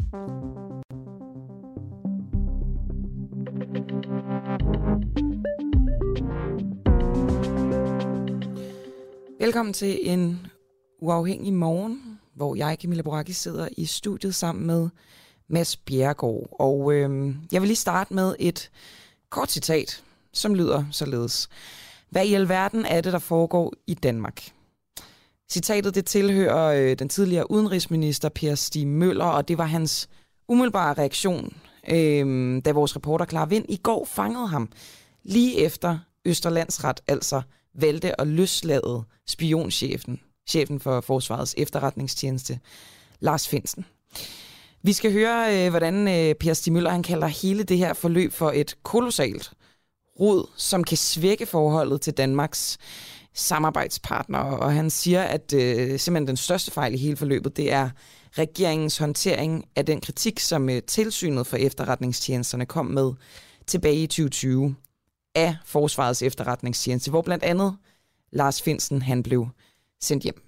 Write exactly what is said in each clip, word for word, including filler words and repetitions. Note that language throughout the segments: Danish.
Velkommen til en uafhængig morgen, hvor jeg, Camilla Boracchi, sidder i studiet sammen med Mads Bjerregaard. Og øh, jeg vil lige starte med et kort citat, som lyder således. Hvad i alverden er det, der foregår i Danmark? Citatet det tilhører øh, den tidligere udenrigsminister Per Stig Møller, og det var hans umiddelbare reaktion, øh, da vores reporter Clara Vind i går fangede ham lige efter Østre Landsret, altså valgte at løslade spionchefen, chefen for Forsvarets efterretningstjeneste, Lars Findsen. Vi skal høre, øh, hvordan øh, Per Stig Møller han kalder hele det her forløb for et kolossalt rod, som kan svække forholdet til Danmarks samarbejdspartner. Og han siger, at øh, simpelthen den største fejl i hele forløbet, det er regeringens håndtering af den kritik, som øh, tilsynet for efterretningstjenesterne kom med tilbage i tyve tyve af Forsvarets efterretningstjeneste, hvor blandt andet Lars Findsen han blev sendt hjem.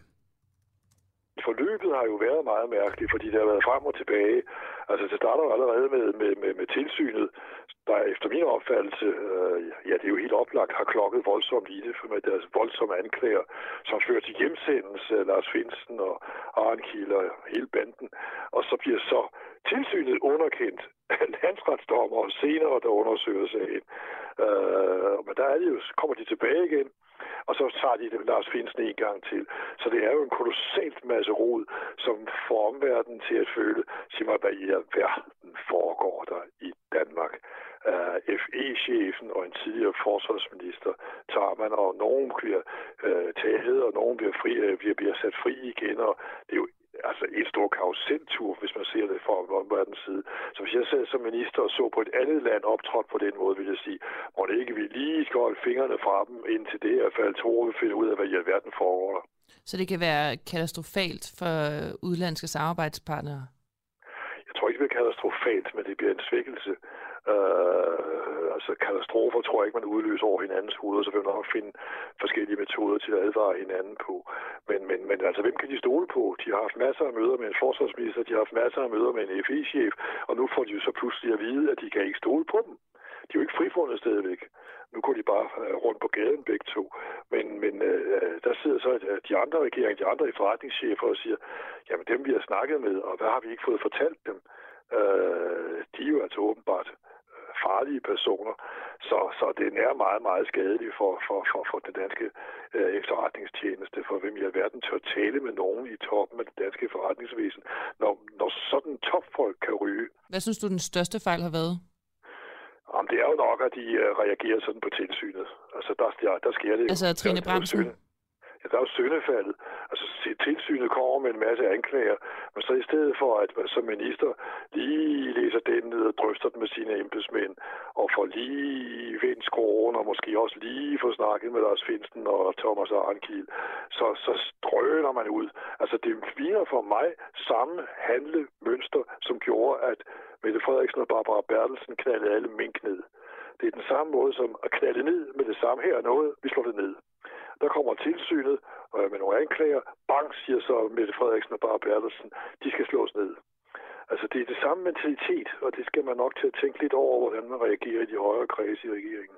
Forløbet har jo været meget mærkeligt, fordi det har været frem og tilbage. Altså det starter jo allerede med, med, med, med tilsynet, der efter min opfattelse, øh, ja det er jo helt oplagt, har klokket voldsomt i det med deres voldsomme anklager, som fører til hjemsendelse af Lars Findsen og Arnkiel og hele banden. Og så bliver så tilsynet underkendt af landsretsdommer og senere, der undersøger sagen. Øh, men der er de jo, kommer de tilbage igen. Og så tager de det Lars Findsen en gang til. Så det er jo en kolossalt masse rod, som får omverdenen til at føle, sig mig, hvad i alverden foregår der i Danmark. Uh, F E-chefen og en tidligere forsvarsminister tager man, og nogen bliver uh, taget, og nogen bliver, fri, uh, bliver, bliver sat fri igen, og det er jo altså en stor karuseltur, hvis man ser det fra omverdens side. Så hvis jeg sad som minister og så på et andet land optrådt på den måde, vil jeg sige, må det ikke vi lige skal holde fingrene fra dem, indtil det er faldet to, vi finder ud af, hvad i alverden foregår der. Så det kan være katastrofalt for udlandske samarbejdspartnere? Jeg tror ikke, det bliver katastrofalt, men det bliver en svækkelse. Uh, altså katastrofer tror jeg ikke, man udløser over hinandens hoveder, så vil man nok finde forskellige metoder til at advare hinanden på. Men, men, men altså, hvem kan de stole på? De har haft masser af møder med en forsvarsminister, de har haft masser af møder med en F E-chef, og nu får de jo så pludselig at vide, at de kan ikke stole på dem. De er jo ikke frifundet stadigvæk. Nu går de bare rundt på gaden begge to. Men, men øh, der sidder så de andre regeringer, de andre efterretningschefer og siger, jamen dem vi har snakket med, og hvad har vi ikke fået fortalt dem? Øh, de er jo altså åbenbart farlige personer, så, så det er meget, meget skadeligt for, for, for, for den danske øh, efterretningstjeneste, for hvem i alverden tør tale med nogen i toppen af det danske efterretningsvæsen, når, når sådan topfolk kan ryge. Hvad synes du, den største fejl har været? Jamen, det er jo nok, at de uh, reagerer sådan på tilsynet. Altså, der, der, der sker det jo. Altså, Trine Bramsen? Ja, der er jo syndefaldet. Altså, tilsynet kommer med en masse anklager, men så i stedet for, at man som minister lige læser den ned og drøfter den med sine embedsmænd, og får lige vendt skruen, og måske også lige får snakket med Lars Findsen og Thomas Arnkiel, så, så drøner man ud. Altså, det ligner for mig samme handlemønster, som gjorde, at Mette Frederiksen og Barbara Bertelsen knaldede alle mink ned. Det er den samme måde som at knalde ned med det samme her noget, vi slår det ned. Der kommer tilsynet øh, med nogle anklager. Bang, siger så Mette Frederiksen og Barbara Bertelsen, de skal slås ned. Altså det er det samme mentalitet, og det skal man nok til at tænke lidt over, hvordan man reagerer i de højere kredse i regeringen.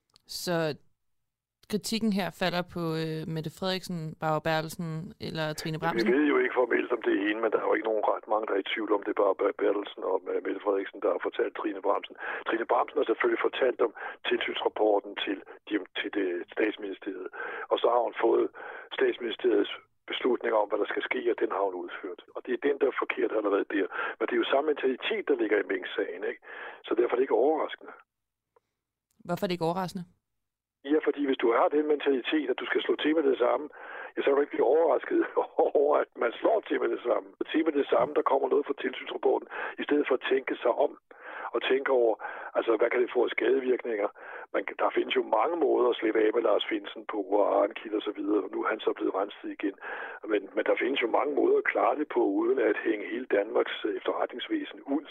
Så kritikken her falder på øh, Mette Frederiksen, Barbara Bertelsen eller Trine Bramsen? Vi ved jo ikke formelt om det ene, men der er jo ikke nogen ret mange, der er i tvivl om det er Barbara Bertelsen og Mette Frederiksen, der har fortalt Trine Bramsen. Trine Bramsen har selvfølgelig fortalt om tilsynsrapporten til, til det statsministeriet, og så har hun fået statsministeriets beslutning om, hvad der skal ske, og den har hun udført. Og det er den, der er forkert allerede der. Men det er jo samme mentalitet, der ligger i Mink-sagen, ikke? Så derfor er det ikke overraskende. Hvorfor er det ikke overraskende? Ja, fordi hvis du har den mentalitet, at du skal slå til med det samme, ja, så er du ikke blive overrasket over, at man slår til med det samme. Til med det samme, der kommer noget fra tilsynsrapporten, i stedet for at tænke sig om og tænke over, altså hvad kan det få af skadevirkninger. Man, der findes jo mange måder at slippe af med Lars Findsen på, og Arnkiel og så videre, og nu er han så blevet renset igen. Men, men der findes jo mange måder at klare det på, uden at hænge hele Danmarks efterretningsvæsen ud.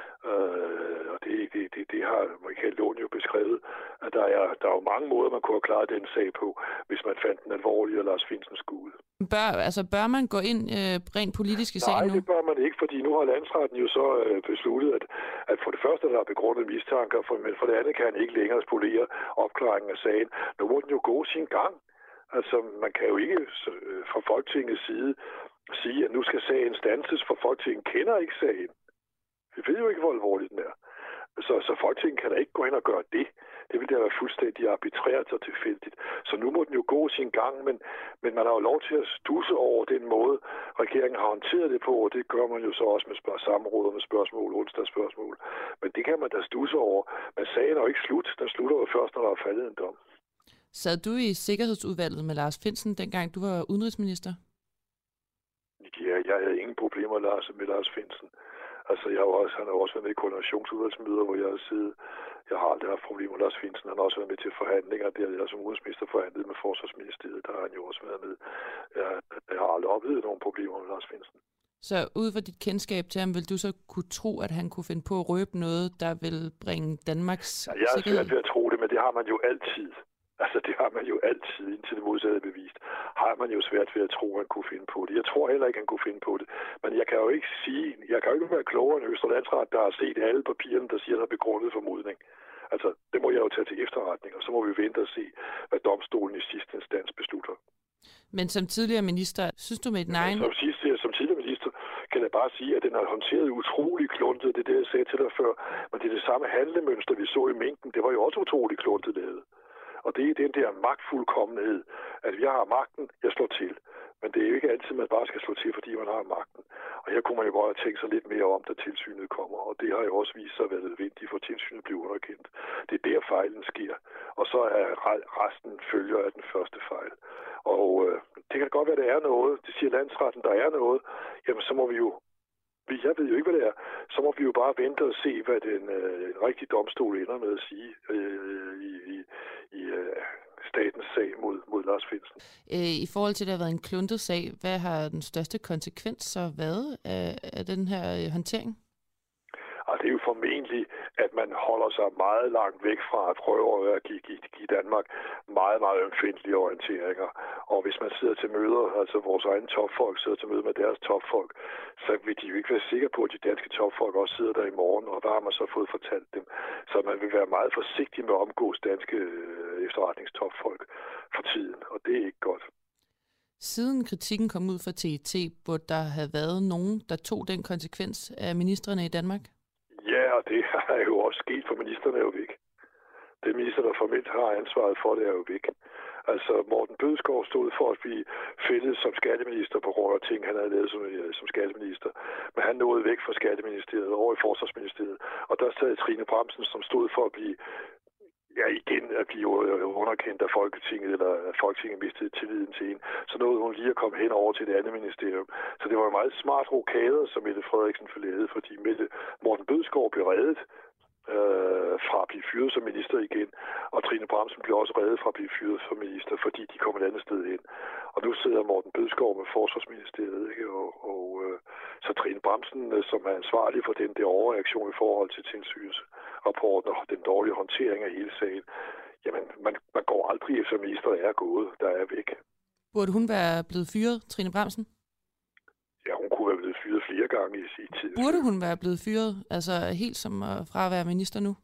Øh, og det, det, det, det har Michael Lund jo beskrevet, at der er, der er jo mange måder, man kunne have klaret den sag på, hvis man fandt den alvorlige, og Lars Findsen skulle ud. Bør, altså, bør man gå ind øh, rent politisk i sagen nu? Nej, det bør man ikke, fordi nu har landsretten jo så øh, besluttet, at, at for det første der er begrundet mistanker, for, men for det andet kan han ikke længere spolere opklaringen af sagen. Nu må den jo gå sin gang. Altså, man kan jo ikke øh, fra Folketingets side sige, at nu skal sagen standses, for Folketinget kender ikke sagen. Vi ved jo ikke, hvor alvorligt den er. Så, så Folketinget kan da ikke gå hen og gøre det. Det vil da være fuldstændig arbitrært og tilfældigt. Så nu må den jo gå sin gang, men, men man har jo lov til at studse over den måde, regeringen har håndteret det på, og det gør man jo så også med spørg- samråd med spørgsmål, onsdagsspørgsmål. Men det kan man da studse over. Men sagen er jo ikke slut. Den slutter jo først, når der er faldet en dom. Sad du i Sikkerhedsudvalget med Lars Findsen, dengang du var udenrigsminister? Ja, jeg havde ingen problemer Lars, med Lars Findsen. Altså, jeg har også, han har også været med i koordinationsudvalgsmøder, hvor jeg har siddet. Jeg har aldrig haft problemer med Lars Findsen. Han har også været med til forhandlinger. Det er jeg som udenrigsminister forhandlet med Forsvarsministeriet. Der har han jo også været med. Jeg, jeg har aldrig oplevet nogen problemer med Lars Findsen. Så ud fra dit kendskab til ham, vil du så kunne tro, at han kunne finde på at røbe noget, der vil bringe Danmarks ja, jeg er sikkerhed? svært ved at tro det, men det har man jo altid. Altså, det har man jo altid, indtil det modsatte er bevist. Har man jo svært ved at tro, at han kunne finde på det. Jeg tror heller ikke, han kunne finde på det. Men jeg kan jo ikke sige, jeg kan jo ikke være klogere end Østre Landsret, der har set alle papirerne, der siger, der er begrundet formodning. Altså, det må jeg jo tage til efterretning, og så må vi vente og se, hvad domstolen i sidste instans beslutter. Men som tidligere minister, synes du med et nej? Som, sidste, som tidligere minister kan jeg bare sige, at den har håndteret utrolig kluntet. Det er det, jeg sagde til dig før. Men det er det samme handlemønster, vi så i mængden. Det var jo også utrolig kluntet lavet. Og det er den der magtfuldkommenhed, at jeg har magten, jeg slår til. Men det er jo ikke altid, man bare skal slå til, fordi man har magten. Og her kunne man jo godt have tænkt sig lidt mere om, da tilsynet kommer. Og det har jo også vist sig at være nødvendigt, for tilsynet bliver underkendt. Det er der fejlen sker. Og så er resten følger af den første fejl. Og øh, det kan godt være, at der er noget. Det siger landsretten, der er noget. Jamen, så må vi jo... Jeg ved jo ikke, hvad det er. Så må vi jo bare vente og se, hvad den øh, rigtige domstol ender med at sige øh, i, i, i øh, statens sag mod, mod Lars Findsen. Øh, I forhold til, at det har været en kluntet sag, hvad har den største konsekvens så været af, af den her øh, håndtering? Og det er jo formentlig, at man holder sig meget langt væk fra at prøve at give, give, give Danmark meget, meget ømfindtlige orienteringer. Og hvis man sidder til møder, altså vores egne topfolk sidder til møder med deres topfolk, så vil de jo ikke være sikre på, at de danske topfolk også sidder der i morgen, og hvad har man så fået fortalt dem? Så man vil være meget forsigtig med at omgås danske efterretningstopfolk for tiden, og det er ikke godt. Siden kritikken kom ud fra T E T, burde der have været nogen, der tog den konsekvens af ministrene i Danmark? Ja, og det er jo også sket, for ministerne er jo væk. Det minister, der formelt har ansvaret for det, er jo væk. Altså, Morten Bødskov stod for at blive fældet som skatteminister på grund af ting, han havde lavet som, som skatteminister. Men han nåede væk fra skatteministeriet over i forsvarsministeriet. Og der sad Trine Bramsen, som stod for at blive ja, igen at blive underkendt af Folketinget, eller at Folketinget mistede tilliden til hende. Så nåede hun lige at komme hen over til det andet ministerium. Så det var en meget smart rokader, som Mette Frederiksen forlede, fordi Mette Morten Bødskov blev reddet øh, fra at blive fyret som minister igen, og Trine Bramsen blev også reddet fra at blive fyret som minister, fordi de kom et andet sted hen. Og nu sidder Morten Bødskov med Forsvarsministeriet, ikke? Og, og øh, så Trine Bramsen, som er ansvarlig for den der overreaktion i forhold til tilsynsrapporten og den dårlige håndtering af hele sagen, jamen, man, man går aldrig efter minister, der er gået, der er væk. Burde hun være blevet fyret, Trine Bramsen? Ja, hun kunne være blevet fyret flere gange i sin tid. Burde hun være blevet fyret, altså helt som fra at være minister nu?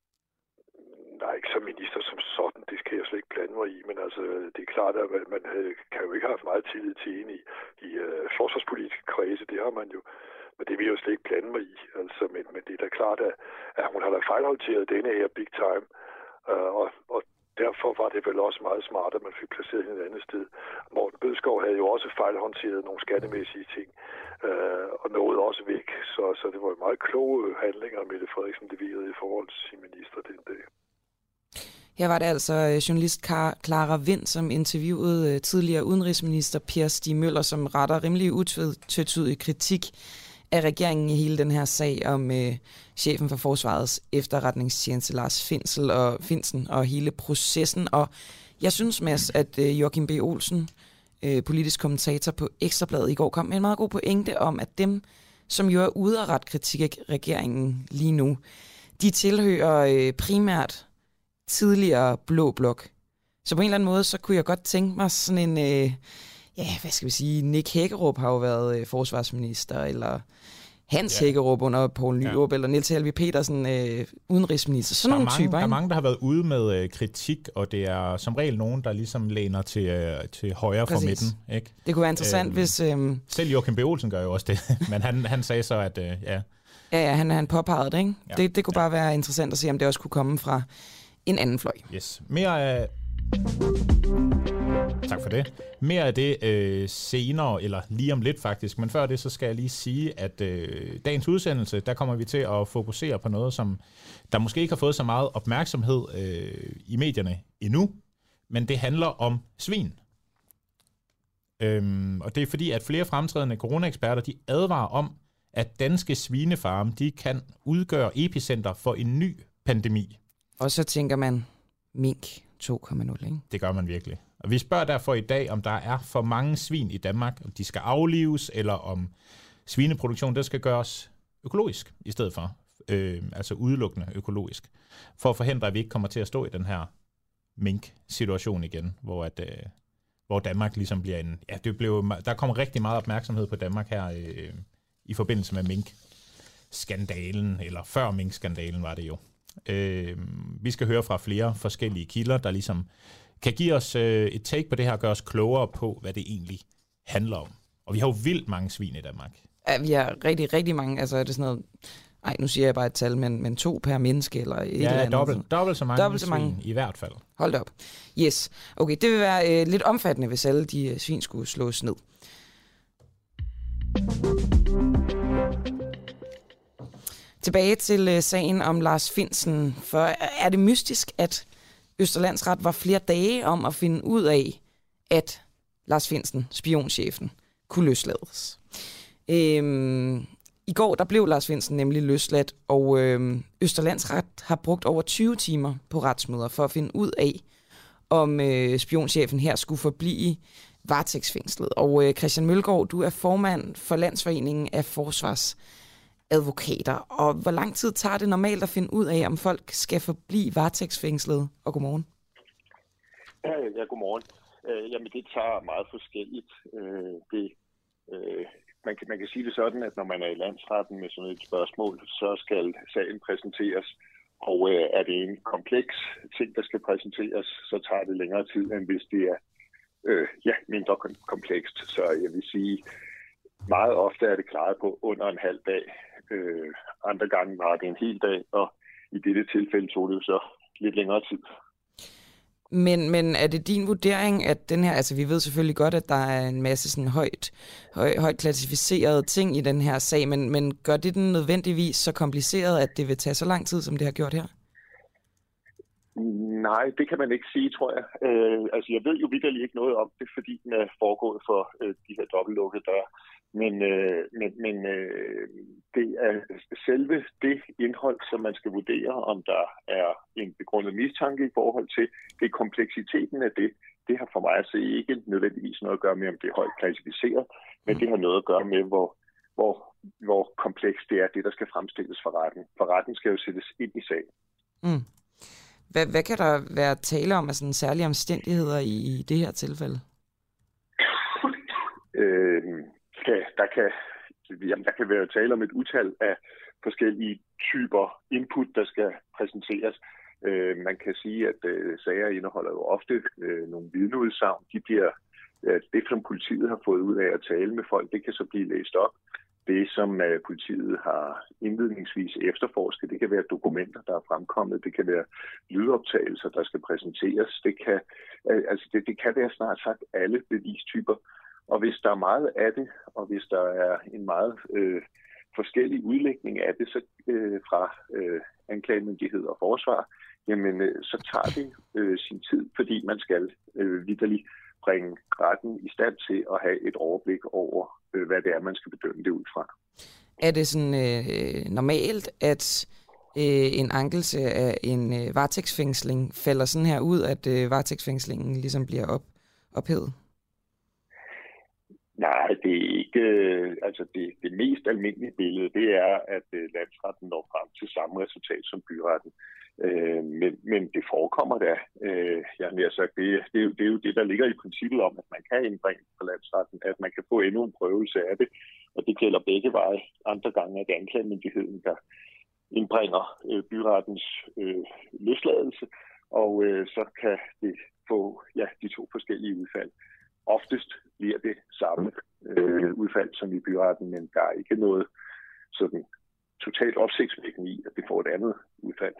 Nej, ikke som minister som sådan, det kan jeg slet ikke blande mig i, men altså, det er klart, at man, man kan jo ikke have haft meget tillid til en i, i uh, forsvarspolitiske kredse, det har man jo, men det vil jeg jo slet ikke blande mig i, altså, men, men det er da klart, at, at hun har da fejlhåndteret denne her big time, uh, og, og derfor var det vel også meget smart, at man fik placeret hende et andet sted. Morten Bødskov havde jo også fejlhåndteret nogle skattemæssige ting, øh, og nåede også væk. Så, så det var jo meget kloge handlinger, Mette Frederiksen leverede i forhold til sin minister den dag. Her var det altså journalist Clara Vind, som interviewede tidligere udenrigsminister Per Stig Møller, som retter rimelig utvetydig kritik af regeringen i hele den her sag om øh, chefen for Forsvarets efterretningstjeneste, Lars Findsen og Findsen og hele processen. Og jeg synes, Mads, at øh, Joachim B. Olsen, øh, politisk kommentator på Ekstrabladet i går, kom med en meget god pointe om, at dem, som jo er ude at rette kritik af regeringen lige nu, de tilhører øh, primært tidligere blå blok. Så på en eller anden måde, så kunne jeg godt tænke mig sådan en... Øh, ja, hvad skal vi sige, Nick Hækkerup har jo været øh, forsvarsminister, eller Hans ja. Hækkerup under Poul Nyrup, ja. eller Niels Helveg Petersen, øh, udenrigsminister. Sådan nogle mange, typer, ikke? Der er mange, der har været ude med øh, kritik, og det er som regel nogen, der ligesom læner til, øh, til højre for midten. Ikke? Det kunne være interessant, øh, hvis... Øh, selv Joachim B. Olsen gør jo også det, men han, han sagde så, at øh, ja... Ja, ja, han, han påpegede det, ikke? Ja. Det, det kunne ja. bare være interessant at se, om det også kunne komme fra en anden fløj. Yes. Mere af... Tak for det. Mere af det øh, senere, eller lige om lidt faktisk, men før det, så skal jeg lige sige, at øh, dagens udsendelse, der kommer vi til at fokusere på noget, som der måske ikke har fået så meget opmærksomhed øh, i medierne endnu, men det handler om svin. Øhm, og det er fordi, at flere fremtrædende coronaeksperter, de advarer om, at danske svinefarme, de kan udgøre epicenter for en ny pandemi. Og så tænker man, mink to komma nul, ikke? Det gør man virkelig. Og vi spørger derfor i dag, om der er for mange svin i Danmark, om de skal aflives, eller om svineproduktion, der skal gøres økologisk i stedet for. Øh, altså udelukkende økologisk. For at forhindre, at vi ikke kommer til at stå i den her mink-situation igen, hvor, at, øh, hvor Danmark ligesom bliver en... Ja, det blev, der kommer rigtig meget opmærksomhed på Danmark her øh, i forbindelse med mink-skandalen, eller før mink-skandalen var det jo. Øh, vi skal høre fra flere forskellige kilder, der ligesom kan give os øh, et take på det her og gøre os klogere på, hvad det egentlig handler om. Og vi har jo vildt mange svin i Danmark. Ja, vi har rigtig, rigtig mange. Altså er det sådan noget... Ej, nu siger jeg bare et tal, men, men to per menneske eller et ja, eller andet. Dobbelt, dobbelt så mange dobbelt så mange. svin i hvert fald. Hold da op. Yes. Okay, det vil være øh, lidt omfattende, hvis alle de øh, svin skulle slås ned. Tilbage til øh, sagen om Lars Findsen. For er det mystisk, at Østerlandsret var flere dage om at finde ud af, at Lars Findsen, spionchefen, kunne løslades. Øhm, I går der blev Lars Findsen nemlig løsladt, og øhm, Østerlandsret har brugt over tyve timer på retsmøder for at finde ud af, om øh, spionchefen her skulle forblive varetægtsfængslet. Og øh, Christian Mølgaard, du er formand for Landsforeningen af Forsvarsadvokater. Og hvor lang tid tager det normalt at finde ud af, om folk skal forblive varetægtsfængslet? Og godmorgen. Ja, godmorgen. Øh, jamen, det tager meget forskelligt. Øh, det, øh, man, kan, man kan sige det sådan, at når man er i landsretten med sådan et spørgsmål, så skal sagen præsenteres. Og øh, er det en kompleks ting, der skal præsenteres, så tager det længere tid, end hvis det er øh, ja, mindre komplekst. Så jeg vil sige, meget ofte er det klaret på under en halv dag. Øh, andre gange var det en hel dag, og i dette tilfælde tog det jo så lidt længere tid. Men, men er det din vurdering, at den her, altså vi ved selvfølgelig godt, at der er en masse sådan højt, høj, højt klassificerede ting i den her sag, men, men gør det den nødvendigvis så kompliceret, at det vil tage så lang tid, som det har gjort her? Nej, det kan man ikke sige, tror jeg. Øh, altså jeg ved jo vitterligt ikke noget om det, fordi den er foregået for øh, de her dobbeltlukkede døre. Men, øh, men, men øh, det er selve det indhold, som man skal vurdere, om der er en begrundet mistanke i forhold til det kompleksiteten af det. Det har for mig at se ikke nødvendigvis noget at gøre med, om det er højt klassificeret, men det har noget at gøre med, hvor, hvor, hvor komplekst det er, det der skal fremstilles for retten. For retten skal jo sættes ind i sagen. Mm. Hvad, hvad kan der være tale om af sådan særlige omstændigheder i, i det her tilfælde? øh, Der kan, jamen, der kan være tale om et utal af forskellige typer input, der skal præsenteres. Øh, man kan sige, at øh, sager indeholder jo ofte øh, nogle vidneudsagn. De bliver, øh, det, som politiet har fået ud af at tale med folk, det kan så blive læst op. Det, som øh, politiet har indledningsvis efterforsket, det kan være dokumenter, der er fremkommet. Det kan være lydoptagelser, der skal præsenteres. Det kan, øh, altså det, det kan være snart sagt alle bevistyper. Og hvis der er meget af det, og hvis der er en meget øh, forskellig udlægning af det, så øh, fra øh, anklagemyndighed og forsvar, jamen øh, så tager det øh, sin tid, fordi man skal øh, vitterligt bringe retten i stand til at have et overblik over, øh, hvad det er, man skal bedømme det ud fra. Er det sådan øh, normalt, at øh, en ankelse af en øh, varetægtsfængsling falder sådan her ud, at øh, varetægtsfængslingen ligesom bliver op, ophævet? Nej, det er ikke øh, altså det, det mest almindelige billede, det er, at øh, landsretten når frem til samme resultat som byretten. Øh, men, men det forekommer da. Øh, jeg har sagt, det, det, er jo, det er jo det, der ligger i princippet om, at man kan indbringe for landsretten, at man kan få endnu en prøvelse af det. Og det gælder begge veje. Andre gange er det anklagemyndigheden, der indbringer øh, byrettens øh, løsladelse, og øh, så kan det få ja, de to forskellige udfald. Oftest bliver det samme øh, udfald som i byretten, men der er ikke noget sådan totalt opsigtsvækkende i, at det får et andet udfald.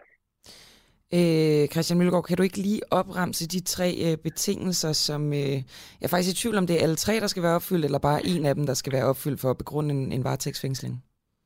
Øh, Christian Mølgaard, kan du ikke lige opremse de tre øh, betingelser, som øh, jeg er faktisk i tvivl om, det er alle tre, der skal være opfyldt, eller bare en af dem, der skal være opfyldt for at begrunde en, en varetægtsfængsling?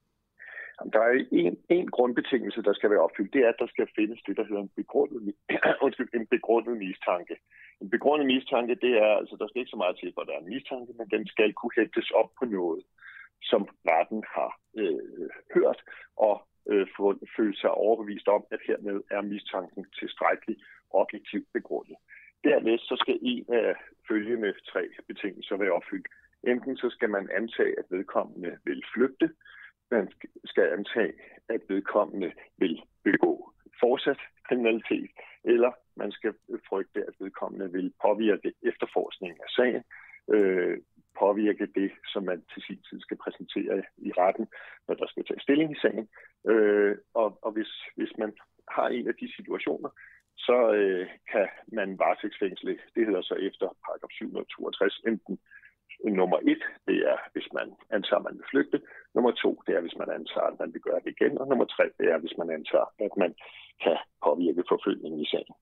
Der er en, en grundbetingelse, der skal være opfyldt. Det er, at der skal findes det, der hedder en begrundet, en begrundet mistanke. En begrundet mistanke, det er, altså der skal ikke så meget til, hvor der er en mistanke, men den skal kunne hægtes op på noget, som retten har øh, hørt, og øh, føle sig overbevist om, at hermed er mistanken tilstrækkeligt objektivt begrundet. Dernæst så skal en af følgende tre betingelser være opfyldt. Enten så skal man antage, at vedkommende vil flygte, man skal antage, at vedkommende vil begå fortsat kriminalitet, eller man skal frygte, at vedkommende vil påvirke efterforskningen af sagen, øh, påvirke det, som man til sin tid skal præsentere i retten, når der skal tage stilling i sagen. Øh, og og hvis, hvis man har en af de situationer, så øh, kan man varetægtsfængsle, det hedder så efter paragraf syv hundrede og toogtres, enten nummer et, det er, hvis man antager, at man vil flygte. Nummer to, det er, hvis man antager, at man vil gøre det igen. Og nummer tre, det er, hvis man antager, at man kan påvirke forfølgningen i sagen.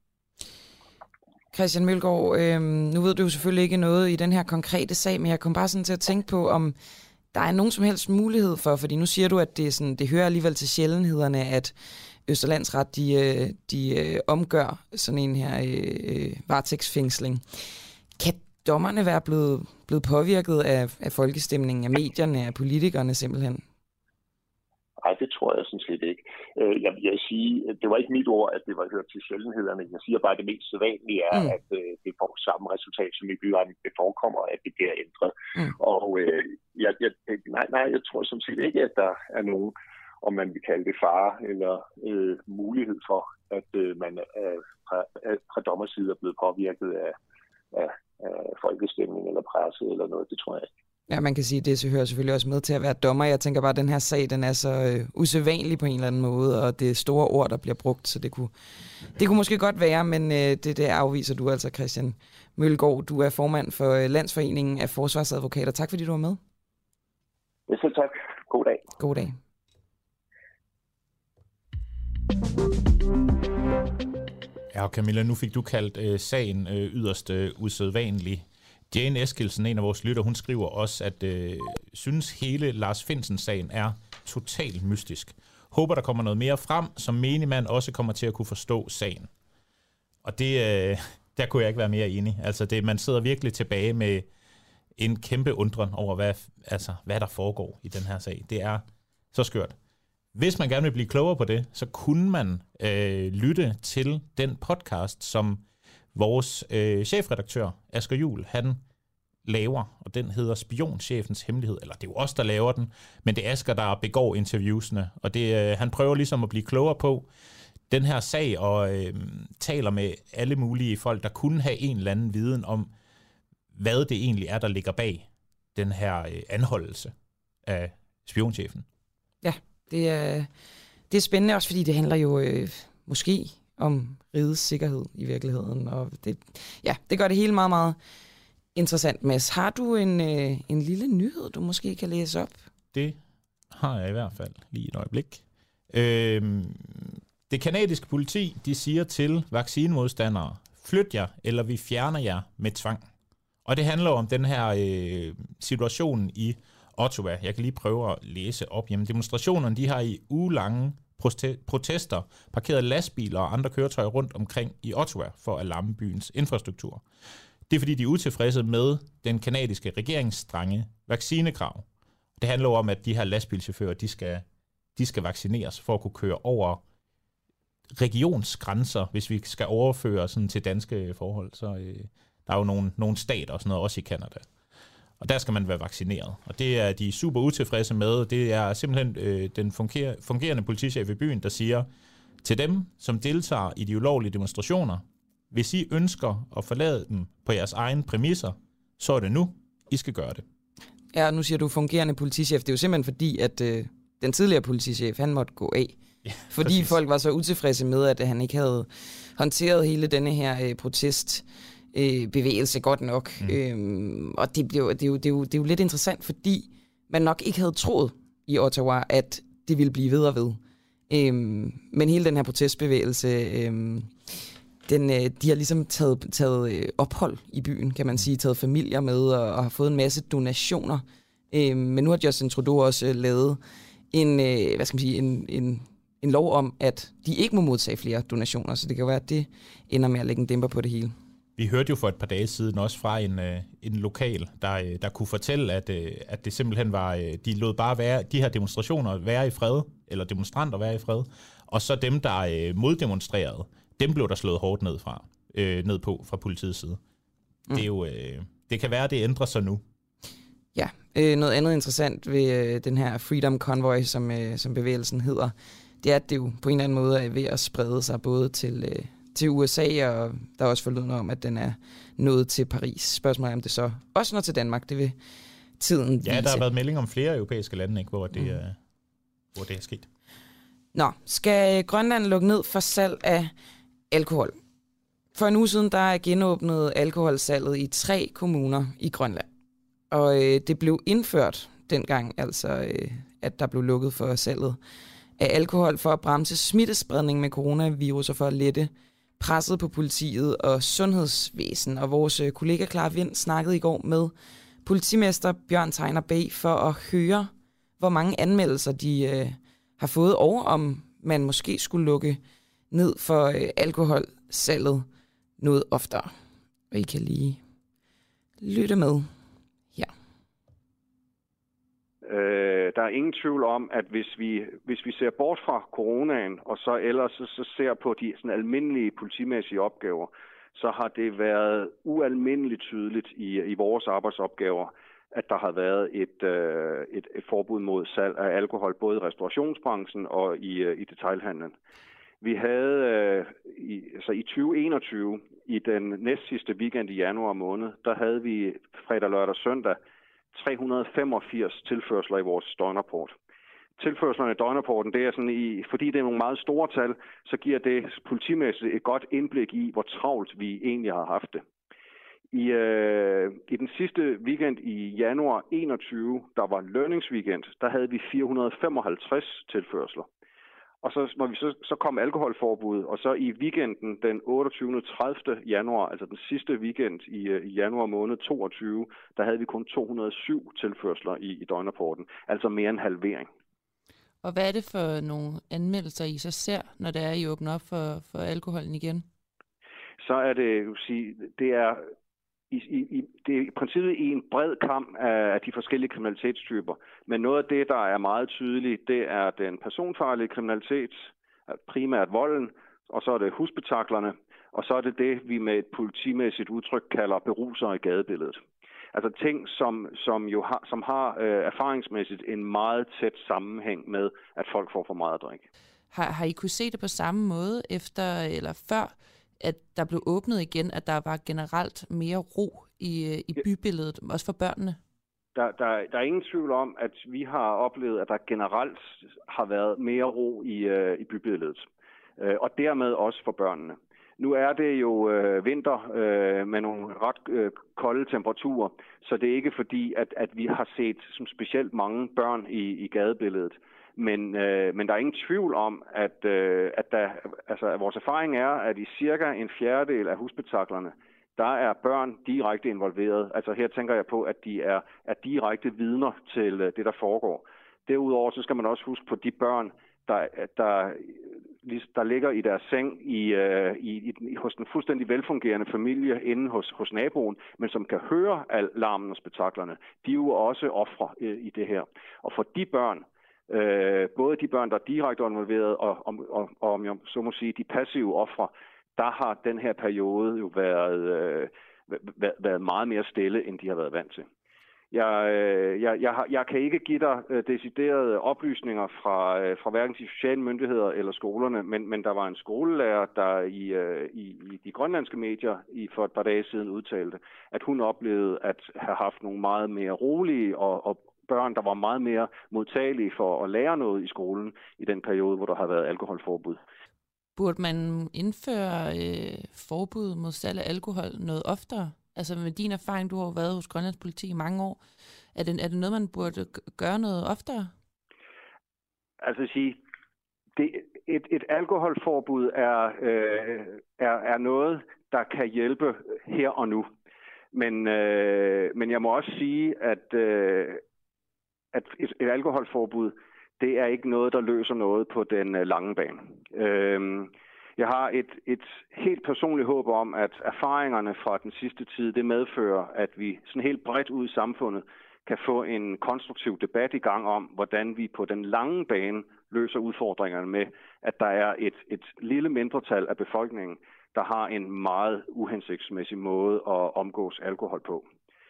Christian Mølgaard, øh, nu ved du jo selvfølgelig ikke noget i den her konkrete sag, men jeg kom bare sådan til at tænke på, om der er nogen som helst mulighed for, fordi nu siger du, at det, er sådan, det hører alligevel til sjældenhederne, at Østerlandsret, de, de øh, omgør sådan en her øh, varetægtsfængsling. Kan dommerne være blevet, blevet påvirket af, af folkestemningen, af medierne, af politikerne simpelthen? Nej, det tror jeg sådan set ikke. Jeg vil sige, det var ikke mit ord, at det var hørt til sjældenhederne. Jeg siger bare, at det mest sædvanlige er, mm. at det får samme resultat som i byretten. Det forekommer, at det bliver ændret. Mm. Og øh, jeg, jeg, nej, nej, jeg tror sådan set ikke, at der er nogen, om man vil kalde det fare eller øh, mulighed for, at øh, man øh, fra, øh, fra dommerside er blevet påvirket af, af, af folkestemning eller presse eller noget. Det tror jeg ikke. Ja, man kan sige, at det hører selvfølgelig også med til at være dommer. Jeg tænker bare, at den her sag, den er så øh, usædvanlig på en eller anden måde, og det er store ord, der bliver brugt, så det kunne, det kunne måske godt være, men øh, det, det afviser du altså, Christian Mølgaard. Du er formand for øh, Landsforeningen af Forsvarsadvokater. Tak fordi du var med. Ja, selv tak. God dag. God dag. Ja, Camilla, nu fik du kaldt øh, sagen øh, yderst øh, usædvanlig. Jane Eskildsen, en af vores lytter, hun skriver også, at øh, synes hele Lars Findsen-sagen er totalt mystisk. Håber, der kommer noget mere frem, som menigmand også kommer til at kunne forstå sagen. Og det, øh, der kunne jeg ikke være mere enig. Altså, det, man sidder virkelig tilbage med en kæmpe undren over, hvad, altså, hvad der foregår i den her sag. Det er så skørt. Hvis man gerne vil blive klogere på det, så kunne man øh, lytte til den podcast, som vores øh, chefredaktør, Asger Juhl, han laver, og den hedder Spionchefens Hemmelighed, eller det er jo os, der laver den, men det er Asger, der begår interviewsene, og det, øh, han prøver ligesom at blive klogere på den her sag, og øh, taler med alle mulige folk, der kunne have en eller anden viden om, hvad det egentlig er, der ligger bag den her øh, anholdelse af spionchefen. Ja, det er, det er spændende også, fordi det handler jo øh, måske om rigets sikkerhed i virkeligheden. Og det, ja, det gør det hele meget, meget interessant, Mads. Har du en, øh, en lille nyhed, du måske kan læse op? Det har jeg i hvert fald lige et øjeblik. Øhm, det kanadiske politi, de siger til vaccinemodstandere, flyt jer, eller vi fjerner jer med tvang. Og det handler om den her øh, situation i Ottawa. Jeg kan lige prøve at læse op. Jamen, demonstrationerne, de har i ugelange protester parkeret lastbiler og andre køretøjer rundt omkring i Ottawa for at lamme byens infrastruktur. Det er fordi, de er utilfredse med den kanadiske regerings strenge vaccinekrav. Det handler om, at de her lastbilchauffører, de skal, de skal vaccineres for at kunne køre over regionsgrænser, hvis vi skal overføre sådan til danske forhold. Så øh, der er jo nogle, nogle stater og sådan noget, også i Canada. Og der skal man være vaccineret. Og det er de super utilfredse med. Det er simpelthen øh, den fungerer, fungerende politichef i byen, der siger til dem, som deltager i de ulovlige demonstrationer, hvis I ønsker at forlade dem på jeres egne præmisser, så er det nu, I skal gøre det. Ja, nu siger du fungerende politichef. Det er jo simpelthen fordi, at øh, den tidligere politichef, han måtte gå af. Ja, fordi præcis. Folk var så utilfredse med, at han ikke havde håndteret hele denne her øh, protestbevægelse øh, godt nok. Mm. Øhm, og det, blev, det, er jo, det, er jo, det er jo lidt interessant, fordi man nok ikke havde troet i Ottawa, at det ville blive ved og ved. Øhm, men hele den her protestbevægelse, øhm, den, øh, de har ligesom taget, taget øh, ophold i byen, kan man sige, taget familier med og, og har fået en masse donationer. Øhm, men nu har Justin Trudeau også øh, lavet en, øh, hvad skal man sige, en, en, en lov om, at de ikke må modtage flere donationer, så det kan jo være, at det ender med at lægge en dæmper på det hele. Vi hørte jo for et par dage siden også fra en, øh, en lokal, der, der kunne fortælle, at, øh, at det simpelthen var, øh, de lod bare være, de her demonstrationer være i fred, eller demonstranter være i fred, og så dem, der øh, moddemonstrerede, dem blev der slået hårdt ned, fra, øh, ned på fra politiets side. Mm. Det, er jo, øh, det kan være, at det ændrer sig nu. Ja, øh, noget andet interessant ved øh, den her Freedom Convoy, som, øh, som bevægelsen hedder, det er, at det jo på en eller anden måde er ved at sprede sig både til, øh, til U S A, og der er også forlyden om, at den er nået til Paris. Spørgsmålet er, om det så også når til Danmark, det vil tiden vise. Ja, der har været melding om flere europæiske lande, ikke, hvor, det, mm. er, hvor det er sket. Nå, skal Grønland lukke ned for salg af alkohol? For en uge siden, der er genåbnet alkoholsalget i tre kommuner i Grønland. Og øh, det blev indført dengang, altså øh, at der blev lukket for salget af alkohol for at bremse smittespredning med coronavirus og for at lette presset på politiet og sundhedsvæsen. Og vores øh, kollega Clara Vind snakkede i går med politimester Bjørn Tegner Bay for at høre, hvor mange anmeldelser de øh, har fået over, om man måske skulle lukke ned for øh, alkoholsalget noget oftere. Og I kan lige lytte med. Øh, der er ingen tvivl om, at hvis vi, hvis vi ser bort fra coronaen, og så ellers så, så ser på de sådan almindelige politimæssige opgaver, så har det været ualmindeligt tydeligt i, i vores arbejdsopgaver, at der har været et, øh, et, et forbud mod salg af alkohol, både i restaurationsbranchen og i, øh, i detailhandlen. Vi havde øh, i, altså i tyve enogtyve, i den næstsidste weekend i januar måned, der havde vi fredag, lørdag, søndag, tre hundrede og femogfirs tilførsler i vores døgnrapport. Tilførslerne i døgnrapporten, det er sådan i, fordi det er nogle meget store tal, så giver det politimæssigt et godt indblik i, hvor travlt vi egentlig har haft det. I, øh, i den sidste weekend i januar enogtyve, der var lønningsweekend, der havde vi fire hundrede og femoghalvtreds tilførsler. Og så, når vi så, så kom alkoholforbud, og så i weekenden den otteogtyvende og tredivte januar, altså den sidste weekend i, i januar måned toogtyve, der havde vi kun to hundrede og syv tilførsler i, i døgnrapporten, altså mere end halvering. Og hvad er det for nogle anmeldelser, I så ser, når det er, I åbner op for, for alkoholen igen? Så er det, sige, det er I, i, det er i princippet i en bred kam af de forskellige kriminalitetstyper. Men noget af det, der er meget tydeligt, det er den personfarlige kriminalitet, primært volden, og så er det husbetaklerne, og så er det det, vi med et politimæssigt udtryk kalder berusere i gadebilledet. Altså ting, som, som jo har, som har øh, erfaringsmæssigt en meget tæt sammenhæng med, at folk får for meget at drikke. Har, har I kunne se det på samme måde efter eller før, at der blev åbnet igen, at der var generelt mere ro i, i bybilledet, også for børnene? Der, der, der er ingen tvivl om, at vi har oplevet, at der generelt har været mere ro i, uh, i bybilledet, uh, og dermed også for børnene. Nu er det jo uh, vinter uh, med nogle ret uh, kolde temperaturer, så det er ikke fordi, at, at vi har set som specielt mange børn i, i gadebilledet. Men, øh, men der er ingen tvivl om, at, øh, at, der, altså, at vores erfaring er, at i cirka en fjerdedel af husbetaklerne, der er børn direkte involveret. Altså her tænker jeg på, at de er, er direkte vidner til øh, det, der foregår. Derudover så skal man også huske på de børn, der, der, der ligger i deres seng i, øh, i, i, hos en fuldstændig velfungerende familie inde hos, hos naboen, men som kan høre alarmen og spetaklerne. De er jo også ofre øh, i det her. Og for de børn, Øh, både de børn, der er direkte involveret, og, og, og, og om jeg så må sige, de passive ofre, der har den her periode jo været, øh, været, været meget mere stille, end de har været vant til. Jeg, øh, jeg, jeg, har, jeg kan ikke give dig øh, deciderede oplysninger fra, øh, fra hverken de sociale myndigheder eller skolerne, men, men der var en skolelærer, der i, øh, i, i de grønlandske medier i for et par dage siden udtalte, at hun oplevede at have haft nogle meget mere rolige og, og børn, der var meget mere modtagelige for at lære noget i skolen i den periode, hvor der har været alkoholforbud. Burde man indføre øh, forbud mod salg af alkohol noget oftere? Altså med din erfaring, du har været hos Grønlands politi i mange år, er det, er det noget, man burde gøre noget oftere? Altså at sige, det, et, et alkoholforbud er, øh, er, er noget, der kan hjælpe her og nu. Men, øh, men jeg må også sige, at, øh, at et, et alkoholforbud, det er ikke noget, der løser noget på den øh, lange bane. Øh, Jeg har et, et helt personligt håb om, at erfaringerne fra den sidste tid, det medfører, at vi sådan helt bredt ud i samfundet kan få en konstruktiv debat i gang om, hvordan vi på den lange bane løser udfordringerne med, at der er et, et lille mindretal af befolkningen, der har en meget uhensigtsmæssig måde at omgås alkohol på.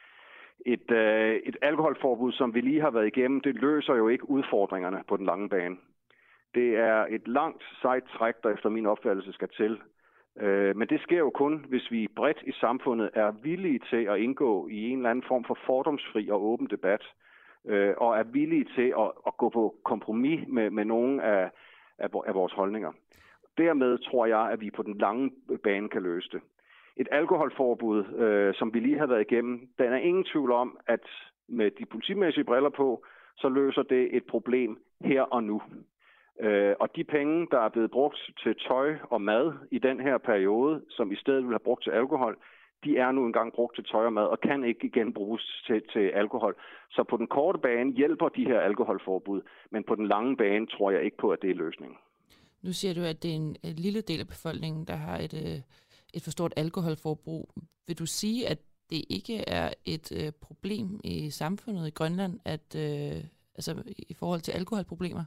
Et, øh, et alkoholforbud, som vi lige har været igennem, det løser jo ikke udfordringerne på den lange bane. Det er et langt sejt træk, der efter min opfattelse skal til. Øh, men det sker jo kun, hvis vi bredt i samfundet er villige til at indgå i en eller anden form for fordomsfri og åben debat, øh, og er villige til at, at gå på kompromis med, med nogle af, af, af vores holdninger. Dermed tror jeg, at vi på den lange bane kan løse det. Et alkoholforbud, øh, som vi lige har været igennem, den er ingen tvivl om, at med de politimæssige briller på, så løser det et problem her og nu. Øh, og de penge, der er blevet brugt til tøj og mad i den her periode, som i stedet ville have brugt til alkohol, de er nu engang brugt til tøj og mad og kan ikke igen bruges til, til alkohol. Så på den korte bane hjælper de her alkoholforbud, men på den lange bane tror jeg ikke på, at det er løsningen. Nu siger du, at det er en, en lille del af befolkningen, der har et, et for stort alkoholforbrug. Vil du sige, at det ikke er et øh, problem i samfundet i Grønland, at, øh, altså i forhold til alkoholproblemer?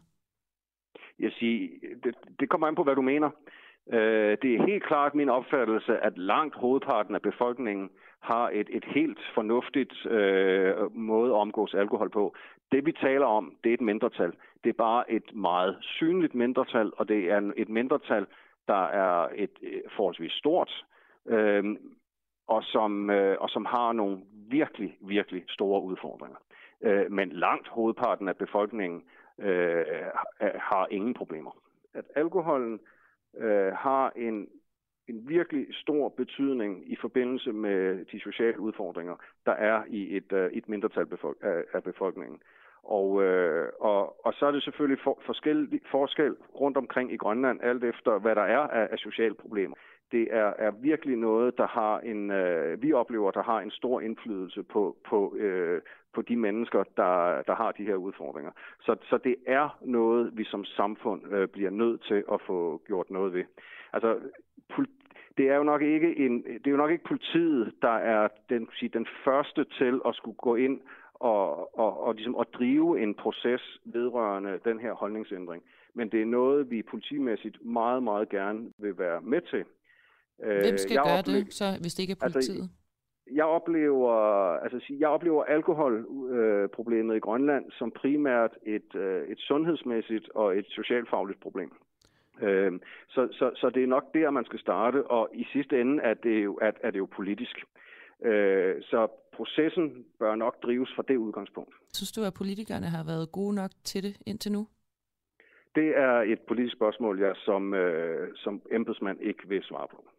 Jeg siger, det, det kommer an på, hvad du mener. Øh, det er helt klart min opfattelse, at langt hovedparten af befolkningen har et, et helt fornuftigt øh, måde at omgås alkohol på. Det vi taler om, det er et mindretal. Det er bare et meget synligt mindretal, og det er et mindretal, der er et forholdsvis stort, øh, og, som, øh, og som har nogle virkelig, virkelig store udfordringer. Øh, men langt hovedparten af befolkningen øh, har ingen problemer. At alkoholen øh, har en, en virkelig stor betydning i forbindelse med de sociale udfordringer, der er i et, øh, et mindretal befolk- af, af befolkningen. Og, øh, og, og så er det selvfølgelig for, forskel, forskel rundt omkring i Grønland, alt efter hvad der er af, af sociale problemer. Det er, er virkelig noget, der har en, øh, vi oplever, der har en stor indflydelse på, på, øh, på de mennesker, der, der har de her udfordringer. Så, så det er noget, vi som samfund øh, bliver nødt til at få gjort noget ved. Altså, det er jo nok ikke en, det er jo nok ikke politiet, der er den, sige, den første til at skulle gå ind og, og, og ligesom at drive en proces vedrørende den her holdningsændring. Men det er noget, vi politimæssigt meget, meget gerne vil være med til. Hvem skal jeg gøre oplever, det, så, hvis det ikke er politiet? Altså, jeg oplever, altså, jeg oplever alkoholproblemet øh, i Grønland som primært et, øh, et sundhedsmæssigt og et socialfagligt problem. Øh, så, så, så det er nok der, man skal starte, og i sidste ende er det jo, er, er det jo politisk. Øh, så processen bør nok drives fra det udgangspunkt. Synes du, at politikerne har været gode nok til det indtil nu? Det er et politisk spørgsmål, jeg som, øh, som embedsmand ikke vil svare på.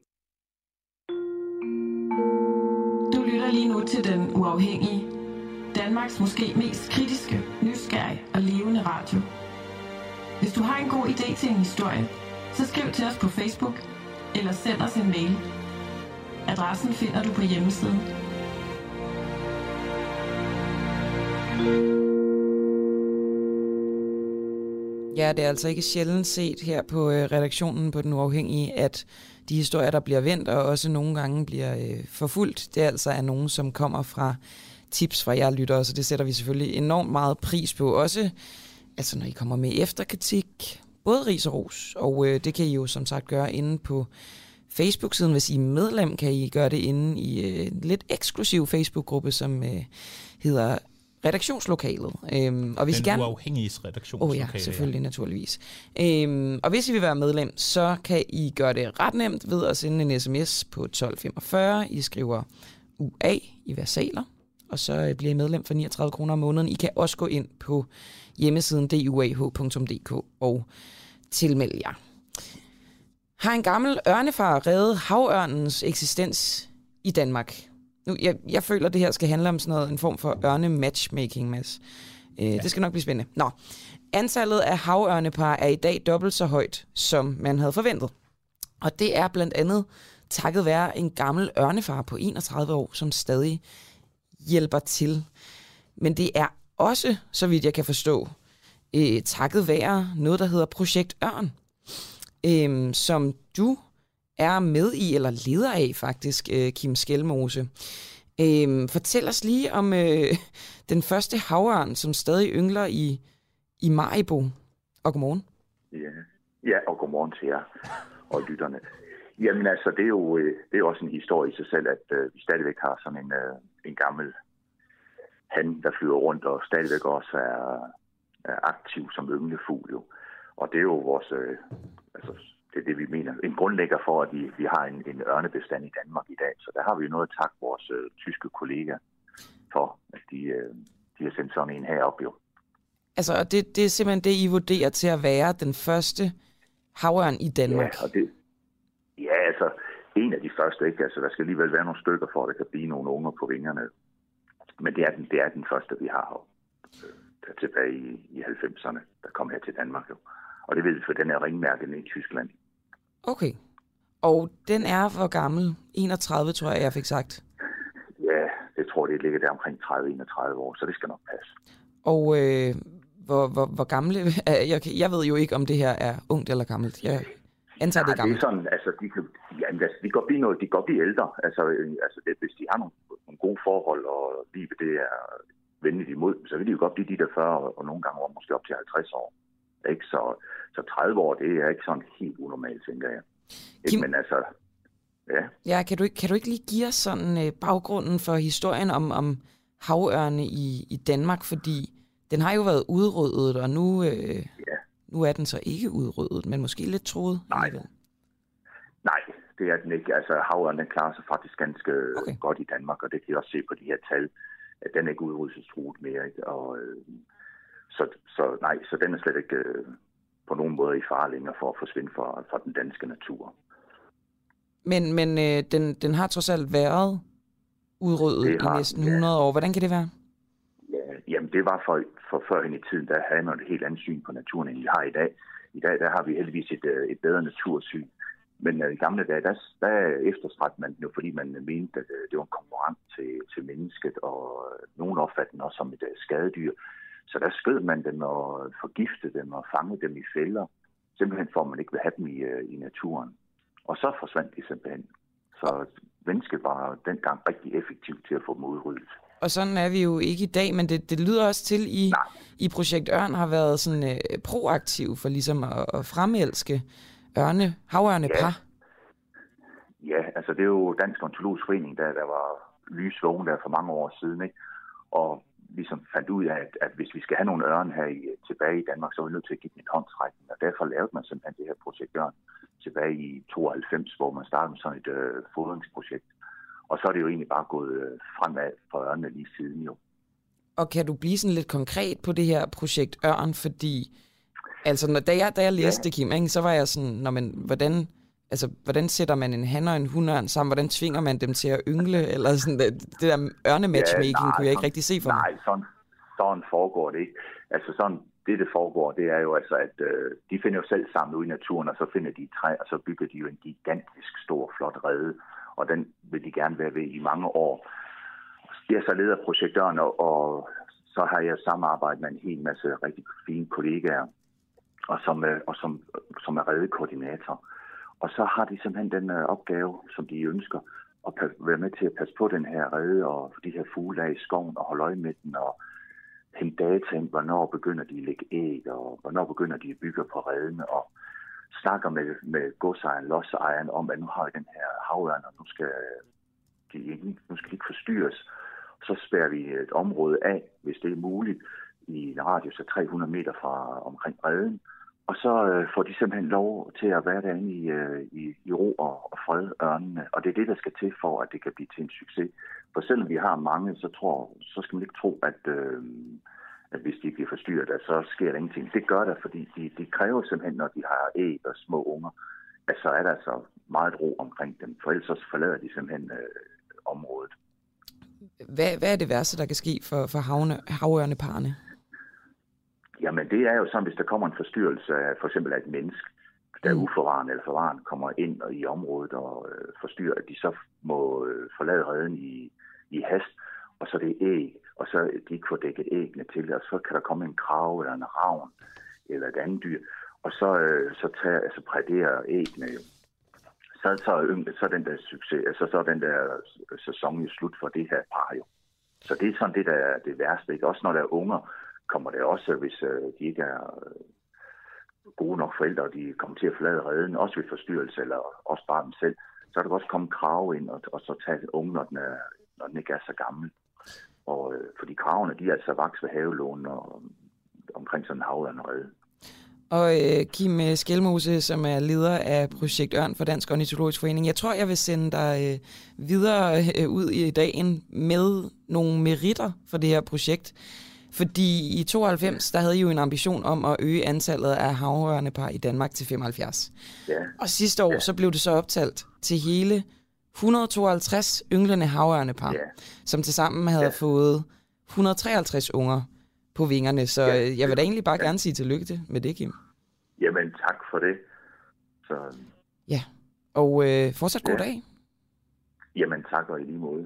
Du lytter lige nu til Den Uafhængige. Danmarks måske mest kritiske, nysgerrige og levende radio. Hvis du har en god idé til en historie, så skriv til os på Facebook eller send os en mail. Adressen finder du på hjemmesiden. Ja, det er altså ikke sjældent set her på øh, redaktionen på Den Uafhængige, at de historier, der bliver vendt, og også nogle gange bliver øh, forfulgt, det altså er nogen, som kommer fra tips fra jer lyttere, så det sætter vi selvfølgelig enormt meget pris på. Også altså, når I kommer med efterkritik, både ris og ros, og øh, det kan I jo som sagt gøre inde på Facebook-siden. Hvis I er medlem, kan I gøre det inde i øh, en lidt eksklusiv Facebook-gruppe, som øh, hedder Redaktionslokalet. Øhm, og hvis Den I gerne... uafhængige redaktionslokale. Åh oh ja, selvfølgelig, ja. naturligvis. Øhm, og hvis I vil være medlem, så kan I gøre det ret nemt ved at sende en sms på tolv femogfyrre. I skriver U A i versaler, og så bliver I medlem for niogtredive kroner om måneden. I kan også gå ind på hjemmesiden d u a h punktum d k og tilmelde jer. Har en gammel ørnefar reddet havørnens eksistens i Danmark? Nu, jeg, jeg føler, at det her skal handle om sådan noget, en form for ørne-matchmaking, Mads. Øh, ja. Det skal nok blive spændende. Nå, antallet af havørnepar er i dag dobbelt så højt, som man havde forventet. Og det er blandt andet takket være en gammel ørnefar på enogtredive år, som stadig hjælper til. Men det er også, så vidt jeg kan forstå, øh, takket være noget, der hedder Projekt Ørn, øh, som du er med i, eller leder af faktisk, øh, Kim Skelmose. Øh, fortæl os lige om øh, den første havørn, som stadig yngler i, i Maribo. Og godmorgen. Ja. ja, og godmorgen til jer og lytterne. Jamen altså, det er jo, det er jo også en historie i sig selv, at øh, vi stadigvæk har sådan en, øh, en gammel han, der flyver rundt, og stadigvæk også er, er aktiv som ynglefugl jo. Og det er jo vores, øh, altså det er det, vi mener, en grundlægger for, at vi, vi har en, en ørnebestand i Danmark i dag. Så der har vi jo noget at takke vores øh, tyske kollegaer for, at de, øh, de har sendt sådan en herop jo. Altså, det, det er simpelthen det, I vurderer til at være den første havørn i Danmark? Ja, og det, ja, altså, en af de første, ikke? Altså, der skal alligevel være nogle stykker for, at der kan blive nogle unger på vingerne. Men det er den, det er den første, vi har her, øh, tilbage i, i halvfemserne, der kom her til Danmark jo. Og det ved vi, for den er ringmærket i Tyskland. Okay. Og den er hvor gammel? enogtredive, tror jeg, jeg fik sagt. Ja, det tror jeg, det ligger der omkring tredive til enogtredive år, så det skal nok passe. Og øh, hvor, hvor, hvor gamle... Jeg, jeg ved jo ikke, om det her er ungt eller gammelt. Jeg antager, det er gammelt. Det er sådan, altså, de kan, ja, altså, de kan blive noget, de kan godt blive ældre. Altså, altså det, hvis de har nogle, nogle gode forhold, og livet det er venligt imod, så vil de jo godt blive de der fyrre, og nogle gange måske op til halvtreds år. Ikke? Så, så tredive år, det er ikke sådan helt unormalt, tænker jeg. Ikke, Kim, men altså, ja. Ja, kan du, kan du ikke lige give os sådan øh, baggrunden for historien om, om havørne i, i Danmark? Fordi den har jo været udryddet, og nu, øh, ja. nu er den så ikke udryddet, men måske lidt truet. Nej. Alligevel. Nej, det er den ikke. Altså, havørnen klarer sig faktisk ganske okay. godt i Danmark, og det kan I også se på de her tal, at den er ikke udryddelsestruet mere. Ikke? Og, øh, så, så nej, så den er slet ikke øh, på nogen måde i fare længere for at forsvinde fra, fra den danske natur. Men, men øh, den, den har trods alt været udryddet har, i næsten hundrede ja. år. Hvordan kan det være? Ja, jamen det var for, for førhen i tiden, der havde man et helt andet syn på naturen, end vi har i dag. I dag der har vi heldigvis et, et bedre natursyn. Men uh, i gamle dage, der, der efterstræbte man jo, fordi man mente, at uh, det var en konkurrent til, til mennesket, og uh, nogen opfattede den også som et uh, skadedyr. Så der skød man dem og forgiftede dem og fangede dem i fælder, simpelthen for, at man ikke ville have dem i, uh, i naturen. Og så forsvandt de simpelthen. Så mennesket var dengang rigtig effektivt til at få dem udryddet. Og sådan er vi jo ikke i dag, men det, det lyder også til, I, I Projekt Ørn har været sådan uh, proaktiv for ligesom at, at fremelske ørne, havørnepar. Ja. ja, altså det er jo Dansk Ornitologisk Forening, der, der var lysvågen der for mange år siden, ikke? Og ligesom fandt ud af, at, at hvis vi skal have nogle ørne her i, tilbage i Danmark, så er vi nødt til at give dem en håndsrækning. Og derfor lavede man simpelthen det her Projekt Ørn tilbage i tooghalvfems, hvor man startede med sådan et øh, fodringsprojekt. Og så er det jo egentlig bare gået øh, fremad for ørnene lige siden jo. Og kan du blive sådan lidt konkret på det her Projekt Ørn, fordi altså, når, da, jeg, da jeg læste det, Kim, ikke, så var jeg sådan, når man, hvordan, altså, hvordan sætter man en han og en hunørn sammen? Hvordan tvinger man dem til at yngle? Eller sådan, det, det der ørnematchmaking ja, kunne jeg ikke rigtig se for mig. Nej, sådan, sådan foregår det ikke. Altså sådan, det, det foregår, det er jo altså, at øh, de finder jo selv sammen ude i naturen, og så finder de et træ, og så bygger de jo en gigantisk stor, flot rede, og den vil de gerne være ved i mange år. Jeg er så leder af Projekt Ørn, og, og så har jeg samarbejdet med en hel masse rigtig fine kollegaer, og som, og som, som er redekoordinator. Og så har de simpelthen den uh, opgave, som de ønsker, at være med til at passe på den her rede og de her fugle af i skoven og holde øje med den og hente data ind, hvornår begynder de at lægge æg, og hvornår begynder de at bygge på redene. Og snakker med, med godsejeren, lodsejeren om, at nu har vi den her havørn, og nu skal de ikke, nu skal de ikke forstyrres. Så spærrer vi et område af, hvis det er muligt, i en radius af tre hundrede meter fra omkring reden. Og så øh, får de simpelthen lov til at være derinde i, øh, i, i ro og, og fred, ørnene. Og det er det, der skal til for, at det kan blive til en succes. For selvom vi har mange, så, tror, så skal man ikke tro, at, øh, at hvis de bliver forstyrret, at så sker der ingenting. Det gør der, fordi de, de kræver simpelthen, når de har æg og små unger, at så er der så meget ro omkring dem. For ellers så forlader de simpelthen øh, området. Hvad, hvad er det værste, der kan ske for, for havne, havørneparrene? Jamen det er jo sådan, hvis der kommer en forstyrrelse af for eksempel af et menneske, der er uforvarende eller forvarende, kommer ind i området og øh, forstyrrer, at de så må øh, forlade reden i, i hast, og så det er æg, og så de ikke får dækket æggene til, og så kan der komme en krage eller en ravn eller et andet dyr, og så, øh, så tager, altså præderer æggene jo. Så, så, så er den der succes, altså så er den der sæson jo slut for det her par jo. Så det er sådan det, der er det værste, ikke? Også når der er unger, kommer det også, hvis øh, de ikke er øh, gode nok forældre, og de kommer til at forlade reden, også ved forstyrrelse, eller også bare dem selv, så er der også kommet krave ind, og, og så tage unge, når den, er, når den ikke er så gammel. Og, øh, fordi kravene, de er altså vaks ved havelån og omkring sådan en havørnerede. Og øh, Kim Skelmose, som er leder af projekt Ørn for Dansk Ornitologisk Forening, jeg tror, jeg vil sende dig øh, videre øh, ud i dagen med nogle meritter for det her projekt. Fordi i tooghalvfems, der havde I jo en ambition om at øge antallet af havørnepar i Danmark til femoghalvfjerds. Ja. Og sidste år, ja. så blev det så optalt til hele et hundrede og tooghalvtreds ynglende havørnepar, ja. som tilsammen havde ja. fået et hundrede og treoghalvtreds unger på vingerne. Så ja. jeg vil da egentlig bare ja. gerne sige tillykke med det, Kim. Jamen, tak for det. Så... Ja, og øh, fortsat god ja. dag. Jamen, tak og i lige måde.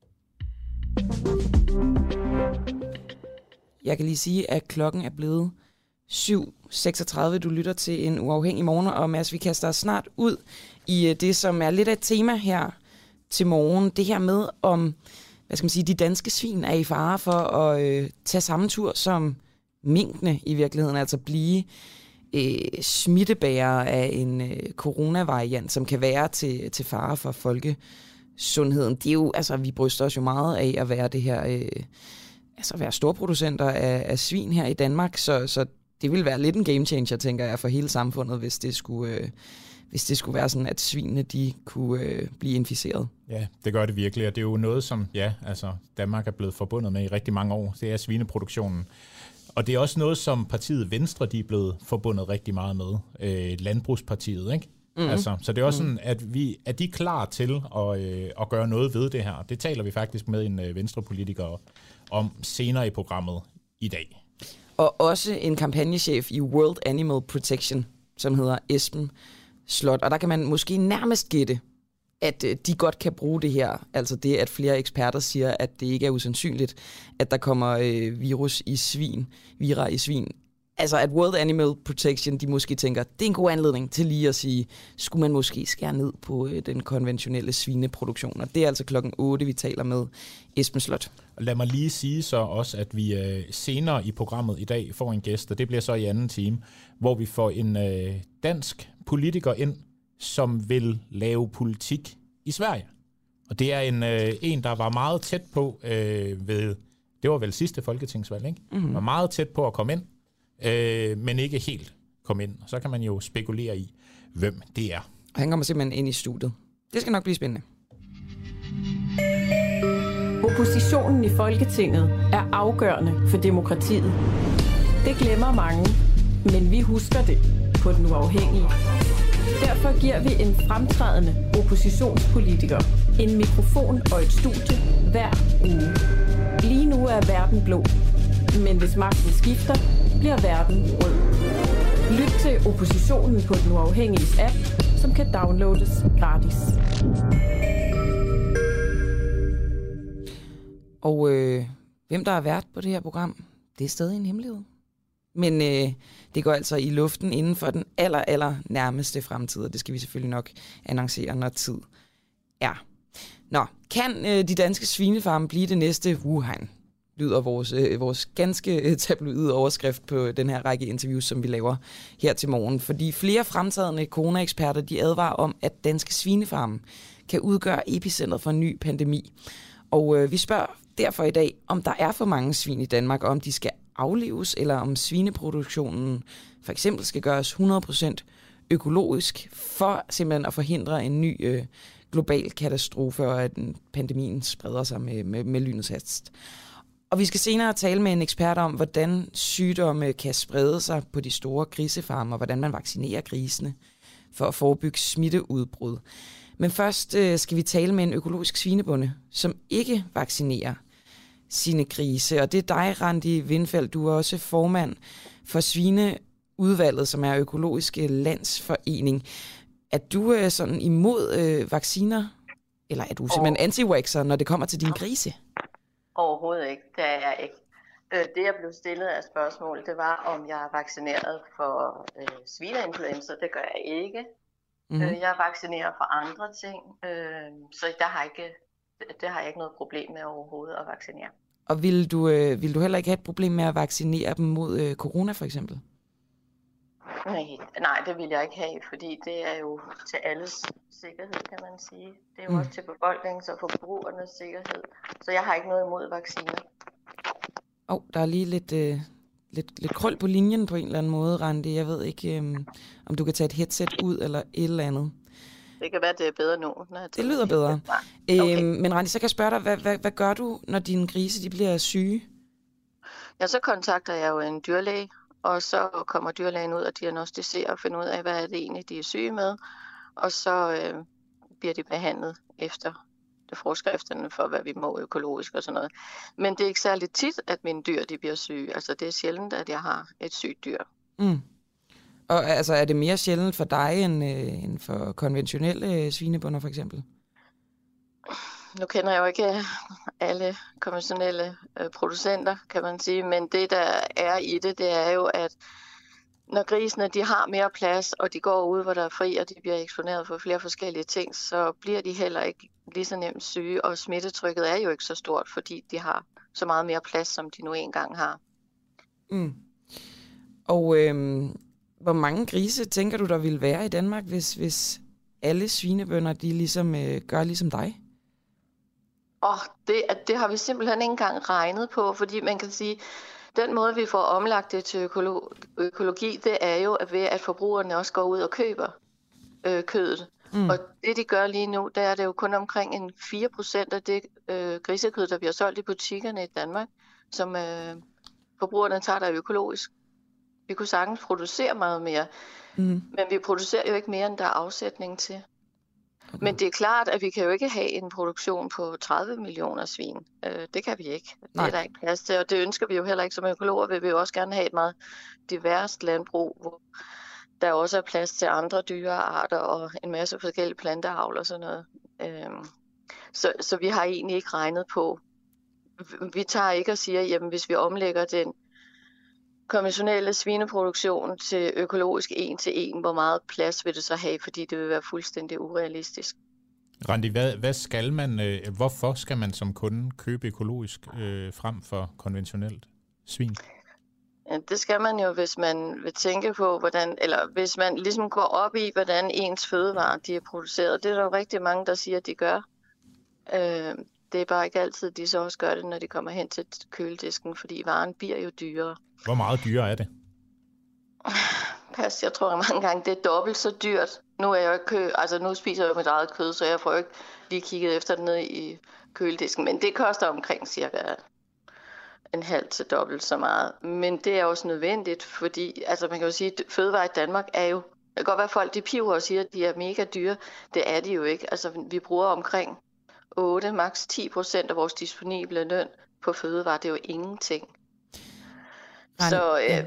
Jeg kan lige sige, at klokken er blevet syv seksogtredive. Du lytter til en uafhængig morgen, og Mads, vi kaster os snart ud i det, som er lidt af et tema her til morgen. Det her med, om hvad skal man sige, de danske svin er i fare for at øh, tage samme tur som minkene i virkeligheden, altså blive øh, smittebærere af en øh, coronavariant, som kan være til, til fare for folkesundheden. Det er jo, altså, vi bryster os jo meget af at være det her... Øh, altså være storproducenter af, af svin her i Danmark, så, så det vil være lidt en game changer, tænker jeg, for hele samfundet, hvis det skulle, øh, hvis det skulle være sådan, at svinene de kunne øh, blive inficeret. Ja, det gør det virkelig, og det er jo noget, som ja, altså Danmark er blevet forbundet med i rigtig mange år. Det er svineproduktionen. Og det er også noget, som partiet Venstre de er blevet forbundet rigtig meget med. Øh, Landbrugspartiet, ikke? Mm-hmm. Altså, så det er også sådan, at vi er de klar til at, øh, at gøre noget ved det her. Det taler vi faktisk med en øh, venstrepolitiker om senere i programmet i dag. Og også en kampagnechef i World Animal Protection, som hedder Esben Slot. Og der kan man måske nærmest gætte, at de godt kan bruge det her. Altså det, at flere eksperter siger, at det ikke er usandsynligt, at der kommer øh, virus i svin, vira i svin. Altså at World Animal Protection, de måske tænker, det er en god anledning til lige at sige, skulle man måske skære ned på øh, den konventionelle svineproduktion. Og det er altså klokken otte, vi taler med Esben Slot. Lad mig lige sige så også, at vi øh, senere i programmet i dag får en gæst, og det bliver så i anden time, hvor vi får en øh, dansk politiker ind, som vil lave politik i Sverige. Og det er en, øh, en der var meget tæt på øh, ved, det var vel sidste folketingsvalg, ikke? Mm-hmm. Var meget tæt på at komme ind, øh, men ikke helt komme ind. Så kan man jo spekulere i, hvem det er. Og han kommer simpelthen ind i studiet. Det skal nok blive spændende. Oppositionen i Folketinget er afgørende for demokratiet. Det glemmer mange, men vi husker det på Den Uafhængige. Derfor giver vi en fremtrædende oppositionspolitiker en mikrofon og et studie hver uge. Lige nu er verden blå, men hvis magten skifter, bliver verden rød. Lyt til Oppositionen på Den Uafhængiges app, som kan downloades gratis. Og øh, hvem der er vært på det her program, det er stadig en hemmelighed. Men øh, det går altså i luften inden for den aller, aller nærmeste fremtid, og det skal vi selvfølgelig nok annoncere, når tid er. Nå, kan øh, de danske svinefarme blive det næste Wuhan? lyder vores, øh, vores ganske tabloide overskrift på den her række interviews, som vi laver her til morgen. Fordi flere fremtrædende coronaeksperter, de advarer om, at danske svinefarme kan udgøre epicentret for en ny pandemi. Og øh, vi spørger derfor i dag, om der er for mange svin i Danmark, og om de skal aflives, eller om svineproduktionen for eksempel skal gøres hundrede procent økologisk, for simpelthen at forhindre en ny øh, global katastrofe, og at pandemien spreder sig med, med, med lynets hast. Og vi skal senere tale med en ekspert om, hvordan sygdomme kan sprede sig på de store grisefarme, og hvordan man vaccinerer grisene for at forebygge smitteudbrud. Men først øh, skal vi tale med en økologisk svinebonde, som ikke vaccinerer sine grise. Og det er dig, Randi Windfeldt, du er også formand for Svineudvalget, som er Økologiske Landsforening. Er du øh, sådan imod øh, vacciner, eller er du simpelthen anti-vaxxer, når det kommer til din grise? Overhovedet ikke, det er jeg ikke. Det, jeg blev stillet af spørgsmål, det var, om jeg er vaccineret for øh, svineinfluenza. Det gør jeg ikke. Mm-hmm. Jeg vaccinerer for andre ting, øh, så der har ikke, det har jeg ikke noget problem med overhovedet at vaccinere. Og vil du, øh, vil du heller ikke have et problem med at vaccinere dem mod øh, corona for eksempel? Nej, nej, det vil jeg ikke have, fordi det er jo til alles sikkerhed, kan man sige. Det er jo mm. også til befolkningens og forbrugernes sikkerhed, så jeg har ikke noget imod vacciner. Åh, oh, der er lige lidt... Øh... Lidt, lidt krøl på linjen på en eller anden måde, Randi. Jeg ved ikke, um, om du kan tage et headset ud eller et eller andet. Det kan være, det er bedre nu. Det lyder bedre. Okay. Øhm, men Randi, så kan jeg spørge dig, hvad, hvad, hvad gør du, når dine grise de bliver syge? Ja, så kontakter jeg jo en dyrlæge, og så kommer dyrlægen ud og diagnostiserer og finder ud af, hvad er det egentlig, de er syge med. Og så øh, bliver de behandlet efter det forskrifterne for, hvad vi må økologisk og sådan noget. Men det er ikke særlig tit, at mine dyr de bliver syge. Altså, det er sjældent, at jeg har et sygt dyr. Mm. Og altså, er det mere sjældent for dig, end, øh, end for konventionelle øh, svinebønder, for eksempel? Nu kender jeg jo ikke alle konventionelle øh, producenter, kan man sige. Men det, der er i det, det er jo, at når grisene de har mere plads, og de går ud, hvor der er fri, og de bliver eksponeret for flere forskellige ting, så bliver de heller ikke lige så nemt syge, og smittetrykket er jo ikke så stort, fordi de har så meget mere plads, som de nu engang har. Mm. Og øhm, hvor mange grise tænker du, der ville være i Danmark, hvis, hvis alle svinebønder de ligesom, øh, gør ligesom dig? Åh, det, det har vi simpelthen ikke engang regnet på, fordi man kan sige, den måde, vi får omlagt det til økolo- økologi, det er jo ved, at forbrugerne også går ud og køber øh, kødet. Mm. Og det, de gør lige nu, der er det jo kun omkring en fire procent af det øh, grisekød, der bliver solgt i butikkerne i Danmark, som øh, forbrugerne tager der økologisk. Vi kunne sagtens producere meget mere, mm. men vi producerer jo ikke mere, end der er afsætning til. Okay. Men det er klart, at vi kan jo ikke have en produktion på tredive millioner svin. Øh, det kan vi ikke. Det Nej. Er der ikke plads til, og det ønsker vi jo heller ikke som økologer. Vi vil jo også gerne have et meget diverst landbrug, hvor der også er plads til andre dyrearter og en masse forskellige planteavl og sådan noget. Øh, så, så vi har egentlig ikke regnet på. Vi tager ikke og siger, jamen hvis vi omlægger den konventionelle svineproduktion til økologisk en til en, hvor meget plads vil det så have, fordi det vil være fuldstændig urealistisk. Randi, hvad, hvad skal man, øh, hvorfor skal man som kunde købe økologisk øh, frem for konventionelt svin? Ja, det skal man jo, hvis man vil tænke på, hvordan, eller hvis man ligesom går op i, hvordan ens fødevarer de er produceret. Det er der jo rigtig mange, der siger, at de gør. Øh, det er bare ikke altid, de så også gør det, når de kommer hen til køledisken, fordi varen bliver jo dyrere. Hvor meget dyrere er det? Pas, jeg tror at mange gange, det er dobbelt så dyrt. Nu, er jeg ikke kø, altså, nu spiser jeg jo mit eget kød, så jeg får ikke lige kigget efter det nede i køledisken. Men det koster omkring cirka en halv til dobbelt så meget. Men det er også nødvendigt, fordi altså, man kan jo sige, at fødevarer i Danmark er jo... Det kan godt være, at folk de piver og siger, at de er mega dyre. Det er de jo ikke. Altså, vi bruger omkring otte, maks ti procent af vores disponible løn på fødevarer. Det er jo ingenting. Så, øh,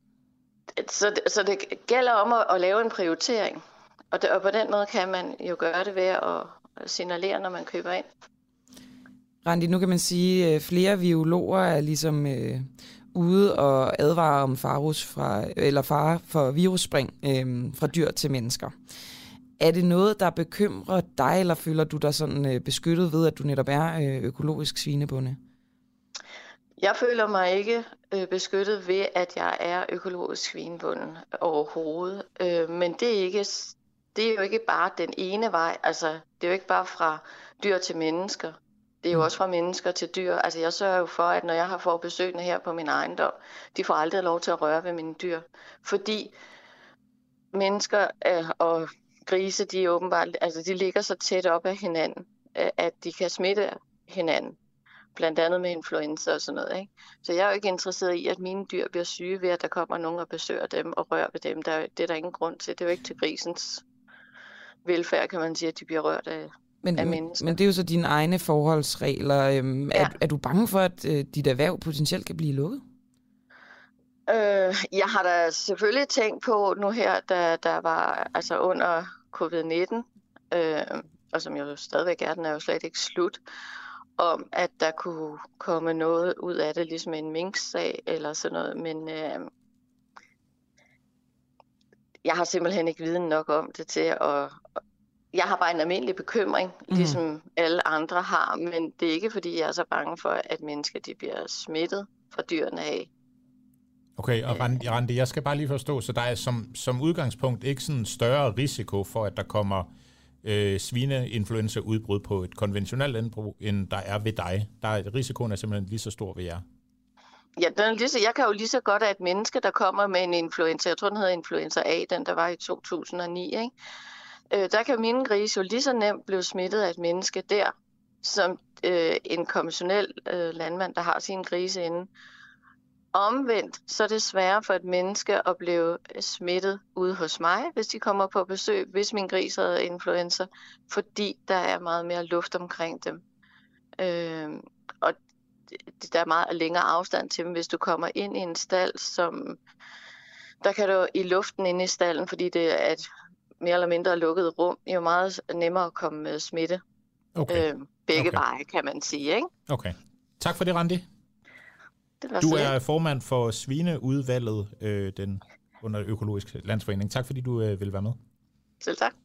så, så det gælder om at, at lave en prioritering, og, det, og på den måde kan man jo gøre det ved at signalere, når man køber ind. Randi, nu kan man sige, at flere virologer er ligesom øh, ude og advare om farus fra, eller fare for virusspring øh, fra dyr til mennesker. Er det noget, der bekymrer dig, eller føler du dig sådan øh, beskyttet ved, at du netop er øh, økologisk svinebonde? Jeg føler mig ikke øh, beskyttet ved, at jeg er økologisk svinebunden overhovedet. Øh, men det er, ikke, det er jo ikke bare den ene vej. Altså, det er jo ikke bare fra dyr til mennesker. Det er jo også fra mennesker til dyr. Altså, jeg sørger jo for, at når jeg har fået besøgende her på min ejendom, de får aldrig lov til at røre ved mine dyr. Fordi mennesker øh, og grise, de er åbenbart, altså, de ligger så tæt op af hinanden, øh, at de kan smitte hinanden. Blandt andet med influenza og sådan noget, ikke? Så jeg er jo ikke interesseret i, at mine dyr bliver syge ved, at der kommer nogen og besøger dem og rører ved dem. Der, det er der ingen grund til. Det er jo ikke til grisens velfærd, kan man sige, at de bliver rørt af, men, af mennesker. Men det er jo så dine egne forholdsregler. Øhm, ja. er, er du bange for, at øh, dit erhverv potentielt kan blive lukket? Øh, jeg har da selvfølgelig tænkt på nu her, da der var altså under covid nitten, øh, og som jo stadigvæk er, den er jo slet ikke slut, om at der kunne komme noget ud af det, ligesom en minksag eller sådan noget, men øh, jeg har simpelthen ikke viden nok om det til at... Jeg har bare en almindelig bekymring, mm. ligesom alle andre har, men det er ikke, fordi jeg er så bange for, at mennesker de bliver smittet fra dyrene af. Okay, og Randi, Randi, jeg skal bare lige forstå, så der er som, som udgangspunkt ikke sådan en større risiko for, at der kommer øh, svineinfluenza-udbrud på et konventionelt landbrug, end der er ved dig. Der er, risikoen er simpelthen lige så stor ved jer. Ja, den er lige så, jeg kan jo lige så godt af et menneske, der kommer med en influenza, jeg tror den hedder influenza A, den der var i to tusind og ni, ikke? Øh, der kan mine grise jo lige så nemt blive smittet af et menneske der, som øh, en konventionel øh, landmand, der har sine grise inde. Omvendt, så er det sværere for et menneske at blive smittet ude hos mig, hvis de kommer på besøg, hvis min gris har influenza, fordi der er meget mere luft omkring dem. Øh, og der er meget længere afstand til dem, hvis du kommer ind i en stald, som der kan du i luften inde i stallen, fordi det er et mere eller mindre lukket rum, det er jo meget nemmere at komme med smitte. Okay. Øh, begge okay. veje, kan man sige, ikke? Okay. Tak for det, Randi. Du er formand for Svineudvalget øh, den, under Økologisk Landsforening. Tak fordi du øh, vil være med. Selv tak.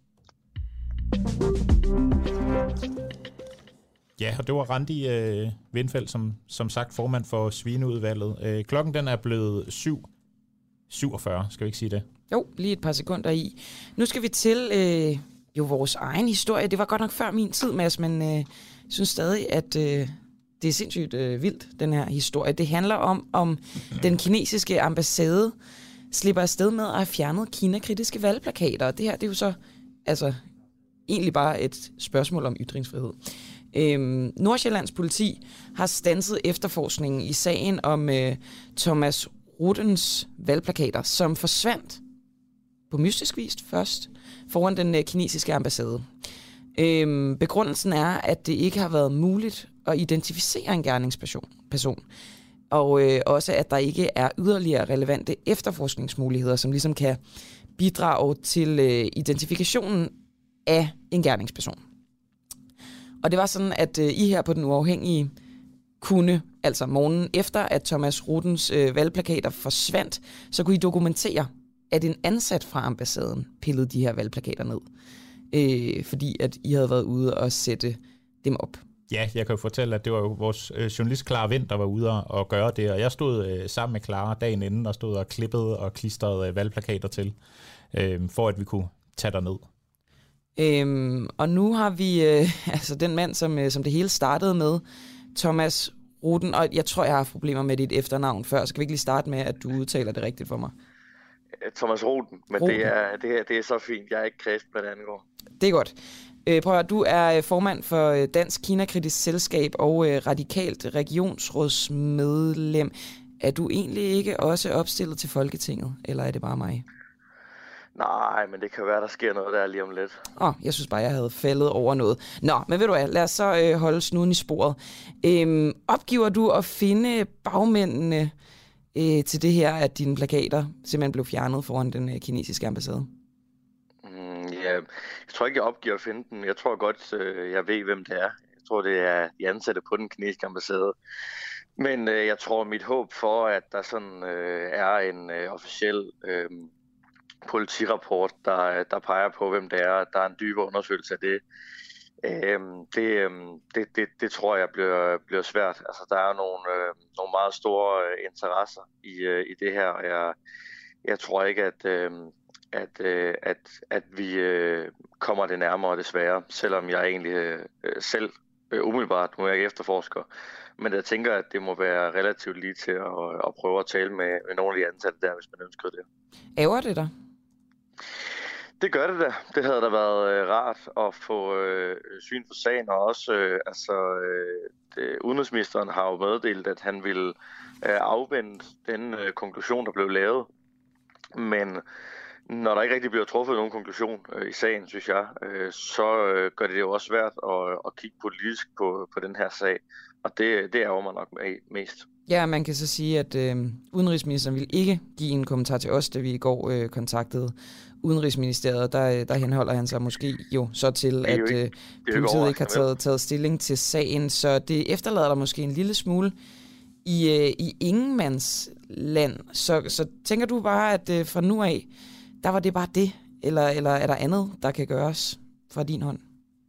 Ja, og det var Randi øh, Windfeldt, som, som sagt formand for Svineudvalget. Øh, klokken den er blevet syv syvogfyrre, skal vi ikke sige det? Jo, lige et par sekunder i. Nu skal vi til øh, jo vores egen historie. Det var godt nok før min tid, Mads, men øh, jeg synes stadig, at... Øh, Det er sindssygt øh, vildt, den her historie. Det handler om, om den kinesiske ambassade slipper afsted med at have fjernet Kina-kritiske valgplakater. Det her, det er jo så altså, egentlig bare et spørgsmål om ytringsfrihed. Øhm, Nordsjællands politi har standset efterforskningen i sagen om øh, Thomas Rudens valgplakater, som forsvandt på mystisk vis først foran den øh, kinesiske ambassade. Øhm, begrundelsen er, at det ikke har været muligt at identificere en gerningsperson, person. og øh, også at der ikke er yderligere relevante efterforskningsmuligheder, som ligesom kan bidrage til øh, identifikationen af en gerningsperson. Og det var sådan, at øh, I her på Den Uafhængige kunne, altså morgenen efter, at Thomas Rudens øh, valgplakater forsvandt, så kunne I dokumentere, at en ansat fra ambassaden pillede de her valgplakater ned. Øh, fordi at I havde været ude og sætte dem op. Ja, jeg kan jo fortælle, at det var jo vores øh, journalist Clara Vind, der var ude og gøre det, og jeg stod øh, sammen med Clara dagen inden og stod og klippede og klistrede øh, valgplakater til, øh, for at vi kunne tage derned. Øhm, og nu har vi øh, altså den mand, som, øh, som det hele startede med, Thomas Ruden, og jeg tror, jeg har haft problemer med dit efternavn før, så kan vi ikke lige starte med, at du udtaler det rigtigt for mig? Thomas Ruden, men Ruden. Det, er, det, er, det er så fint. Jeg er ikke kristen, hvad det angår. Det er godt. Øh, prøv at høre, du er formand for Dansk Kina-kritisk Selskab og øh, radikalt regionsrådsmedlem. Er du egentlig ikke også opstillet til Folketinget, eller er det bare mig? Nej, men det kan være, der sker noget der lige om lidt. Åh, oh, jeg synes bare, jeg havde faldet over noget. Nå, men ved du hvad, lad os så øh, holde snuden i sporet. Øhm, opgiver du at finde bagmændene øh, til det her, at dine plakater simpelthen blev fjernet foran den øh, kinesiske ambassade? Mm, ja, jeg tror ikke, jeg opgiver at finde dem. Jeg tror godt, øh, jeg ved, hvem det er. Jeg tror, det er de ansatte på den kinesiske ambassade. Men øh, jeg tror, mit håb for, at der sådan øh, er en øh, officiel øh, politirapport, der, der peger på, hvem det er, der er en dybere undersøgelse af det, Øhm, det, øhm, det, det, det tror jeg bliver, bliver svært. Altså, der er nogle, øh, nogle meget store øh, interesser i, øh, i det her, og jeg, jeg tror ikke, at, øh, at, øh, at, at vi øh, kommer det nærmere desværre, selvom jeg egentlig øh, selv øh, umiddelbart, nu er jeg ikke efterforsker, men jeg tænker, at det må være relativt lige til at, at prøve at tale med, med nogle af de ansatte der, hvis man ønsker det. Ærger det dig? Det gør det da. Det havde da været øh, rart at få øh, syn for sagen, og også, øh, altså, øh, det, udenrigsministeren har jo meddelt, at han ville øh, afvente den øh, konklusion, der blev lavet. Men når der ikke rigtig bliver truffet nogen konklusion øh, i sagen, synes jeg, øh, så øh, gør det det jo også svært at, at kigge politisk på, på den her sag. Og det, det ærger mig nok mest. Ja, man kan så sige, at øh, udenrigsministeren ville ikke give en kommentar til os, da vi i går øh, kontaktede Udenrigsministeriet. Der, der henholder han sig måske jo så til, at øh, politiet ikke har taget, taget stilling til sagen. Så det efterlader dig måske en lille smule i, øh, i ingenmands land. Så, så tænker du bare, at øh, fra nu af, der var det bare det? Eller, eller er der andet, der kan gøres fra din hånd?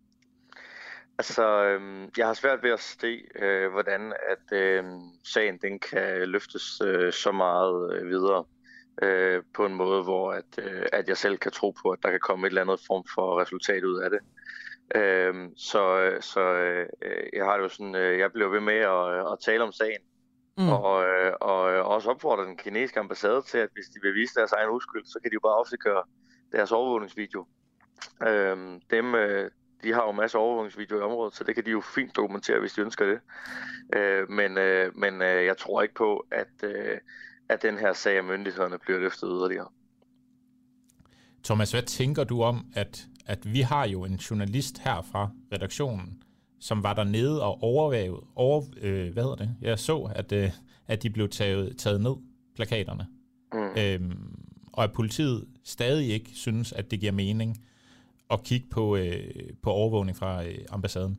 Altså, øh, jeg har svært ved at se, øh, hvordan at øh, sagen den kan løftes øh, så meget øh, videre øh, på en måde, hvor at, øh, at jeg selv kan tro på, at der kan komme et eller andet form for resultat ud af det. Øh, så så øh, jeg har det jo sådan, øh, jeg bliver ved med at, at tale om sagen, mm. og, øh, og også opfordre den kinesiske ambassade til, at hvis de vil vise deres egen uskyld, så kan de jo bare offentliggøre deres overvågningsvideo. Øh, dem øh, De har jo masser af overvågningsvideoer i området, så det kan de jo fint dokumentere, hvis de ønsker det. Øh, men øh, men øh, jeg tror ikke på, at, øh, at den her sag af myndighederne bliver løftet yderligere. Thomas, hvad tænker du om, at, at vi har jo en journalist her fra redaktionen, som var dernede og overvågede, over, øh, hvad hedder det? Jeg så, at, øh, at de blev taget, taget ned, plakaterne. Mm. Øhm, og at politiet stadig ikke synes, at det giver mening og kigge på, øh, på overvågning fra øh, ambassaden?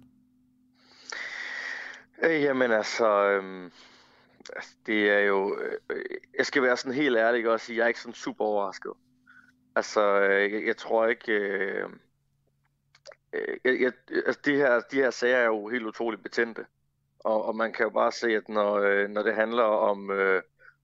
Øh, jamen altså, øh, det er jo, øh, jeg skal være sådan helt ærlig og sige, jeg er ikke sådan super overrasket. Altså, øh, jeg, jeg tror ikke, øh, jeg, jeg, altså de her, de her sager er jo helt utroligt betændte. Og, og man kan jo bare se, at når, øh, når det handler om, øh,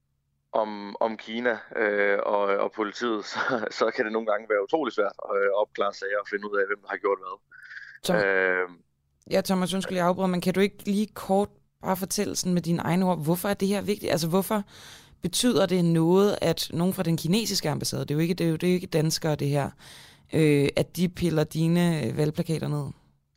om, om Kina øh, og, og politiet, så, så kan det nogle gange være utrolig svært at øh, opklare sager og finde ud af, hvem der har gjort hvad. Tom, øh, ja, Thomas, undskyld, jeg afbryder, men kan du ikke lige kort bare fortælle sådan med dine egne ord, hvorfor er det her vigtigt? Altså, hvorfor betyder det noget, at nogen fra den kinesiske ambassade, det er jo ikke, det er jo, det er jo ikke danskere, det her, øh, at de piller dine valgplakater ned?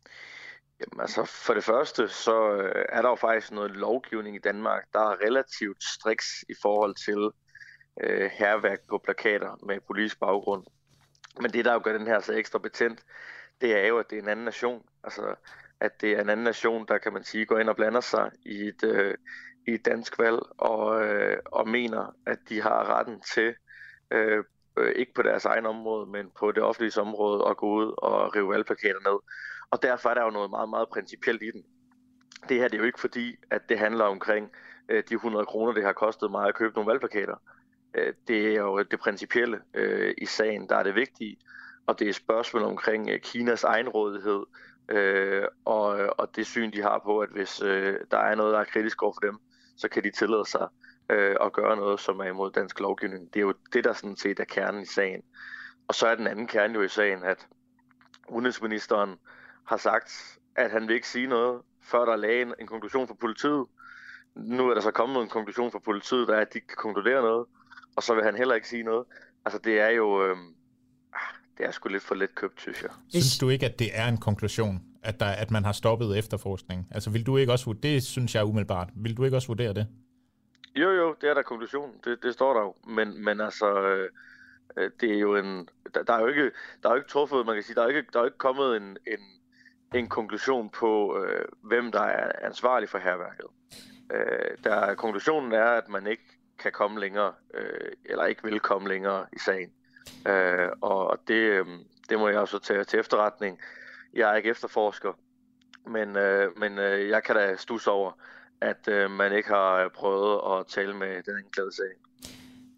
Jamen altså, for det første, så er der jo faktisk noget lovgivning i Danmark, der er relativt striks i forhold til øh, hærværk på plakater med politisk baggrund. Men det, der jo gør den her så ekstra betændt, det er jo, at det er en anden nation. Altså, at det er en anden nation, der, kan man sige, går ind og blander sig i et, øh, i et dansk valg, og, øh, og mener, at de har retten til, øh, ikke på deres egen område, men på det offentlige område, at gå ud og rive valgplakater ned. Og derfor er der jo noget meget, meget principielt i den. Det her det er jo ikke fordi, at det handler omkring øh, de hundrede kroner, det har kostet mig at købe nogle valgplakater. Øh, det er jo det principielle øh, i sagen, der er det vigtige. Og det er et spørgsmål omkring øh, Kinas egenrådighed, øh, og, og det syn, de har på, at hvis øh, der er noget, der er kritisk over for dem, så kan de tillade sig øh, at gøre noget, som er imod dansk lovgivning. Det er jo det, der sådan set er kernen i sagen. Og så er den anden kerne jo i sagen, at udenrigsministeren har sagt, at han vil ikke sige noget, før der er lavet en, en konklusion fra politiet. Nu er der så kommet en konklusion fra politiet, der er, at de kan konkludere noget, og så vil han heller ikke sige noget. Altså det er jo, øh, det er sgu lidt for let købt, synes jeg. Synes du ikke, at det er en konklusion, at, der, at man har stoppet efterforskning? Altså vil du ikke også vurdere, det synes jeg umiddelbart, vil du ikke også vurdere det? Jo, jo, det er der konklusion, det, det står der jo, men, men altså, øh, det er jo en, der, der er jo ikke, der er jo ikke truffet, man kan sige, der er jo ikke, der er jo ikke kommet en, en en konklusion på, øh, hvem der er ansvarlig for hærværket. Øh, der, konklusionen er, at man ikke kan komme længere, øh, eller ikke vil komme længere i sagen. Øh, og det, øh, det må jeg også tage til efterretning. Jeg er ikke efterforsker, men, øh, men øh, jeg kan da studse over, at øh, man ikke har prøvet at tale med den anklagede sag.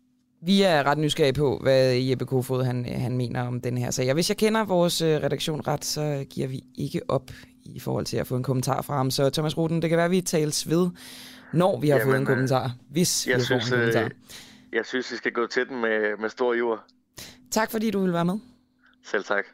Vi er ret nysgerrige på, hvad Jeppe Kofod han, han mener om den her sag. Og hvis jeg kender vores redaktion ret, så giver vi ikke op i forhold til at få en kommentar fra ham. Så Thomas Rothen, det kan være, at vi tales ved, når vi har Jamen, fået en kommentar. Hvis vi har synes, fået en kommentar. Jeg synes, vi skal gå til den med, med stor iver. Tak fordi du vil være med. Selv tak.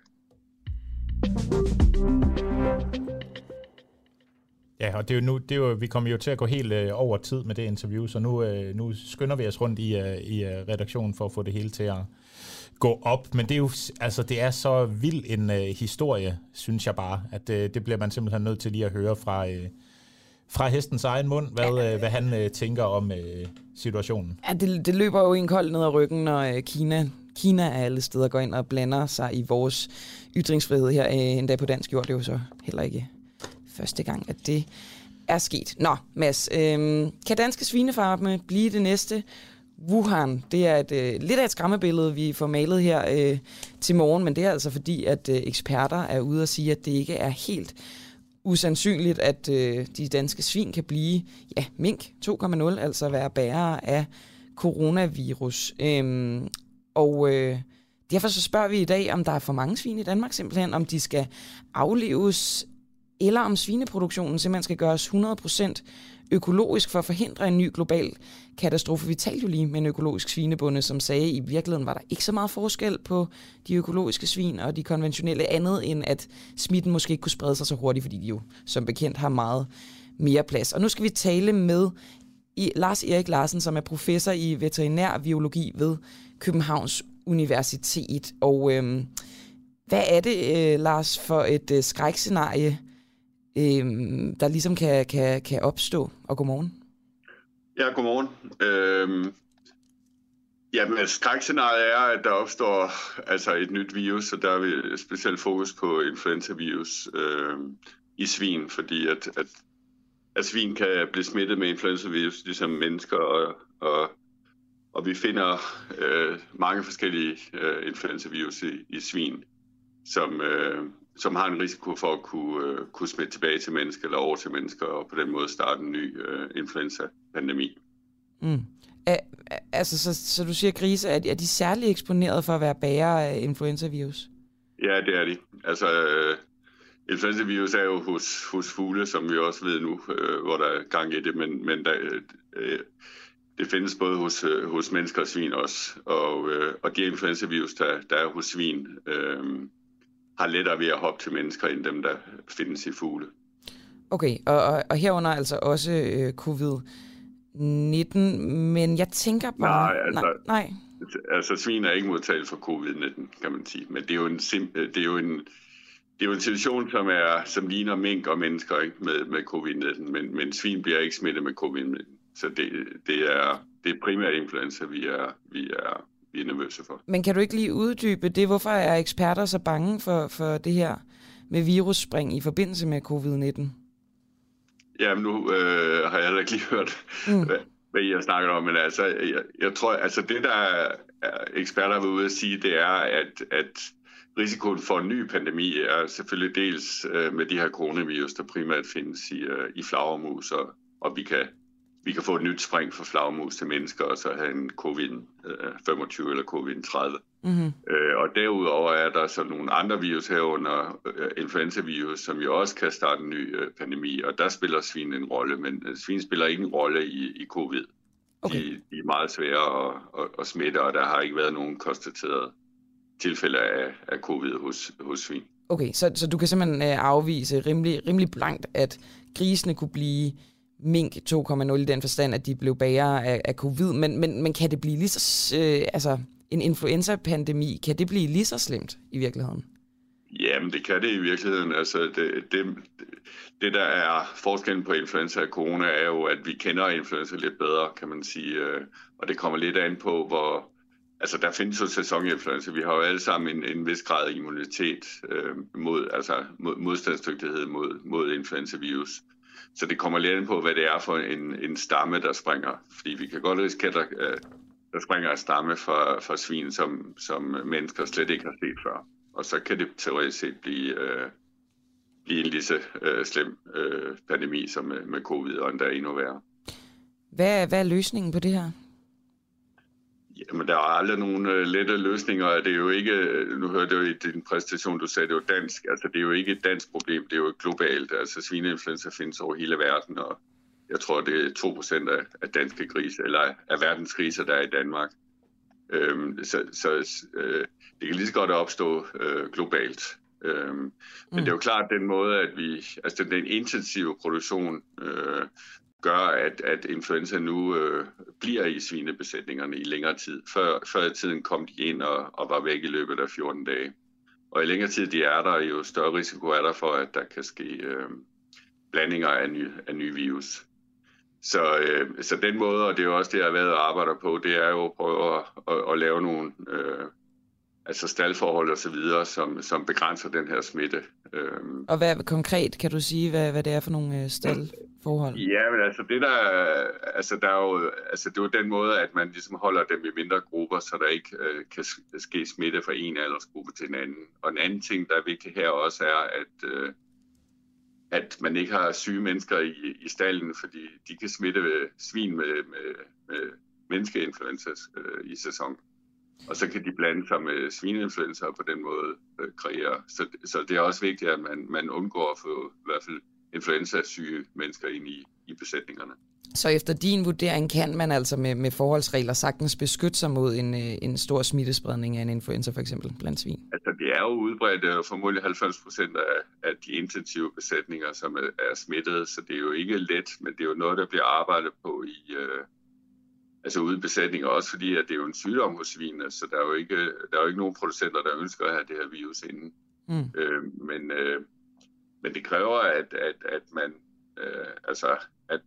Ja, og det er jo nu, det er jo, vi kommer jo til at gå helt øh, over tid med det interview, så nu, øh, nu skynder vi os rundt i, øh, i øh, redaktionen for at få det hele til at gå op. Men det er jo, altså det er så vild en øh, historie, synes jeg bare, at øh, det bliver man simpelthen nødt til lige at høre fra, øh, fra hestens egen mund, hvad, øh, hvad han øh, tænker om øh, situationen. Ja, det, det løber jo en kold ned ad ryggen, når øh, Kina, Kina af alle steder går ind og blander sig i vores ytringsfrihed her, øh, endda på dansk jord. Det er jo så heller ikke første gang, at det er sket. Nå, Mads, øhm, kan danske svinefarme blive det næste Wuhan? Det er et, øh, lidt af et skræmmebillede, vi får malet her øh, til morgen, men det er altså fordi, at øh, eksperter er ude og sige, at det ikke er helt usandsynligt, at øh, de danske svin kan blive, ja, mink to komma nul, altså være bærere af coronavirus. Øhm, og øh, derfor så spørger vi i dag, om der er for mange svin i Danmark simpelthen, om de skal aflives, eller om svineproduktionen simpelthen skal gøres hundrede procent økologisk for at forhindre en ny global katastrofe. Vi talte jo lige med en økologisk svinebonde, som sagde, at i virkeligheden var der ikke så meget forskel på de økologiske svin og de konventionelle, andet end at smitten måske ikke kunne sprede sig så hurtigt, fordi de jo som bekendt har meget mere plads. Og nu skal vi tale med Lars Erik Larsen, som er professor i veterinærbiologi ved Københavns Universitet. Og øhm, hvad er det, øh, Lars, for et øh, skrækscenarie, Øhm, der ligesom kan, kan, kan opstå? Og godmorgen. Ja, godmorgen. Øhm, jamen, skrækscenariet er, at der opstår altså et nyt virus, og der er vi specielt fokus på influenzavirus øhm, i svin, fordi at, at, at svin kan blive smittet med influenzavirus, ligesom mennesker, og, og, og vi finder øh, mange forskellige øh, influenzavirus i, i svin, som... Øh, som har en risiko for at kunne, øh, kunne smitte tilbage til mennesker eller over til mennesker, og på den måde starte en ny øh, influenza-pandemi. Mm. Æ, altså, så, så du siger, grise, er de, er de særligt eksponeret for at være bærere af influenzavirus? Ja, det er de. Altså, øh, influenzavirus er jo hos, hos fugle, som vi også ved nu, øh, hvor der er gang i det, men, men der, øh, det findes både hos, øh, hos mennesker og svin også, og, øh, og de influenzavirus, der, der er hos svin, øh, har lettere ved at hoppe til mennesker, end dem, der findes i fugle. Okay, og, og, og herunder altså også øh, covid nitten, men jeg tænker bare... Nej, altså, nej, nej. altså svin er ikke modtaget for covid nitten, kan man sige. Men det er jo en, det er jo en, det er jo en situation, som, er, som ligner mink og mennesker, ikke, med, med covid nitten, men, men svin bliver ikke smittet med covid nitten. Så det, det, er, det er primært influenza, vi er, vi er vi er nervøse for. Men kan du ikke lige uddybe det? Hvorfor er eksperter så bange for, for det her med virusspring i forbindelse med covid nitten? Jamen nu øh, har jeg heller ikke lige hørt, mm. hvad, hvad I har snakket om, men altså, jeg, jeg tror, altså det der er eksperter vil ude at sige, det er, at, at risikoen for en ny pandemi er selvfølgelig dels øh, med de her coronavirus, der primært findes i, øh, i flagermus, og, og vi kan Vi kan få et nyt spring fra flagermus til mennesker, og så have en covid femogtyve eller covid tredive. Mm-hmm. Øh, og derudover er der så nogle andre virus herunder, øh, influenzavirus, som jo også kan starte en ny øh, pandemi, og der spiller svin en rolle, men øh, svin spiller ikke en rolle i, i covid. Okay. De, de er meget svære at, at, at smitte, og der har ikke været nogen konstateret tilfælde af, af covid hos, hos svin. Okay, så, så du kan simpelthen øh, afvise rimelig, rimelig blankt, at grisene kunne blive mink to komma nul i den forstand, at de blev bærere af, af covid, men, men, men kan det blive lige så, øh, altså en influenza-pandemi, kan det blive lige så slemt i virkeligheden? Jamen, det kan det i virkeligheden. Altså, det, det, det der er forskellen på influenza og corona, er jo, at vi kender influenza lidt bedre, kan man sige, og det kommer lidt an på, hvor... Altså, der findes jo sæsoninfluenza. Vi har jo alle sammen en, en vis grad af immunitet øh, mod, altså mod, modstandsdygtighed mod, mod influenzavirus. Så det kommer lidt an på, hvad det er for en, en stamme, der springer. Fordi vi kan godt risikere, at der, der springer en stamme fra, fra svin, som, som mennesker slet ikke har set før. Og så kan det teoretisk set blive, øh, blive en lige så øh, slem øh, pandemi som med, med covid, og endda endnu værre. Hvad, hvad er løsningen på det her? Jamen, der er aldrig nogen uh, lette løsninger. Det er jo ikke, nu hørte jeg jo i din præsentation, du sagde, det er jo dansk. Altså, det er jo ikke et dansk problem, det er jo globalt. Altså, svineinfluenza findes over hele verden, og jeg tror, det er to procent af, af danske griser, eller af verdens griser, der er i Danmark. Øhm, så så øh, det kan lige så godt opstå øh, globalt. Øhm, mm. Men det er jo klart den måde, at vi, altså den intensive produktion øh, gør, at, at influenza nu øh, bliver i svinebesætningerne i længere tid. Før, før i tiden kom de ind og, og var væk i løbet af fjorten dage. Og i længere tid de er der, jo større risiko er der for, at der kan ske øh, blandinger af ny, af ny virus. Så, øh, så den måde, og det er jo også det, jeg har været og arbejder på, det er jo at prøve at, at, at lave nogle øh, altså staldforhold og så videre, som, som begrænser den her smitte. Øhm. Og hvad konkret kan du sige, hvad, hvad det er for nogle øh, staldforhold? Ja, men altså det der, altså der er jo, altså det er jo den måde, at man ligesom holder dem i mindre grupper, så der ikke øh, kan ske smitte fra en aldersgruppe til en anden. Og en anden ting, der er vigtigt her også, er, at øh, at man ikke har syge mennesker i, i stallen, fordi de kan smitte svin med, med, med menneskeinfluenza øh, i sæsonen. Og så kan de blande sig med svineinfluenza og på den måde øh, kreere. Så, så det er også vigtigt, at man, man undgår at få i hvert fald influenza-syge mennesker ind i, i besætningerne. Så efter din vurdering kan man altså med, med forholdsregler sagtens beskytte sig mod en, en stor smittespredning af en influenza for eksempel blandt svin? Altså det er jo udbredt, formodentlig halvfems procent af, af de intensive besætninger, som er, er smittet, så det er jo ikke let, men det er jo noget, der bliver arbejdet på i, øh, altså ude i besætninger, også fordi at det er jo en sygdom hos svinene, så der er jo ikke, der er jo ikke nogen producenter, der ønsker at have det her virus inden. Mm. Øh, men, øh, men det kræver, at, at, at man, øh, altså at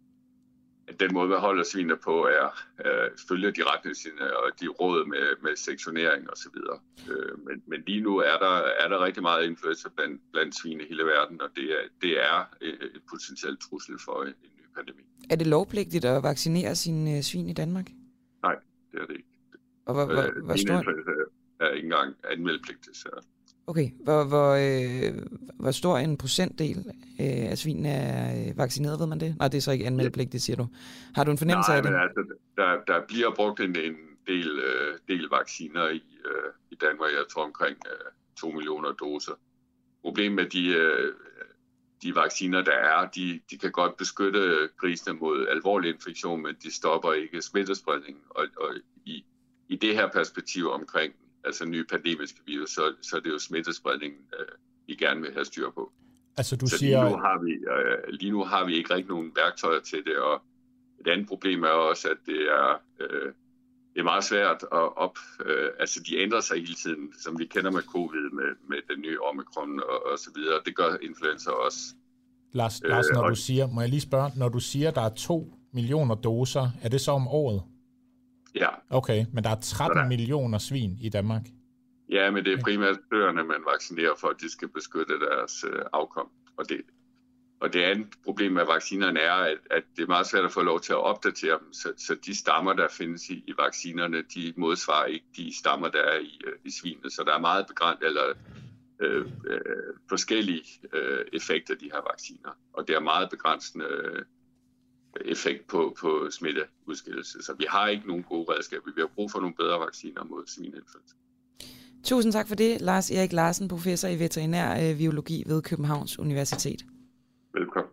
at den måde, man holder svinene på, er at følge de retningslinjer og de råd med, med sektionering osv. Øh, men, men lige nu er der, er der rigtig meget influenza blandt, blandt svin i hele verden, og det er, det er et potentielt trussel for en, en ny pandemi. Er det lovpligtigt at vaccinere sine svin i Danmark? Nej, det er det ikke. Og hvor, hvor, øh, hvor stor... er ikke engang anmeldepligtigt, så... Okay, hvor, hvor, øh, hvor stor en procentdel øh, af svinene er øh, vaccineret, ved man det? Nej, det er så ikke anmeldepligtigt, siger du. Har du en fornemmelse Nej, af det? Nej, men altså, der, der bliver brugt en, en del, øh, del vacciner i, øh, i Danmark, jeg tror omkring øh, to millioner doser. Problemet med de, øh, de vacciner, der er, de, de kan godt beskytte grisene mod alvorlig infektion, men de stopper ikke smittespredningen. Og, og i, i det her perspektiv omkring altså nye pandemiske virus, så, så er det jo smittespredningen, øh, vi gerne vil have styr på. Altså du så siger... lige nu, har vi, øh, lige nu har vi ikke rigtig nogen værktøjer til det, og et andet problem er også, at det er, øh, det er meget svært at op... Øh, altså de ændrer sig hele tiden, som vi kender med covid, med, med den nye omikron og, og så videre. Det gør influenza også. Lars, Lars når øh, du siger, må jeg lige spørge, når du siger, der er to millioner doser, er det så om året? Ja. Okay, men der er tretten Sådan. millioner svin i Danmark. Ja, men det er primært dørene, man vaccinerer for, at de skal beskytte deres øh, afkom. Og det, og det andet problem med vaccinerne er, at, at det er meget svært at få lov til at opdatere dem, så, så de stammer, der findes i, i vaccinerne, de modsvarer ikke de stammer, der er i, øh, i svinene. Så der er meget begrænset, eller øh, øh, forskellige øh, effekter af de her vacciner. Og det er meget begrænsende øh, effekt på, på smitteudskillelse. Så vi har ikke nogen gode redskaber. Vi har brug for nogle bedre vacciner mod svineinfluenza. Tusind tak for det, Lars Erik Larsen, professor i veterinær biologi ved Københavns Universitet. Velkommen.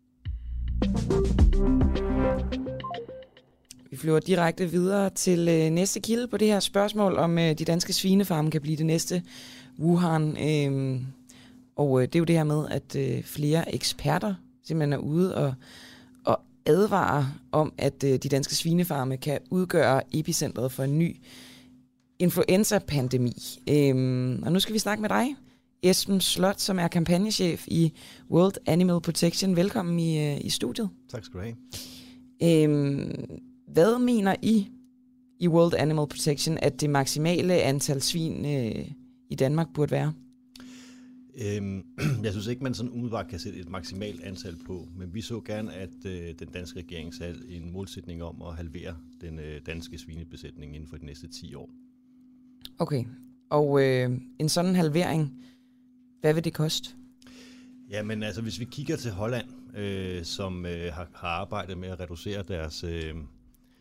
Vi flyver direkte videre til øh, næste kilde på det her spørgsmål, om øh, de danske svinefarme kan blive det næste Wuhan. Øh, og øh, det er jo det her med, at øh, flere eksperter simpelthen er ude og, og advarer om, at øh, de danske svinefarme kan udgøre epicentret for en ny influenza-pandemi. Øhm, og nu skal vi snakke med dig, Esben Slot, som er kampagnechef i World Animal Protection. Velkommen i, uh, i studiet. Tak skal du have. Øhm, hvad mener I i World Animal Protection, at det maksimale antal svin øh, i Danmark burde være? Øhm, jeg synes ikke, man sådan umiddelbart kan sætte et maksimalt antal på, men vi så gerne, at øh, den danske regering satte en målsætning om at halvere den øh, danske svinebesætning inden for de næste ti år. Okay, og øh, en sådan halvering, hvad vil det koste? Jamen altså, hvis vi kigger til Holland, øh, som øh, har, har arbejdet med at reducere deres, øh,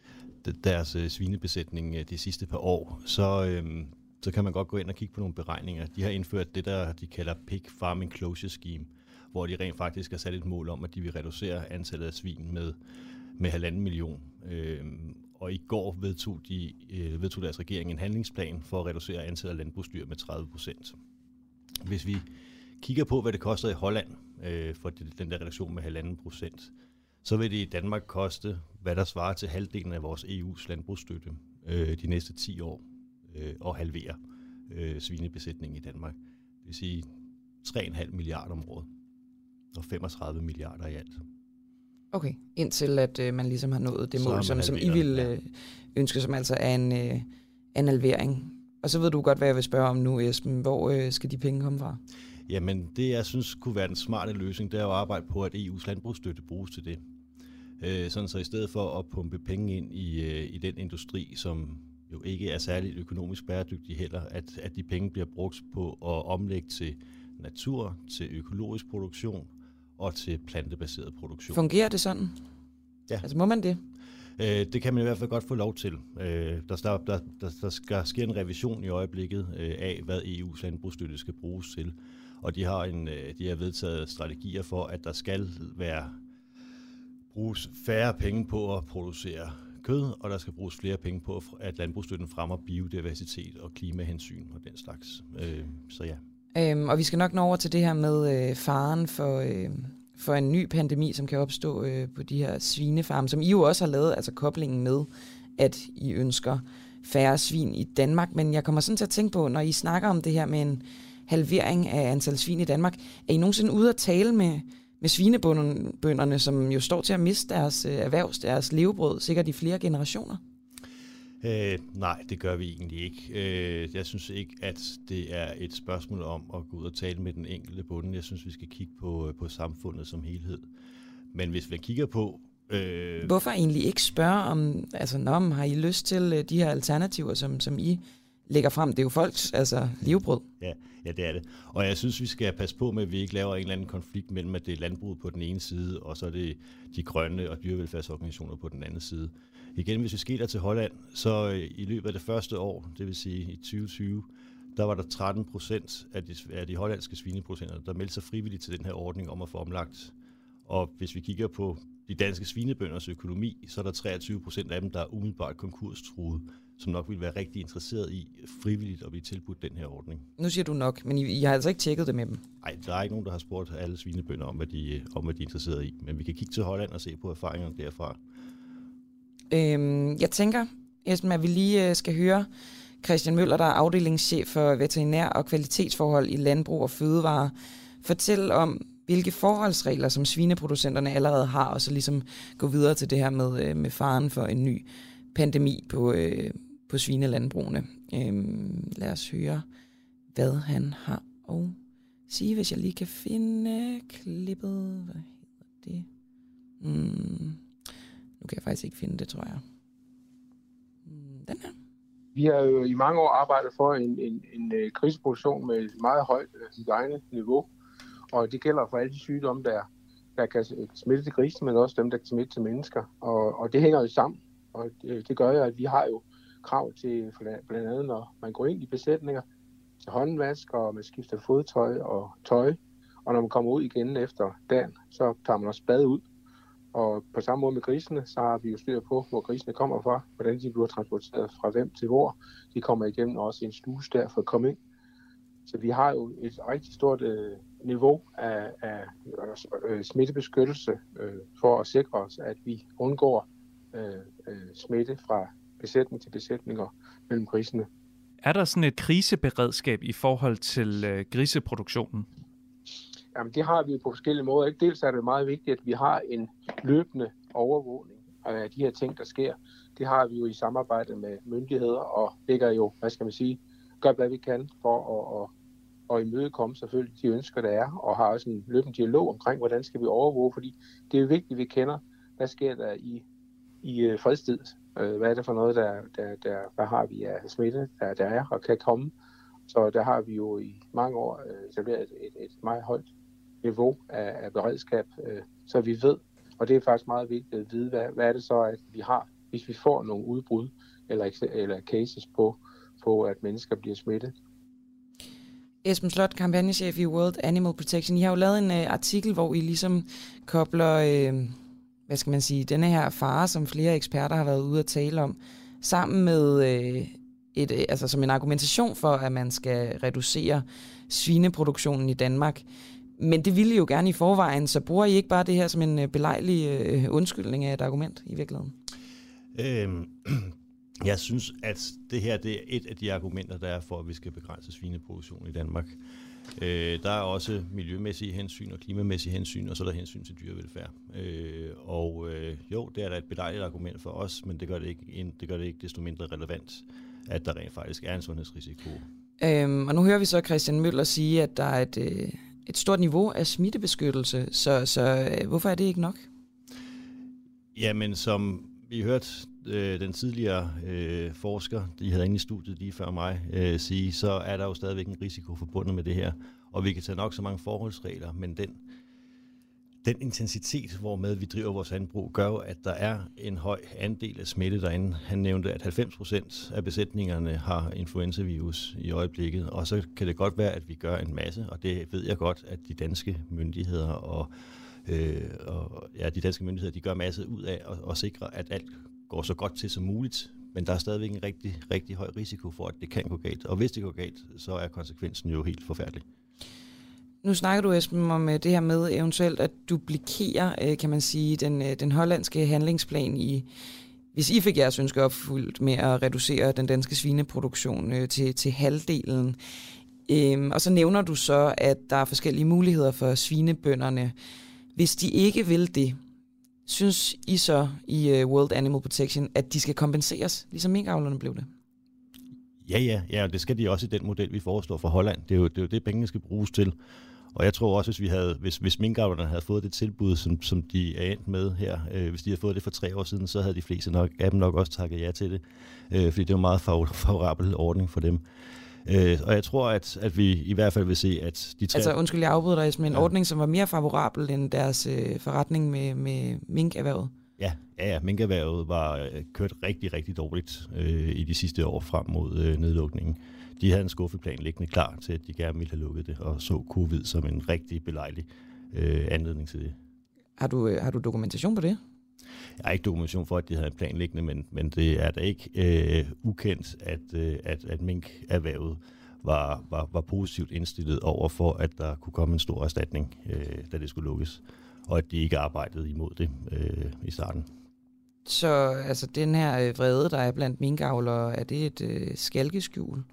deres øh, svinebesætning øh, de sidste par år, så, øh, så kan man godt gå ind og kigge på nogle beregninger. De har indført det, der de kalder Pig Farming Closure Scheme, hvor de rent faktisk har sat et mål om, at de vil reducere antallet af svin med, med halvanden million. Øh, og i går vedtog, de, øh, vedtog deres regering en handlingsplan for at reducere antallet af landbrugsdyr med tredive procent. Hvis vi kigger på, hvad det koster i Holland øh, for den der reduktion med halvanden procent, så vil det i Danmark koste, hvad der svarer til halvdelen af vores E U's landbrugsstøtte øh, de næste ti år, øh, og halvere øh, svinebesætningen i Danmark. Det vil sige tre komma fem milliarder om året, og femogtredive milliarder i alt. Okay, indtil at øh, man ligesom har nået det Så mål, som, som I vil øh, ja. ønske, som altså er en, øh, en halvering. Og så ved du godt, hvad jeg vil spørge om nu, Esben. Hvor øh, skal de penge komme fra? Jamen, det jeg synes kunne være den smarte løsning, det er at arbejde på, at E U's landbrugsstøtte bruges til det. Øh, sådan så i stedet for at pumpe penge ind i, øh, i den industri, som jo ikke er særligt økonomisk bæredygtig heller, at, at de penge bliver brugt på at omlægge til natur, til økologisk produktion og til plantebaseret produktion. Fungerer det sådan? Ja. Altså må man det? Øh, det kan man i hvert fald godt få lov til. Øh, der, der, der, der skal ske en revision i øjeblikket øh, af, hvad E U's landbrugsstøtte skal bruges til. Og de har, en, øh, de har vedtaget strategier for, at der skal være bruges færre penge på at producere kød, og der skal bruges flere penge på, at landbrugsstøtten fremmer biodiversitet og klimahensyn og den slags. Øh, så ja. Øhm, og vi skal nok nå over til det her med øh, faren for, øh, for en ny pandemi, som kan opstå øh, på de her svinefarme, som I jo også har lavet, altså koblingen med, at I ønsker færre svin i Danmark. Men jeg kommer sådan til at tænke på, når I snakker om det her med en halvering af antal svin i Danmark, er I nogensinde ude at tale med, med svinebønderne, som jo står til at miste deres øh, erhvervs, deres levebrød, sikkert i flere generationer? Øh, nej, det gør vi egentlig ikke. Øh, jeg synes ikke, at det er et spørgsmål om at gå ud og tale med den enkelte bonde. Jeg synes, vi skal kigge på, på samfundet som helhed. Men hvis vi kigger på... Øh... Hvorfor egentlig ikke spørge om, altså, nå, har I lyst til de her alternativer, som, som I lægger frem? Det er jo folks altså, levebrød. Ja, ja, det er det. Og jeg synes, vi skal passe på med, at vi ikke laver en eller anden konflikt mellem, at det er landbruget på den ene side, og så er det de grønne og dyrevelfærdsorganisationer på den anden side. Igen, hvis vi skiller til Holland, så i løbet af det første år, det vil sige i tyve tyve, der var der tretten procent af de, af de hollandske svineproducenter, der meldte sig frivilligt til den her ordning om at få omlagt. Og hvis vi kigger på de danske svinebønders økonomi, så er der treogtyve procent af dem, der er umiddelbart konkurstruede, som nok vil være rigtig interesseret i frivilligt at blive tilbudt den her ordning. Nu siger du nok, men I, I har altså ikke tjekket det med dem? Nej, der er ikke nogen, der har spurgt alle svinebønder om, hvad de, om, hvad de er interesseret i. Men vi kan kigge til Holland og se på erfaringerne derfra. Øhm, jeg tænker, Esben, at vi lige skal høre Christian Møller, der er afdelingschef for veterinær- og kvalitetsforhold i landbrug og fødevare, fortælle om, hvilke forholdsregler, som svineproducenterne allerede har, og så ligesom gå videre til det her med, med faren for en ny pandemi på, øh, på svinelandbrugene. Øhm, lad os høre, hvad han har at sige, hvis jeg lige kan finde klippet. Hvad hedder det? Mm. Nu kan jeg faktisk ikke finde det, tror jeg. Den her. Vi har jo i mange år arbejdet for en, en, en griseproduktion med et meget højt hygiejneniveau, og det gælder for alle de sygdomme, der, der kan smitte til grise, men også dem, der kan smitte til mennesker. Og, og det hænger jo sammen, og det, det gør jo, at vi har jo krav til, blandt andet når man går ind i besætninger, til håndvask, og man skifter fodtøj og tøj, og når man kommer ud igen efter dagen, så tager man også bad ud. Og på samme måde med grisene, så har vi jo styr på, hvor grisene kommer fra, hvordan de bliver transporteret fra hvem til hvor. De kommer igennem også en sluse der for at komme ind. Så vi har jo et rigtig stort øh, niveau af, af øh, smittebeskyttelse øh, for at sikre os, at vi undgår øh, øh, smitte fra besætning til besætninger mellem grisene. Er der sådan et kriseberedskab i forhold til øh, griseproduktionen? Jamen, det har vi på forskellige måder. Ikke? Dels er det meget vigtigt, at vi har en løbende overvågning af de her ting, der sker. Det har vi jo i samarbejde med myndigheder, og ligger jo, hvad skal man sige, gør hvad vi kan for at, at, at imødekomme selvfølgelig de ønsker, der er, og har også en løbende dialog omkring, hvordan skal vi overvåge, fordi det er jo vigtigt, at vi kender, hvad sker der i, i fredstid. Hvad er det for noget, der, der, der hvad har vi af smitte, der, der er og kan komme. Så der har vi jo i mange år etableret et, et, et meget højt niveau af, af beredskab, øh, så vi ved, og det er faktisk meget vigtigt at vide, hvad, hvad er det så, at vi har hvis vi får nogle udbrud eller, eller cases på, på, at mennesker bliver smittet. Esben Slot, kampagnechef i World Animal Protection. I har jo lavet en uh, artikel, hvor I ligesom kobler, uh, hvad skal man sige, denne her fare, som flere eksperter har været ude at tale om, sammen med uh, et, uh, altså som en argumentation for, at man skal reducere svineproduktionen i Danmark. Men det ville I jo gerne i forvejen, så bruger I ikke bare det her som en uh, belejlig uh, undskyldning af et argument i virkeligheden? Øhm. Jeg synes, at det her det er et af de argumenter, der er for, at vi skal begrænse svineproduktion i Danmark. Øh, der er også miljømæssige hensyn og klimamæssige hensyn, og så er der hensyn til dyrevelfærd. Øh, og øh, jo, det er da et belejligt argument for os, men det gør det, ikke, det gør det ikke desto mindre relevant, at der rent faktisk er en sundhedsrisiko. Øhm, og nu hører vi så Christian Møller sige, at der er et, øh, et stort niveau af smittebeskyttelse, så, så øh, hvorfor er det ikke nok? Jamen, som vi hørte øh, den tidligere øh, forsker, de havde inde i studiet lige før mig, øh, sige, så er der jo stadigvæk en risiko forbundet med det her. Og vi kan tage nok så mange forholdsregler, men den, den intensitet, hvormed vi driver vores landbrug, gør jo, at der er en høj andel af smitte derinde. Han nævnte, at halvfems procent af besætningerne har influenzavirus i øjeblikket, og så kan det godt være, at vi gør en masse, og det ved jeg godt, at de danske myndigheder og Øh, og ja, de danske myndigheder, de gør masser ud af at, at sikre, at alt går så godt til som muligt, men der er stadigvæk en rigtig, rigtig høj risiko for, at det kan gå galt. Og hvis det går galt, så er konsekvensen jo helt forfærdelig. Nu snakker du, Esben, om det her med eventuelt at duplikere, kan man sige, den, den hollandske handlingsplan i, hvis I fik jeres ønske opfyldt med at reducere den danske svineproduktion til, til halvdelen. Øhm, og så nævner du så, at der er forskellige muligheder for svinebønderne. Hvis de ikke vil det, synes I så i uh, World Animal Protection, at de skal kompenseres, ligesom minkavlerne blev det? Ja, ja, ja, og det skal de også i den model, vi foreslår for Holland. Det er jo det, er jo det pengene skal bruges til. Og jeg tror også, hvis vi havde, hvis, hvis minkavlerne havde fået det tilbud, som, som de er endt med her, øh, hvis de havde fået det for tre år siden, så havde de fleste nok, af dem nok også takket ja til det. Øh, fordi det er jo en meget favorabel ordning for dem. Øh, og jeg tror, at, at vi i hvert fald vil se, at de tre... Altså undskyld, jeg afbryder dig, med en ja. ordning, som var mere favorabel end deres øh, forretning med, med minkerhvervet. Ja, ja, ja, minkerhvervet var øh, kørt rigtig, rigtig dårligt øh, i de sidste år frem mod øh, nedlukningen. De havde en skuffeplan liggende klar til, at de gerne ville have lukket det, og så covid som en rigtig belejlig øh, anledning til det. Har du, øh, har du dokumentation på det? Jeg har ikke dokumentation for, at de havde en plan liggende, men, men det er da ikke øh, ukendt, at, øh, at, at minkerhvervet var, var, var positivt indstillet over for, at der kunne komme en stor erstatning, øh, da det skulle lukkes, og at de ikke arbejdede imod det øh, i starten. Så altså, den her vrede, der er blandt minkavlere, er det et øh, skalkeskjul?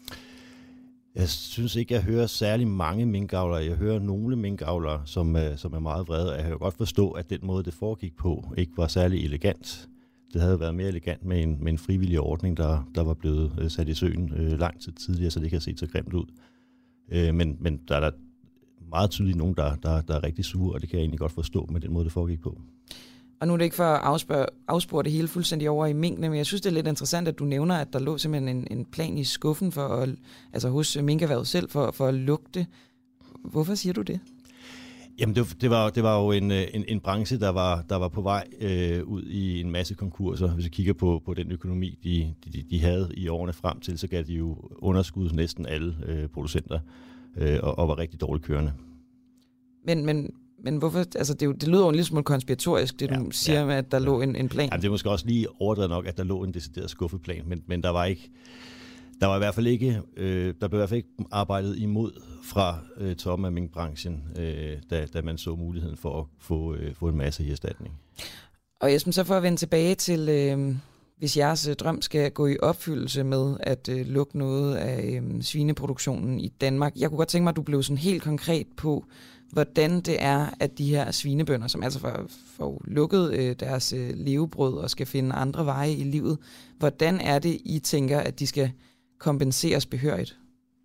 Jeg synes ikke, jeg hører særlig mange minkavlere. Jeg hører nogle minkavlere, som, som er meget vrede, og jeg kan jo godt forstå, at den måde, det foregik på, ikke var særlig elegant. Det havde været mere elegant med en, med en frivillig ordning, der, der var blevet sat i søen øh, lang tid tidligere, så det kan se så grimt ud. Øh, men, men der er der meget tydeligt nogen, der, der, der er rigtig sure, og det kan jeg egentlig godt forstå med den måde, det foregik på. Og nu er det ikke for at afspørge, afspore det hele fuldstændig over i minkene, men jeg synes, det er lidt interessant, at du nævner, at der lå simpelthen en, en plan i skuffen for at, altså hos minkerhvervet selv for, for at lukke det. Hvorfor siger du det? Jamen, det, det, var, det var jo en, en, en branche, der var, der var på vej øh, ud i en masse konkurser. Hvis vi kigger på, på den økonomi, de, de, de havde i årene frem til, så gav de jo underskud næsten alle øh, producenter øh, og, og var rigtig dårligt kørende. Men... men Men hvorfor, altså det, det lyder jo en lille smule konspiratorisk, det ja, du siger ja, med, at der ja. lå en, en plan. Jamen, det er måske også lige overdrevet nok, at der lå en decideret skuffeplan, men, men der var ikke, der var i hvert fald ikke, øh, der blev i hvert fald ikke arbejdet imod fra øh, toppen af minkbranchen, øh, da, da man så muligheden for at få, øh, få en masse i erstatning. Og Esben, så for at vende tilbage til, øh, hvis jeres drøm skal gå i opfyldelse med at øh, lukke noget af øh, svineproduktionen i Danmark. Jeg kunne godt tænke mig, at du blev sådan helt konkret på, hvordan det er, at de her svinebønder, som altså får, får lukket øh, deres øh, levebrød og skal finde andre veje i livet, hvordan er det, I tænker, at de skal kompenseres behørigt?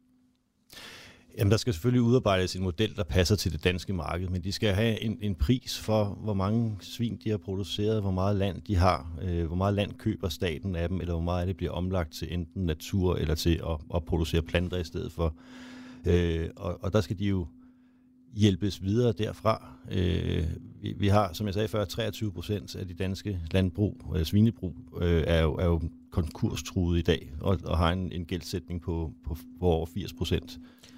Jamen, der skal selvfølgelig udarbejdes en model, der passer til det danske marked, men de skal have en, en pris for, hvor mange svin de har produceret, hvor meget land de har, øh, hvor meget land køber staten af dem, eller hvor meget af det bliver omlagt til enten natur eller til at, at producere planter i stedet for. Øh, og, og der skal de jo hjælpes videre derfra. Øh, vi, vi har, som jeg sagde før, treogtyve procent af de danske landbrug, øh, svinebrug, øh, er, jo, er jo konkurstruet i dag, og, og har en, en gældsætning på, på, på over firs procent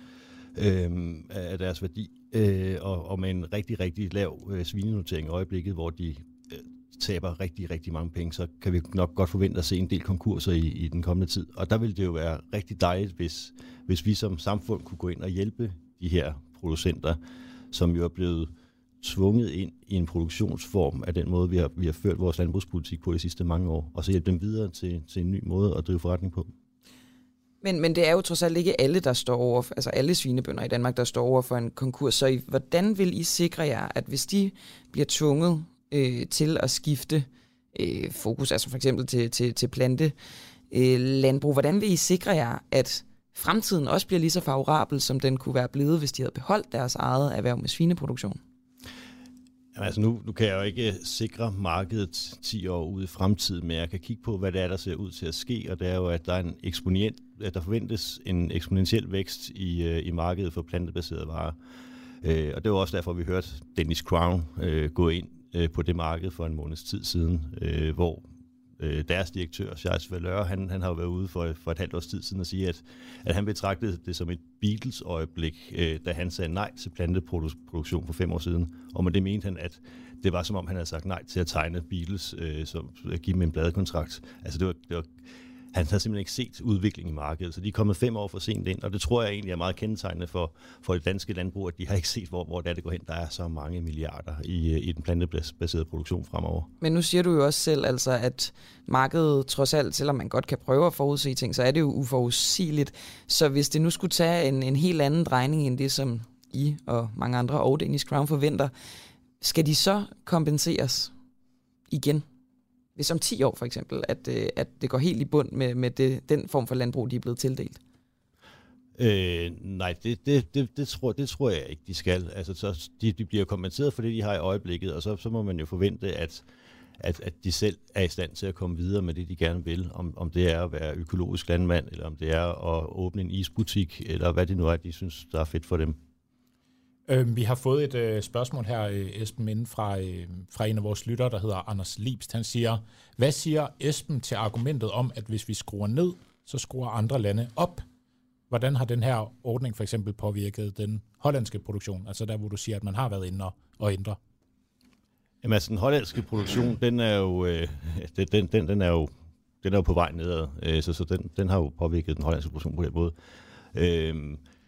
øh, af deres værdi, øh, og, og med en rigtig, rigtig lav øh, svinenotering i øjeblikket, hvor de øh, taber rigtig, rigtig mange penge, så kan vi nok godt forvente at se en del konkurser i, i den kommende tid. Og der vil det jo være rigtig dejligt, hvis, hvis vi som samfund kunne gå ind og hjælpe de her producenter, som jo er blevet tvunget ind i en produktionsform af den måde, vi har, vi har ført vores landbrugspolitik på de sidste mange år, og så hjælpe dem videre til, til en ny måde at drive forretning på. Men, men det er jo trods alt ikke alle, der står over, altså alle svinebønder i Danmark, der står over for en konkurs. Så I, hvordan vil I sikre jer, at hvis de bliver tvunget øh, til at skifte øh, fokus, altså for eksempel til, til, til plante øh, landbrug, hvordan vil I sikre jer, at fremtiden også bliver lige så favorabel, som den kunne være blevet, hvis de havde beholdt deres eget erhverv med svineproduktion? Jamen, altså nu, nu kan jeg jo ikke sikre markedet ti år ude i fremtiden, men jeg kan kigge på, hvad det er, der ser ud til at ske, og det er jo, at der, er en eksponent, at der forventes en eksponentiel vækst i, i markedet for plantebaserede varer. Øh, og det var også derfor, vi hørte Danish Crown øh, gå ind øh, på det marked for en måneds tid siden, øh, hvor deres direktør, Charles Valeur, han, han har jo været ude for, for et halvt års tid siden og sige, at, at han betragtede det som et Beatles-øjeblik, øh, da han sagde nej til planteproduktion for fem år siden. Og med det mente han, at det var som om, han havde sagt nej til at tegne Beatles, øh, som at give dem en pladekontrakt. Altså det var, det var, han havde simpelthen ikke set udvikling i markedet, så de er kommet fem år for sent ind, og det tror jeg egentlig er meget kendetegnende for, for det danske landbrug, at de har ikke set, hvor, hvor det er, det går hen. Der er så mange milliarder i, i den plantebaserede produktion fremover. Men nu siger du jo også selv, altså, at markedet trods alt, selvom man godt kan prøve at forudse ting, så er det jo uforudsigeligt. Så hvis det nu skulle tage en, en helt anden drejning end det, som I og mange andre og Danish Crown forventer, skal de så kompenseres igen? Hvis om ti år for eksempel, at, at det går helt i bund med, med det, den form for landbrug, de er blevet tildelt? Øh, nej, det, det, det, det, tror, det tror jeg ikke, de skal. Altså, så de, de bliver kompenseret for det, de har i øjeblikket, og så, så må man jo forvente, at, at, at de selv er i stand til at komme videre med det, de gerne vil. Om, om det er at være økologisk landmand, eller om det er at åbne en isbutik, eller hvad det nu er, de synes, der er fedt for dem. Øh, vi har fået et øh, spørgsmål her, øh, Esben, inden fra, øh, fra en af vores lyttere, der hedder Anders Liebst. Han siger, hvad siger Esben til argumentet om, at hvis vi skruer ned, så skruer andre lande op? Hvordan har den her ordning for eksempel påvirket den hollandske produktion? Altså der, hvor du siger, at man har været inde og, og ændre. Jamen altså, den hollandske produktion, den er jo, øh, den, den, den er jo, den er jo på vej nedad, øh, så, så den, den har jo påvirket den hollandske produktion på den måde. Øh,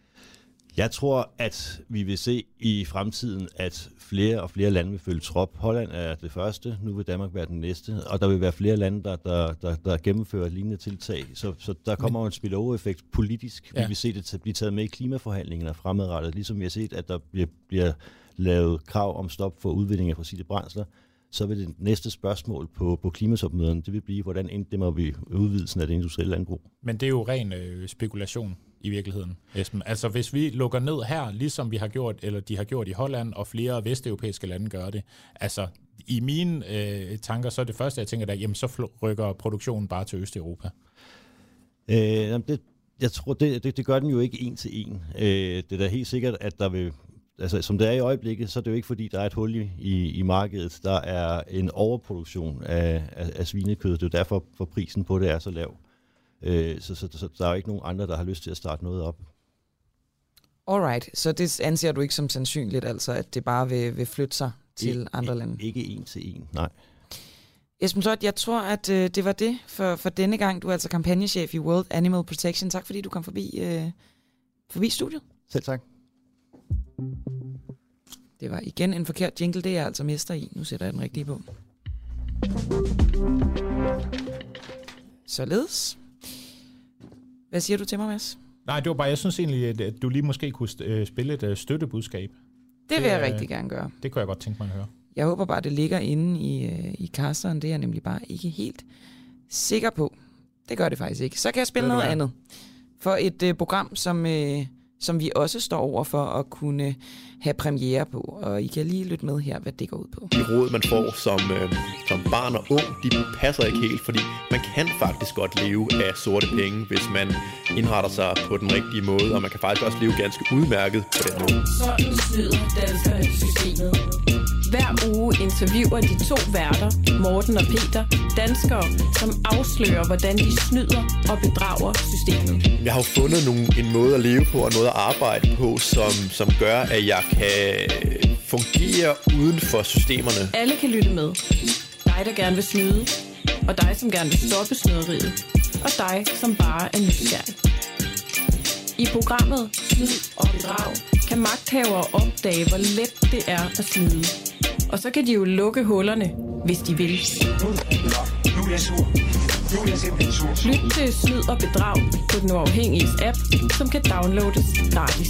Jeg tror, at vi vil se i fremtiden, at flere og flere lande vil følge trop. Holland er det første, nu vil Danmark være den næste, og der vil være flere lande, der, der, der, der gennemfører lignende tiltag. Så, så der kommer en spillover-effekt politisk. Ja. Vi vil se det blive taget med i klimaforhandlingerne fremadrettet, ligesom vi har set, at der bliver, bliver lavet krav om stop for udvinding af fossile brændsler. Så vil det næste spørgsmål på, på klimatopmøderne, det vil blive, hvordan inddæmmer vi udvidelsen af det industrielle landbrug. Men det er jo ren øh, spekulation i virkeligheden, Esben. Altså hvis vi lukker ned her, ligesom vi har gjort, eller de har gjort i Holland, og flere vesteuropæiske lande gør det, altså i mine øh, tanker, så er det første, jeg tænker der, jamen så rykker produktionen bare til Østeuropa. Øh, det, jeg tror, det, det, det gør den jo ikke en til en. Øh, det er da helt sikkert, at der vil... Altså, som det er i øjeblikket, så er det jo ikke, fordi der er et hul i, i, i markedet. Der er en overproduktion af, af, af svinekød. Det er jo derfor, for prisen på det er så lav. Øh, så, så, så der er jo ikke nogen andre, der har lyst til at starte noget op. Alright, så det anser du ikke som sandsynligt, altså, at det bare vil, vil flytte sig til Ik- andre lande? Ikke en til en, nej. Esben Slot, jeg tror, at øh, det var det for, for denne gang. Du er altså kampagnechef i World Animal Protection. Tak fordi du kom forbi, øh, forbi studiet. Selv tak. Det var igen en forkert jingle, det er jeg altså mester i. Nu sætter jeg den rigtige på. Således. Hvad siger du til mig, Mads? Nej, det var bare, jeg synes egentlig, at du lige måske kunne spille et støttebudskab. Det vil det, jeg rigtig gerne gøre. Det kunne jeg godt tænke mig at høre. Jeg håber bare, det ligger inde i, i casteren. Det er jeg nemlig bare ikke helt sikker på. Det gør det faktisk ikke. Så kan jeg spille noget andet. For et uh, program, som uh, som vi også står over for at kunne have premiere på. Og I kan lige lytte med her, hvad det går ud på. De råd, man får som, øh, som barn og ung, de passer ikke helt, fordi man kan faktisk godt leve af sorte penge, hvis man indretter sig på den rigtige måde, og man kan faktisk også leve ganske udmærket på den måde. Sådan snyder danskerne systemet. Hver uge interviewer de to værter, Morten og Peter, danskere, som afslører, hvordan de snyder og bedrager systemet. Jeg har jo fundet nogle, en måde at leve på og noget at arbejde på, som, som gør, at jeg kan fungere uden for systemerne. Alle kan lytte med. Dig, der gerne vil snyde, og dig, som gerne vil stoppe snyderiet, og dig, som bare er nysgerrig. I programmet Snyd og Bedrag kan magthavere opdage, hvor let det er at snyde. Og så kan de jo lukke hullerne, hvis de vil. Lyt til Snyd og Bedrag på Den Uafhængiges app, som kan downloades gratis.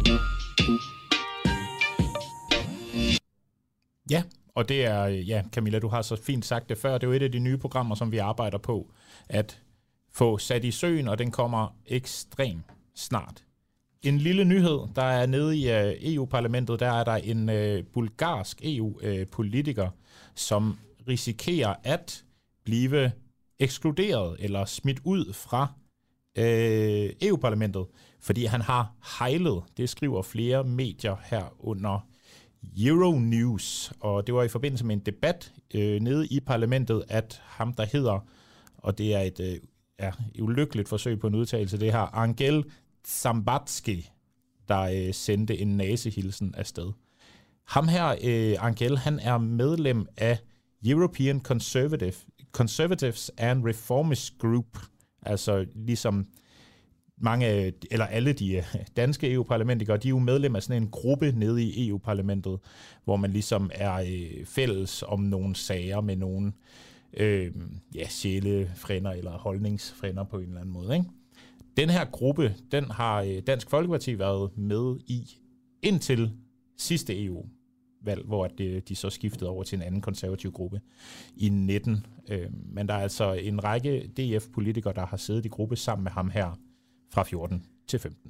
Ja, og det er, ja, Camilla, du har så fint sagt det før, det er jo et af de nye programmer, som vi arbejder på, at få sat i søen, og den kommer ekstremt snart. En lille nyhed, der er nede i E U-parlamentet, der er der en øh, bulgarsk E U-politiker, som risikerer at blive ekskluderet eller smidt ud fra øh, E U-parlamentet, fordi han har hejlet, det skriver flere medier her under Euronews, og det var i forbindelse med en debat øh, nede i parlamentet, at ham, der hedder, og det er et øh, ja, ulykkeligt forsøg på en udtalelse, det her Angel Zambatski, der øh, sendte en nasehilsen afsted. Ham her, øh, Angel, han er medlem af European Conservative, Conservatives and Reformist Group, altså ligesom mange, eller alle de danske E U-parlamentikere, de er jo medlem af sådan en gruppe nede i E U-parlamentet, hvor man ligesom er øh, fælles om nogle sager med nogle øh, ja, sjælefrænder eller holdningsfrænder på en eller anden måde, ikke? Den her gruppe, den har Dansk Folkeparti været med i indtil sidste E U-valg, hvor de så skiftede over til en anden konservativ gruppe i nitten. Men der er altså en række D F-politikere, der har siddet i gruppe sammen med ham her fra fjorten til femten.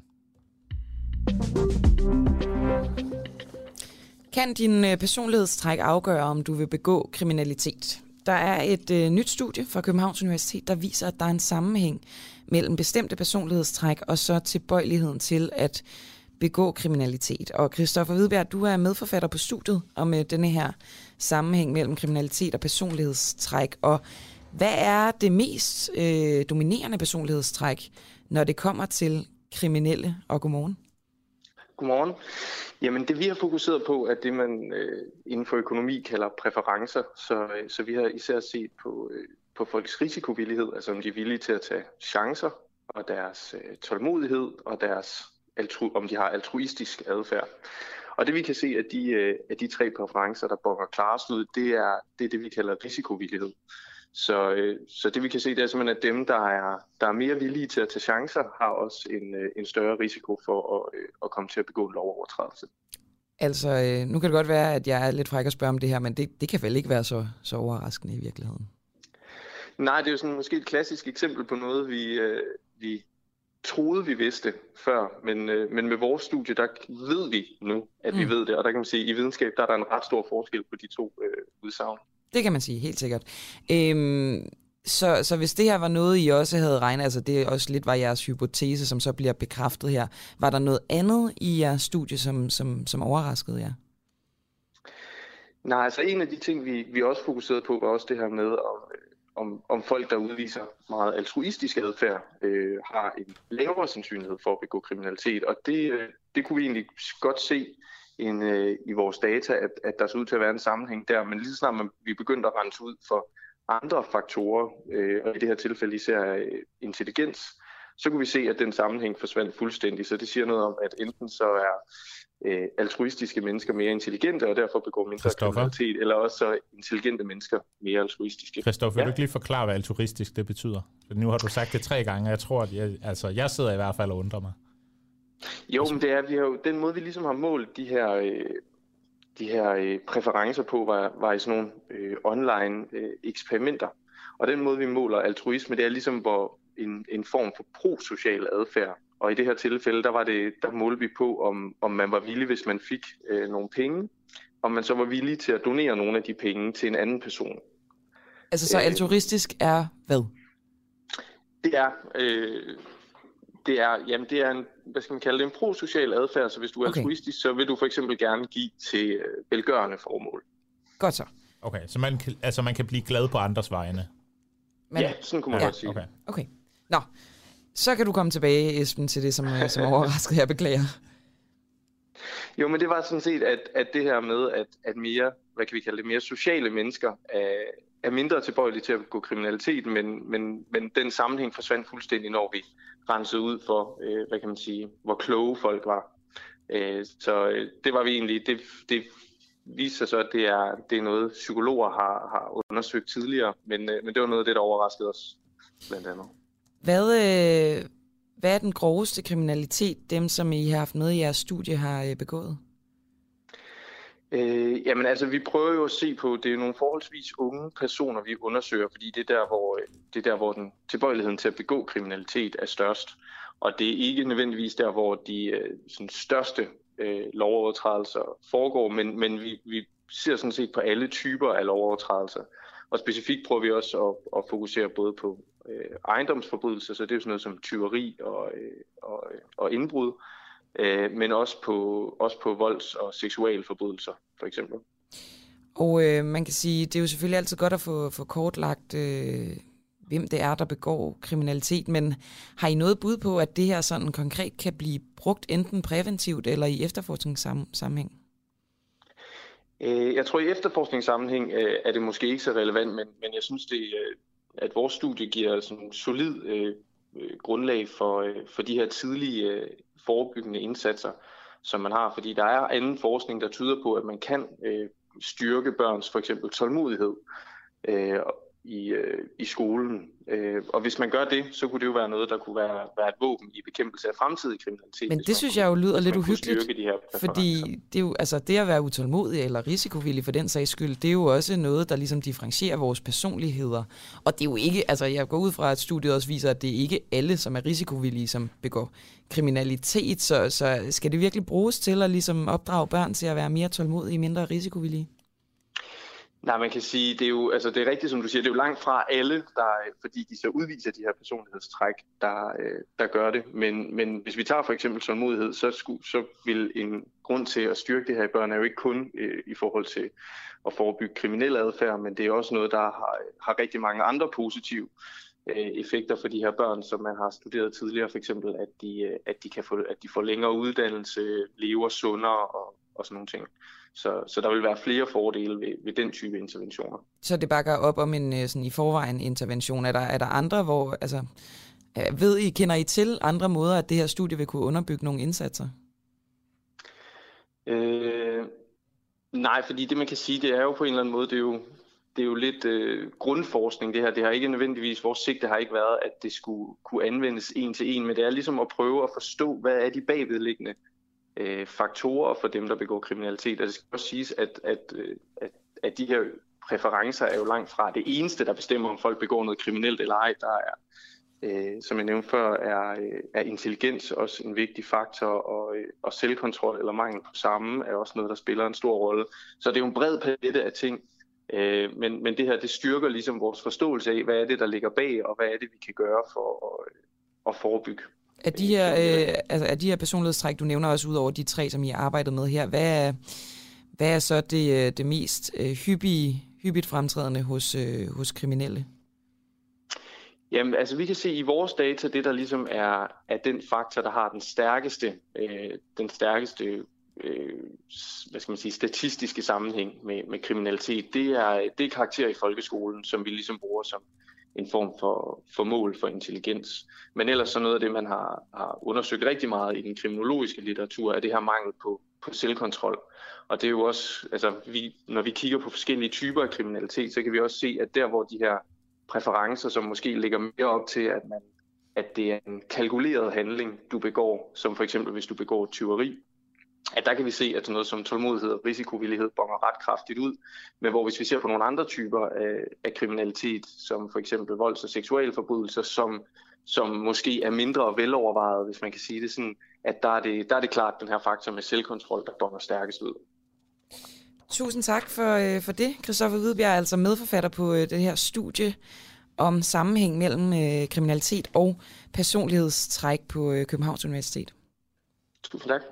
Kan din personlighedstræk afgøre, om du vil begå kriminalitet? Der er et øh, nyt studie fra Københavns Universitet, der viser, at der er en sammenhæng mellem bestemte personlighedstræk og så tilbøjeligheden til at begå kriminalitet. Og Christoffer Hvidberg, du er medforfatter på studiet om øh, denne her sammenhæng mellem kriminalitet og personlighedstræk. Og hvad er det mest øh, dominerende personlighedstræk, når det kommer til kriminelle? Og godmorgen. Godmorgen. Jamen det vi har fokuseret på er det, man øh, inden for økonomi kalder præferencer. Så, øh, så vi har især set på, øh, på folks risikovillighed, altså om de er villige til at tage chancer, og deres øh, tålmodighed, og deres altru- om de har altruistisk adfærd. Og det vi kan se af de, øh, af de tre præferencer, der bonger klarest ud, det er, det er det, vi kalder risikovillighed. Så, øh, så det vi kan se, det er simpelthen, at dem, der er, der er mere villige til at tage chancer, har også en, øh, en større risiko for at, øh, at komme til at begå en lovovertrædelse. Altså, øh, nu kan det godt være, at jeg er lidt fræk at spørge om det her, men det, det kan vel ikke være så, så overraskende i virkeligheden? Nej, det er jo sådan måske et klassisk eksempel på noget, vi, øh, vi troede, vi vidste før, men, øh, men med vores studie, der ved vi nu, at mm. vi ved det, og der kan man sige, at i videnskab, der er der en ret stor forskel på de to øh, udsagn. Det kan man sige, helt sikkert. Øhm, så, så hvis det her var noget, I også havde regnet, altså det også lidt var jeres hypotese, som så bliver bekræftet her, var der noget andet i jeres studie, som, som, som overraskede jer? Nej, altså en af de ting, vi, vi også fokuserede på, var også det her med, om, om, om folk, der udviser meget altruistisk adfærd, øh, har en lavere sandsynlighed for at begå kriminalitet, og det, det kunne vi egentlig godt se En, øh, i vores data, at, at der så ud til at være en sammenhæng der, men lige så snart man, vi begyndte at rense ud for andre faktorer, øh, og i det her tilfælde især øh, intelligens, så kunne vi se, at den sammenhæng forsvandt fuldstændig. Så det siger noget om, at enten så er øh, altruistiske mennesker mere intelligente, og derfor begår mindre kriminalitet, eller også så intelligente mennesker mere altruistiske. Christoffer, vil ja. du ikke lige forklare, hvad altruistisk det betyder? For nu har du sagt det tre gange, og jeg tror, at jeg, altså, jeg sidder i hvert fald og undrer mig. Jo, men det er, vi har jo, den måde, vi ligesom har målt de her, øh, de her øh, præferencer på, var, var i sådan nogle øh, online øh, eksperimenter. Og den måde, vi måler altruisme, det er ligesom, hvor en, en form for prosocial adfærd og i det her tilfælde, der, var det, der målte vi på, om, om man var villig, hvis man fik øh, nogle penge, om man så var villig til at donere nogle af de penge til en anden person. Altså så altruistisk er hvad? Det er, øh, det er, jamen det er en, hvad skal man kalde det, en prosocial adfærd. Så hvis du er okay. altruistisk, så vil du for eksempel gerne give til øh, velgørende formål. Godt så. Okay, så man, altså man kan blive glad på andres vegne? Men, ja, sådan kunne man ja. godt sige. Okay. okay. Nå, så kan du komme tilbage, Esben, til det, som, som overraskede jeg beklager. Jo, men det var sådan set, at, at det her med, at, at mere, hvad kan vi kalde det, mere sociale mennesker er, er mindre tilbøjelige til at begå kriminalitet, men, men, men den sammenhæng forsvandt fuldstændig, når vi rensede ud for, øh, hvad kan man sige, hvor kloge folk var. Øh, så øh, det var vi egentlig, det, det viste sig så, at det er, det er noget, psykologer har, har undersøgt tidligere, men, øh, men det var noget af det, der overraskede os, blandt andet. Hvad, øh, hvad er den groveste kriminalitet, dem som I har haft med i jeres studie har øh, begået? Øh, jamen altså, vi prøver jo at se på, det er nogle forholdsvis unge personer, vi undersøger, fordi det er der, hvor, det er der, hvor den tilbøjeligheden til at begå kriminalitet er størst. Og det er ikke nødvendigvis der, hvor de sådan, største øh, lovovertrædelser foregår, men, men vi, vi ser sådan set på alle typer af lovovertrædelser. Og specifikt prøver vi også at, at fokusere både på øh, ejendomsforbrydelser, så det er jo sådan noget som tyveri og, øh, og, og indbrud, øh, men også på, også på volds- og seksualforbrydelser, for eksempel. Og øh, man kan sige, det er jo selvfølgelig altid godt at få, få kortlagt, øh, hvem det er, der begår kriminalitet, men har I noget bud på, at det her sådan konkret kan blive brugt enten præventivt eller i efterforskningssammenhæng? Jeg tror, i efterforskningssammenhæng er det måske ikke så relevant, men, men jeg synes, det, at vores studie giver sådan solid øh, grundlag for, øh, for de her tidlige øh, forebyggende indsatser, som man har. Fordi der er anden forskning, der tyder på, at man kan øh, styrke børns for eksempel tålmodighed øh, i, øh, i skolen. Øh, og hvis man gør det, så kunne det jo være noget, der kunne være, være et våben i bekæmpelse af fremtidig kriminalitet. Men det synes jeg jo lyder lidt uhyggeligt, de fordi det, er jo, altså, det at være utålmodig eller risikovillig for den sags skyld, det er jo også noget, der ligesom differentierer vores personligheder. Og det er jo ikke, altså jeg går ud fra, at studiet også viser, at det er ikke alle, som er risikovillige, som begår kriminalitet. Så, så skal det virkelig bruges til at ligesom opdrage børn til at være mere tålmodige, mindre risikovillige? Nej, man kan sige, det er jo, altså det er rigtigt, som du siger, det er jo langt fra alle, der, fordi de så udviser de her personlighedstræk, der, der gør det. Men, men hvis vi tager for eksempel tålmodighed, så, skulle, så vil en grund til at styrke det her i børn er jo ikke kun øh, i forhold til at forebygge kriminel adfærd, men det er også noget, der har, har rigtig mange andre positive øh, effekter for de her børn, som man har studeret tidligere, for eksempel at de, at de, kan få, at de får længere uddannelse, lever sundere og, og sådan nogle ting. Så, så der vil være flere fordele ved, ved den type interventioner. Så det bakker op om en sådan i forvejen intervention. Er der, er der andre, hvor, altså, ved I, kender I til andre måder, at det her studie vil kunne underbygge nogle indsatser? Øh, nej, fordi det man kan sige, det er jo på en eller anden måde, det er jo, det er jo lidt øh, grundforskning det her. Det har ikke nødvendigvis, vores sigte har ikke været, at det skulle kunne anvendes en til en, men det er ligesom at prøve at forstå, hvad er de bagvedliggende faktorer for dem, der begår kriminalitet. Og det skal også siges, at, at, at, at de her præferencer er jo langt fra det eneste, der bestemmer, om folk begår noget kriminelt eller ej. Der er, øh, som jeg nævnte før, er, er intelligens også en vigtig faktor, og, og selvkontrol eller mangel på samme er også noget, der spiller en stor rolle. Så det er jo en bred palette af ting. Øh, men, men det her, det styrker ligesom vores forståelse af, hvad er det, der ligger bag, og hvad er det, vi kan gøre for at, at forebygge. Er de her, øh, altså er de her personlighedstræk, du nævner også ud over de tre, som I har arbejdet med her, hvad er, hvad er så det, det mest øh, hyppige, hyppigt fremtrædende hos, øh, hos kriminelle? Jamen, altså vi kan se i vores data, det der ligesom er, er den faktor, der har den stærkeste, øh, den stærkeste øh, hvad skal man sige, statistiske sammenhæng med, med kriminalitet, det er, det er karakter i folkeskolen, som vi ligesom bruger som en form for, for mål for intelligens. Men ellers så noget af det, man har, har undersøgt rigtig meget i den kriminologiske litteratur, er det her mangel på, på selvkontrol. Og det er jo også, altså vi, når vi kigger på forskellige typer af kriminalitet, så kan vi også se, at der hvor de her præferencer, som måske ligger mere op til, at, man, at det er en kalkuleret handling, du begår, som for eksempel hvis du begår tyveri, at der kan vi se, at sådan noget som tålmodighed og risikovillighed bonger ret kraftigt ud. Men hvor hvis vi ser på nogle andre typer af, af kriminalitet, som for eksempel volds- og seksualforbrydelser, som som måske er mindre velovervejet, hvis man kan sige det sådan, at der er det, der er det klart den her faktor med selvkontrol, der bonger stærkest ud. Tusind tak for, øh, for det. Christoffer Hvidbjerg er altså medforfatter på øh, det her studie om sammenhæng mellem øh, kriminalitet og personlighedstræk på øh, Københavns Universitet. Tusind tak.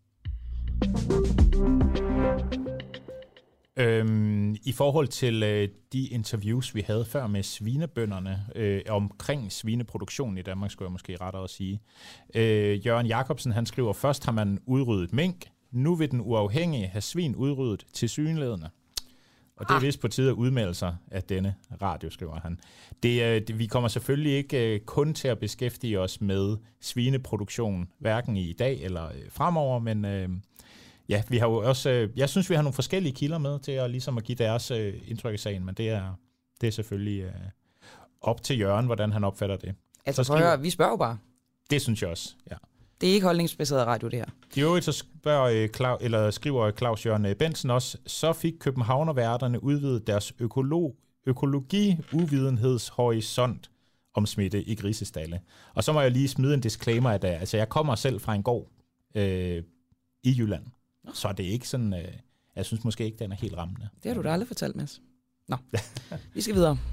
Øhm, I forhold til øh, de interviews, vi havde før med svinebønderne øh, omkring svineproduktion i Danmark, skulle jeg måske rettere at sige. Øh, Jørgen Jacobsen, han skriver, først har man udryddet mink, nu vil den uafhængige have svin udryddet til synlædende. Og det er vist på tide at udmelde sig af denne radio, skriver han. Det, øh, det, vi kommer selvfølgelig ikke øh, kun til at beskæftige os med svineproduktion, hverken i dag eller øh, fremover, men... Øh, Ja, vi har jo også, øh, jeg synes, vi har nogle forskellige kilder med til at, ligesom at give deres øh, indtryk af sagen, men det er, det er selvfølgelig øh, op til Jørgen, hvordan han opfatter det. Altså, så skriver, vi spørger jo bare. Det synes jeg også, ja. Det er ikke holdningsbaseret radio, det her. I øvrigt så spørger, øh, Claus, eller skriver Claus Jørgen Bensen også, så fik københavnerværterne udvidet deres økolog, økologi-uvidenhedshorisont om smitte i grisestalle. Og så må jeg lige smide en disclaimer af det. Altså, jeg kommer selv fra en gård øh, i Jylland. Så det er ikke sådan, øh, jeg synes måske ikke, den er helt rammende. Det har du da aldrig fortalt, Mads. Nå, vi skal videre.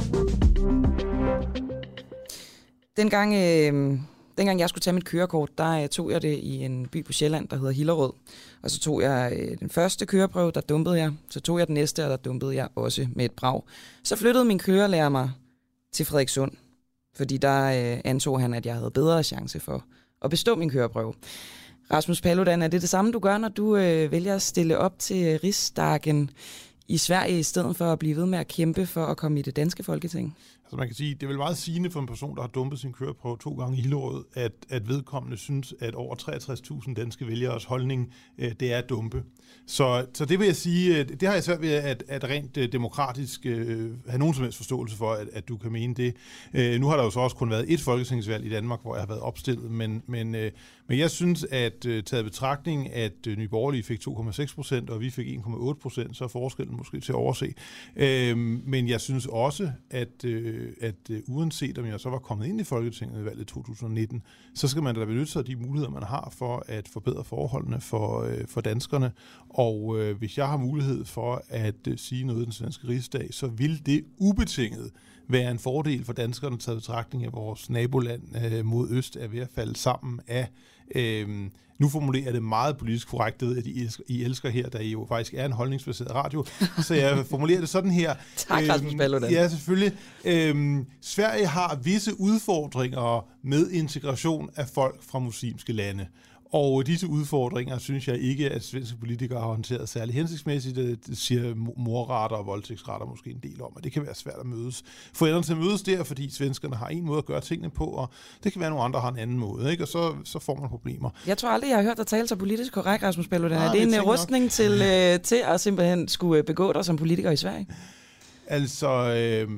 Dengang, øh, dengang jeg skulle tage mit kørekort, der øh, tog jeg det i en by på Sjælland, der hedder Hillerød. Og så tog jeg øh, den første køreprøve, der dumpede jeg. Så tog jeg den næste, og der dumpede jeg også med et brag. Så flyttede min kørelærer mig til Frederikssund, fordi der øh, antog han, at jeg havde bedre chance for at bestå min køreprøve. Rasmus Paludan, er det det samme, du gør, når du øh, vælger at stille op til Riksdagen i Sverige, i stedet for at blive ved med at kæmpe for at komme i det danske folketing? Altså man kan sige, det er vel meget sigende for en person, der har dumpet sin køreprøve to gange i Hillerød, at, at vedkommende synes, at over treogtres tusind danske vælgeres holdning, øh, det er at dumpe. Så, så det vil jeg sige, det har jeg svært ved at, at rent øh, demokratisk øh, have nogen som helst forståelse for, at, at du kan mene det. Øh, nu har der jo så også kun været et folketingsvalg i Danmark, hvor jeg har været opstillet, men, men, øh, men jeg synes, at øh, taget betragtning, at øh, Nye Borgerlige fik to komma seks procent, og vi fik en komma otte procent, så er forskellen måske til at overse. Øh, men jeg synes også, at øh, at uh, uanset om jeg så var kommet ind i Folketinget i valget to tusind nitten, så skal man da benytte sig af de muligheder, man har for at forbedre forholdene for, uh, for danskerne. Og uh, hvis jeg har mulighed for at uh, sige noget i den svenske rigsdag, så vil det ubetinget være en fordel for danskerne, taget betragtning af vores naboland uh, mod øst er ved at falde sammen af. Uh, nu formulerer det meget politisk korrekt, at I elsker, I elsker her, da I jo faktisk er en holdningsbaseret radio. Så jeg formulerer det sådan her. Tak, Rasmus Paludan. Ja, selvfølgelig. Øhm, Sverige har visse udfordringer med integration af folk fra muslimske lande. Og disse udfordringer synes jeg ikke, at svenske politikere har håndteret særlig hensigtsmæssigt. Det siger morretter og voldtægtsretter måske en del om, og det kan være svært at mødes. Forældrene til at mødes der, fordi svenskerne har en måde at gøre tingene på, og det kan være, at nogle andre har en anden måde, ikke? Og så, så får man problemer. Jeg tror aldrig, jeg har hørt dig tale så politisk korrekt, Rasmus Paludan. Er det en rustning til, øh, til at simpelthen skulle begå dig som politiker i Sverige? Altså... Øh,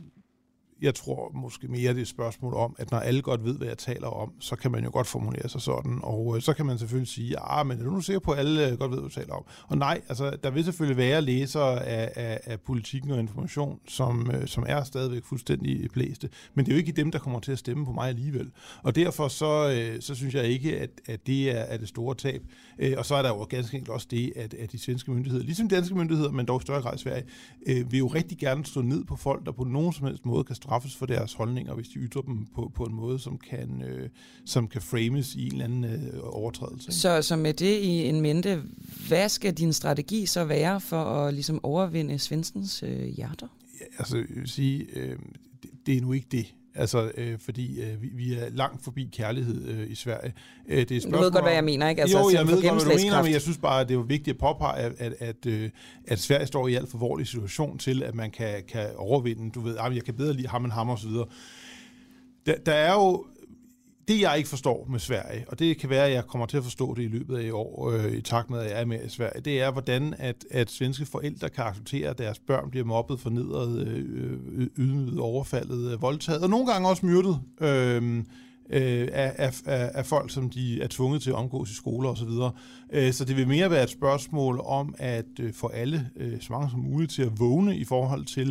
Jeg tror måske mere, det er et spørgsmål om, at når alle godt ved, hvad jeg taler om, så kan man jo godt formulere sig sådan. Og øh, så kan man selvfølgelig sige, ah, men er du nu sikker på, at alle øh, godt ved, hvad du taler om? Og nej, altså, der vil selvfølgelig være læsere af, af, af politikken og information, som, øh, som er stadigvæk fuldstændig blæste. Men det er jo ikke dem, der kommer til at stemme på mig alligevel. Og derfor så, øh, så synes jeg ikke, at, at det er, er det store tab. Øh, og så er der jo ganske enkelt også det, at, at de svenske myndigheder, ligesom de danske myndigheder, men dog i større grad i Sverige, øh, vil jo rigtig gerne stå ned på folk, der på nogen som helst måde kan straffes for deres holdninger, hvis de ytrer dem på, på en måde, som kan, øh, som kan frames i en eller anden øh, overtrædelse. Så, så med det i en mente, hvad skal din strategi så være for at ligesom overvinde svenskens øh, hjerter? Ja, altså, jeg vil sige, øh, det, det er nu ikke det. Altså, øh, fordi øh, vi, vi er langt forbi kærlighed øh, i Sverige. Øh, det er du ved godt, hvad jeg mener, ikke? Altså, jo, jeg ved godt, hvad du mener, men jeg synes bare, at det er vigtigt at påpege, at, at, at, øh, at Sverige står i alt for alvorlig situation til, at man kan, kan overvinde. Du ved, jeg kan bedre lide ham end ham og så videre. Der, der er jo det, jeg ikke forstår med Sverige, og det kan være, at jeg kommer til at forstå det i løbet af i år, øh, i takt med, at jeg er med i Sverige, det er, hvordan at, at svenske forældre kan acceptere, at deres børn bliver mobbet, fornedret, øh, ydmyget, overfaldet, øh, voldtaget, og nogle gange også myrdet øh, øh, af, af, af folk, som de er tvunget til at omgås i skoler osv. Øh, så det vil mere være et spørgsmål om at øh, få alle, øh, så mange som muligt, til at vågne i forhold til,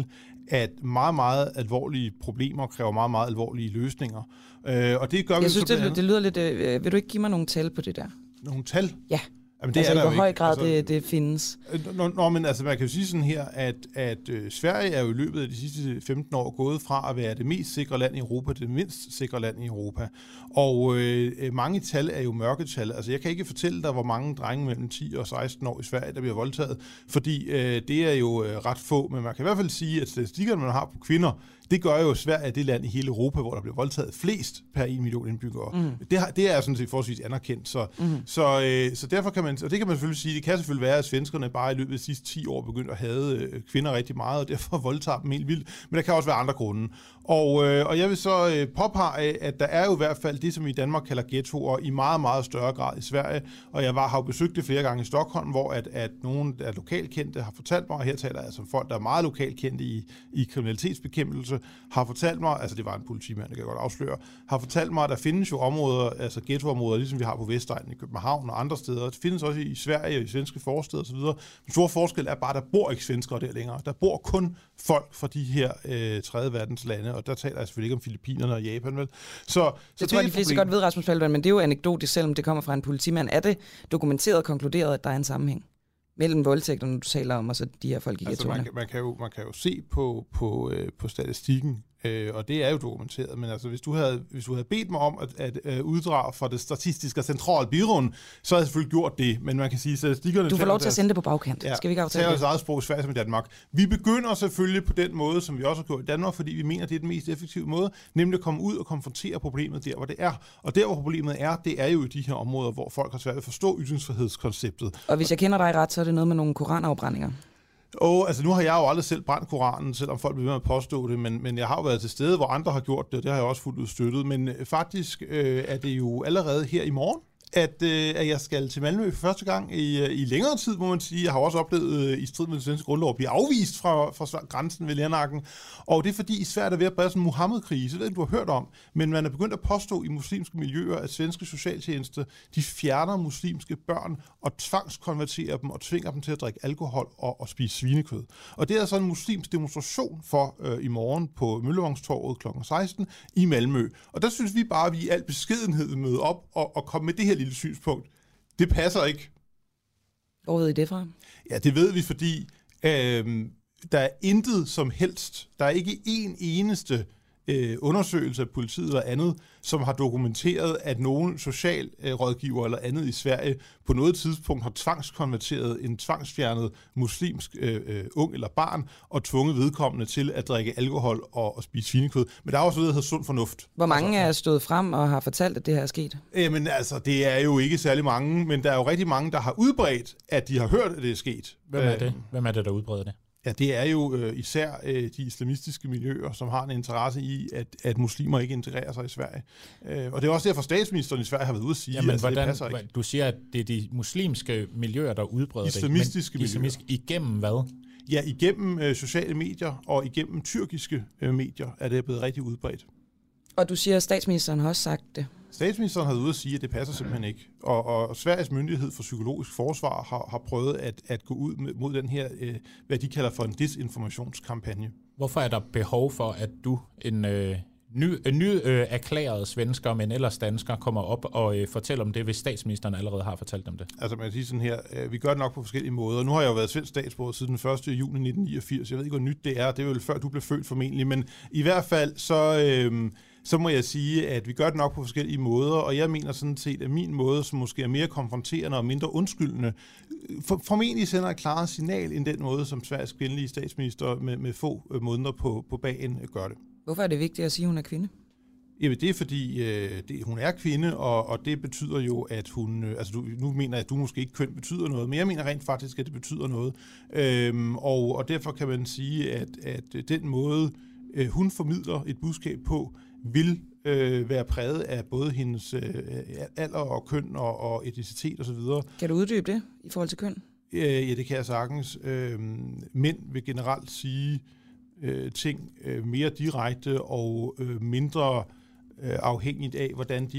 at meget, meget alvorlige problemer kræver meget, meget alvorlige løsninger. Øh, og det gør Jeg vi synes, det, det lyder lidt... Øh, vil du ikke give mig nogle tal på det der? Nogle tal? Ja. Jamen, det altså, er der i hvor jo høj ikke. grad Altså, det, det findes. Nå, nå, men altså, man kan jo sige sådan her, at, at øh, Sverige er jo i løbet af de sidste femten år gået fra at være det mest sikre land i Europa til det mindst sikre land i Europa. Og øh, mange tal er jo mørketal. Altså, jeg kan ikke fortælle dig, hvor mange drenge mellem ti og seksten år i Sverige, der bliver voldtaget, fordi øh, det er jo øh, ret få, men man kan i hvert fald sige, at statistikkerne, man har på kvinder, det gør jo Sverige det land i hele Europa, hvor der bliver voldtaget flest per en million indbyggere. Mm. Det, har, det er sådan set forholdsvis anerkendt. Så, mm. så, øh, så derfor kan man, og det kan man selvfølgelig sige, det kan selvfølgelig være, at svenskerne bare i løbet af de sidste ti år begyndt at hade øh, kvinder rigtig meget, og derfor voldtager dem helt vildt. Men der kan også være andre grunde. Og, øh, og jeg vil så øh, påpege, at der er jo i hvert fald det, som vi i Danmark kalder ghettoer, i meget, meget større grad i Sverige. Og jeg var, har jo besøgt det flere gange i Stockholm, hvor at, at nogle af lokalkendte har fortalt mig, og her taler jeg altså om folk, der er meget lokalkendte i, i kriminalitetsbekæmpelse, har fortalt mig, altså det var en politimand, det kan jeg godt afsløre, har fortalt mig, at der findes jo områder, altså ghettoområder, ligesom vi har på Vestegnen i København og andre steder. Det findes også i Sverige og i svenske forsteder osv. Den store forskel er bare, at der bor ikke svenskere der længere. Der bor kun folk fra de her øh, tredje verdens lande, og der taler jeg selvfølgelig ikke om Filippinerne og Japan, vel? Så, så det, det tror jeg, de fleste godt ved, Rasmus Paludan, men det er jo anekdotisk, selvom det kommer fra en politimand. Er det dokumenteret og konkluderet, at der er en sammenhæng mellem voldtægterne, du taler om, og så de her folk i altså, ghettoerne? Man, man, kan jo, man kan jo se på, på, øh, på statistikken, øh, og det er jo dokumenteret, men altså, hvis du havde, hvis du havde bedt mig om at, at, at uddrage fra det statistiske centralbyråen, så havde jeg selvfølgelig gjort det, men man kan sige, at statistikkerne... Du får lov til at sende det på bagkant. Ja, skal vi ikke aftale det? Det er eget sprog i Sverige som i Danmark. Vi begynder selvfølgelig på den måde, som vi også har gjort i Danmark, fordi vi mener, det er den mest effektive måde, nemlig at komme ud og konfrontere problemet der, hvor det er. Og der, hvor problemet er, det er jo i de her områder, hvor folk har svært ved at forstå ytringsfrihedskonceptet. Og hvis jeg kender dig ret, så er det noget med nogle koranafbrændinger. Og altså, nu har jeg jo aldrig selv brændt Koranen, selvom folk bliver ved med at påstå det, men, men jeg har jo været til stede, hvor andre har gjort det, og det har jeg også fuldt ud støttet. Men øh, faktisk øh, er det jo allerede her i morgen, at, øh, at jeg skal til Malmø for første gang i, øh, i længere tid, må man sige. Jeg har også oplevet øh, i strid med den svenske grundlov at blive afvist fra, fra grænsen ved Lernacken. Og det er fordi, i Sverige er ved at brede sådan en Muhammed-krise, det er, du har hørt om. Men man er begyndt at påstå i muslimske miljøer, at svenske socialtjenester, de fjerner muslimske børn og tvangskonverterer dem og tvinger dem til at drikke alkohol og, og spise svinekød. Og det er så en muslimsk demonstration for øh, i morgen på Møllevangstorvet klokken seksten i Malmø. Og der synes vi bare, at vi i al beskedenhed møder op og, og kommer med det her lille synspunkt. Det passer ikke. Hvor ved I det fra? Ja, det ved vi, fordi øh, der er intet som helst. Der er ikke en eneste øh, undersøgelse af politiet eller andet, som har dokumenteret, at nogen socialrådgiver eller andet i Sverige på noget tidspunkt har tvangskonverteret en tvangsfjernet muslimsk øh, øh, ung eller barn og tvunget vedkommende til at drikke alkohol og, og spise svinekød. Men der er også noget, der hedder sund fornuft. Hvor mange altså, er stået frem og har fortalt, at det her er sket? Jamen altså, det er jo ikke særlig mange, men der er jo rigtig mange, der har udbredt, at de har hørt, at det er sket. Hvem er det? Hvem er det, der udbreder det? Ja, det er jo øh, især øh, de islamistiske miljøer, som har en interesse i, at, at muslimer ikke integrerer sig i Sverige. Øh, og det er også derfor, statsministeren i Sverige har været ude at sige, Jamen, at altså, hvordan, det passer ikke. Du siger, at det er de muslimske miljøer, der udbreder islamistiske det. Islamistiske miljøer. Igennem hvad? Ja, igennem øh, sociale medier og igennem tyrkiske øh, medier er det blevet rigtig udbredt. Og du siger, at statsministeren har også sagt det. Statsministeren har været ude at sige, at det passer simpelthen ikke. Og, og Sveriges myndighed for psykologisk forsvar har, har prøvet at, at gå ud med, mod den her, øh, hvad de kalder for en disinformationskampagne. Hvorfor er der behov for, at du, en øh, ny, en ny øh, erklæret svensker, men ellers dansker, kommer op og øh, fortæller om det, hvis statsministeren allerede har fortalt dem det? Altså man kan sige sådan her, øh, vi gør det nok på forskellige måder. Nu har jeg jo været svensk statsborger siden den første juni nitten niogfirs. Jeg ved ikke, hvor nyt det er. Det er vel før du blev født formentlig. Men i hvert fald så... Øh, så må jeg sige, at vi gør det nok på forskellige måder, og jeg mener sådan set, at min måde, som måske er mere konfronterende og mindre undskyldende, for, formentlig sender et klarere signal end den måde, som Sveriges kvindelige statsminister med, med få måneder på, på bagen gør det. Hvorfor er det vigtigt at sige, at hun er kvinde? Jamen det er fordi, øh, det, hun er kvinde, og, og det betyder jo, at hun... Øh, altså du, nu mener jeg, at du måske ikke køn betyder noget, men jeg mener rent faktisk, at det betyder noget. Øhm, og, og derfor kan man sige, at, at den måde, øh, hun formidler et budskab på, vil øh, være præget af både hendes øh, alder og køn og, og etnicitet osv. Kan du uddybe det i forhold til køn? Øh, ja, det kan jeg sagtens. Øh, mænd vil generelt sige øh, ting øh, mere direkte og øh, mindre øh, afhængigt af, hvordan de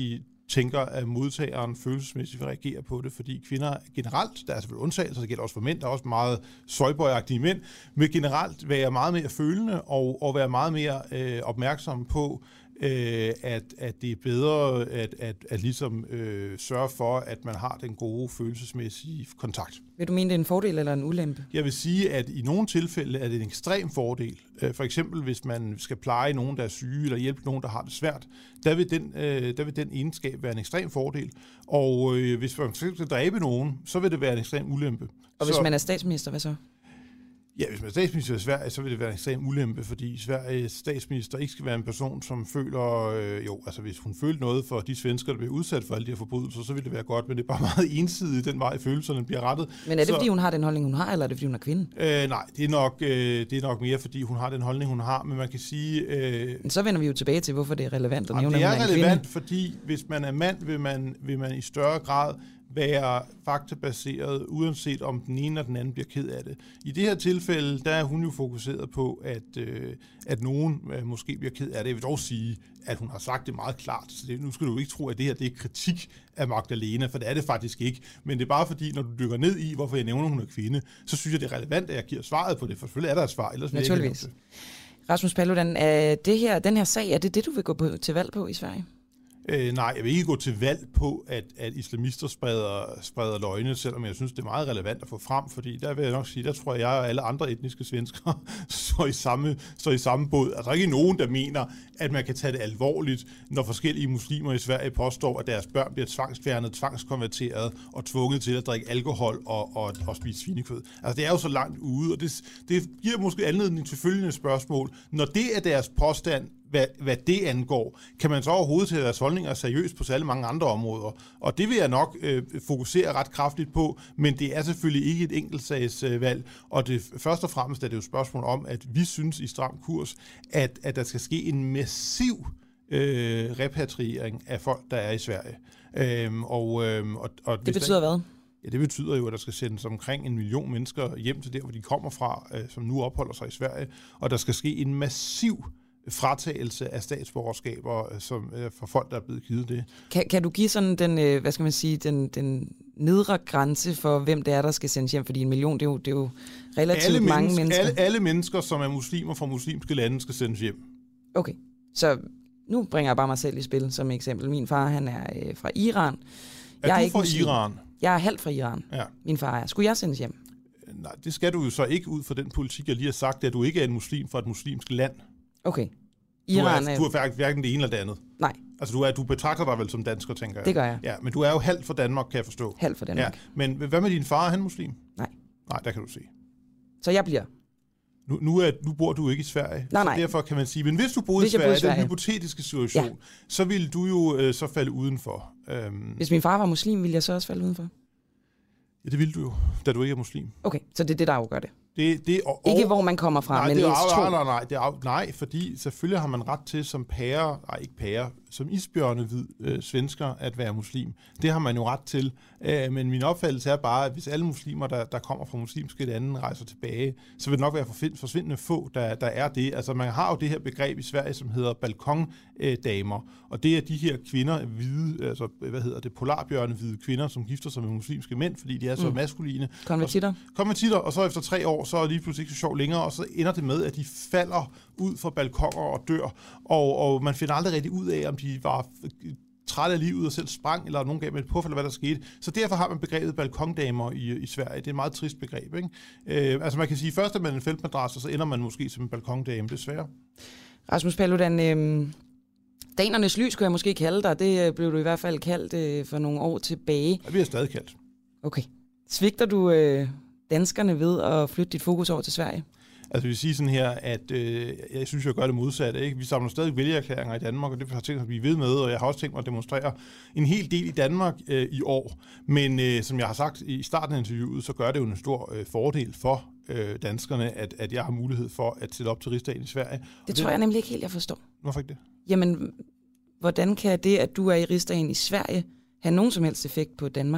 tænker, at modtageren følelsesmæssigt vil reagere på det, fordi kvinder generelt, der er selvfølgelig undtagelser, det gælder også for mænd, der er også meget soyboy-agtige mænd, vil generelt være meget mere følende og, og være meget mere øh, opmærksomme på, øh, at, at det er bedre at, at, at ligesom øh, sørge for, at man har den gode følelsesmæssige kontakt. Vil du mene, det er en fordel eller en ulempe? Jeg vil sige, at i nogle tilfælde er det en ekstrem fordel. For eksempel, hvis man skal pleje nogen, der er syge, eller hjælpe nogen, der har det svært, der vil den, der vil den egenskab være en ekstrem fordel. Og hvis man skal dræbe nogen, så vil det være en ekstrem ulempe. Og hvis så, man er statsminister, hvad så? Ja, hvis man er statsminister i Sverige, så vil det være en ekstrem ulempe, fordi Sveriges statsminister ikke skal være en person, som føler, øh, jo, altså hvis hun føler noget for de svensker, der bliver udsat for alle de her forbrydelser, så vil det være godt, men det er bare meget ensidigt, den vej følelserne bliver rettet. Men er det, så, fordi hun har den holdning, hun har, eller er det, fordi hun er kvinde? Øh, nej, det er, nok, øh, det er nok mere, fordi hun har den holdning, hun har, men man kan sige... Øh, men så vender vi jo tilbage til, hvorfor det er relevant at nævne, det er, er relevant, kvinde. Fordi hvis man er mand, vil man, vil man i større grad være faktabaseret, uanset om den ene eller den anden bliver ked af det. I det her tilfælde, der er hun jo fokuseret på, at, øh, at nogen øh, måske bliver ked af det. Jeg vil dog sige, at hun har sagt det meget klart. Så det, nu skal du ikke tro, at det her det er kritik af Magdalena, for det er det faktisk ikke. Men det er bare fordi, når du dykker ned i, hvorfor jeg nævner, at hun er kvinde, så synes jeg, det er relevant, at jeg giver svaret på det, for selvfølgelig er der et svar. Ellers naturligvis. Jeg ikke Rasmus Paludan, er det her, den her sag, er det det, du vil gå på, til valg på i Sverige? Øh, nej, jeg vil ikke gå til valg på, at, at islamister spreder, spreder løgne, selvom jeg synes, det er meget relevant at få frem, fordi der vil jeg nok sige, der tror jeg, jeg og alle andre etniske svenskere så i samme, så i samme båd. Altså, der er ikke nogen, der mener, at man kan tage det alvorligt, når forskellige muslimer i Sverige påstår, at deres børn bliver tvangsfjernet, tvangskonverteret og tvunget til at drikke alkohol og, og, og spise svinekød. Altså, det er jo så langt ude, og det, det giver måske anledning til følgende spørgsmål. Når det er deres påstand, Hvad, hvad det angår, kan man så overhovedet tage deres holdninger seriøst på særlig mange andre områder. Og det vil jeg nok øh, fokusere ret kraftigt på, men det er selvfølgelig ikke et enkeltsagsvalg. Øh, og det, først og fremmest er det jo et spørgsmål om, at vi synes i Stram Kurs, at, at der skal ske en massiv øh, repatriering af folk, der er i Sverige. Øhm, og, øh, og, og det betyder der, hvad? Ja, det betyder jo, at der skal sendes omkring en million mennesker hjem til der, hvor de kommer fra, øh, som nu opholder sig i Sverige. Og der skal ske en massiv fratagelse af statsborgerskaber som, øh, for folk, der er blevet givet det. Kan, kan du give sådan den, øh, hvad skal man sige, den, den nedre grænse for, hvem det er, der skal sendes hjem? Fordi en million, det er jo, det er jo relativt alle mange mennesker, mennesker. Alle, alle mennesker, som er muslimer fra muslimske lande, skal sendes hjem. Okay, så nu bringer jeg bare mig selv i spil som eksempel. Min far, han er øh, fra Iran. Er jeg du er ikke fra muslim. Iran? Jeg er halvt fra Iran. Ja. Min far er. Skulle jeg sendes hjem? Nej, det skal du jo så ikke ud fra den politik, jeg lige har sagt, at du ikke er en muslim fra et muslimsk land. Okay. Iran du er, er, du er hverken det ene eller det andet. Nej. Altså, du, er, du betragter dig vel som dansker, tænker jeg. Det gør jeg. Ja, men du er jo halvt for Danmark, kan jeg forstå. Halvt for Danmark. Ja, men hvad med din far? Er han muslim? Nej. Nej, der kan du se. Så jeg bliver? Nu, nu, er, nu bor du ikke i Sverige. Nej, nej. Så derfor kan man sige, men hvis du boede hvis i Sverige, i Sverige, den hypotetiske situation, ja. så ville du jo øh, så falde udenfor. Øhm, hvis min far var muslim, ville jeg så også falde udenfor? Ja, det ville du jo, da du ikke er muslim. Okay, så det er det, der afgør det? Det, det, og, ikke hvor man kommer fra, nej, men det ens tro? Nej, nej, nej, det er, nej, fordi selvfølgelig har man ret til som pære, nej ikke pære, som isbjørnehvid øh, svensker at være muslim. Det har man jo ret til. Øh, men min opfattelse er bare, at hvis alle muslimer, der, der kommer fra muslimske lande, rejser tilbage, så vil det nok være forsvindende få, der, der er det. Altså man har jo det her begreb i Sverige, som hedder balkondamer. Og det er de her kvinder, hvide, altså hvad hedder det, polarbjørnehvide kvinder, som gifter sig med muslimske mænd, fordi de er så mm. maskuline. Konvertitter. Og, konvertitter, og så efter tre år, så er lige pludselig ikke så sjovt længere, og så ender det med, at de falder ud fra balkoner og dør, og, og man finder aldrig rigtig ud af, om de var trætte af livet og selv sprang, eller nogen gav med et puff, eller hvad der skete. Så derfor har man begrebet balkondamer i, i Sverige. Det er et meget trist begreb, ikke? Øh, altså man kan sige, først er man en feltmadras, og så ender man måske som en balkondame, desværre. Rasmus Paludan, øh, danernes lys, kunne jeg måske kalde dig. Det blev du i hvert fald kaldt øh, for nogle år tilbage. Ja, vi har stadig kaldt. Okay. Svigter du øh, danskerne ved at flytte dit fokus over til Sverige? Altså jeg vil sige sådan her, at øh, jeg synes, jeg gør det modsatte. Ikke? Vi samler stadig vælgererklæringer i Danmark, og det har jeg tænkt mig at blive ved med, og jeg har også tænkt mig at demonstrere en hel del i Danmark øh, i år. Men øh, som jeg har sagt i starten af interviewet, så gør det jo en stor øh, fordel for øh, danskerne, at, at jeg har mulighed for at sætte op til rigsdagen i Sverige. Det og tror det, jeg nemlig ikke helt, jeg forstår. Hvorfor ikke det? Jamen, hvordan kan det, at du er i rigsdagen i Sverige, have nogen som helst effekt på Danmark?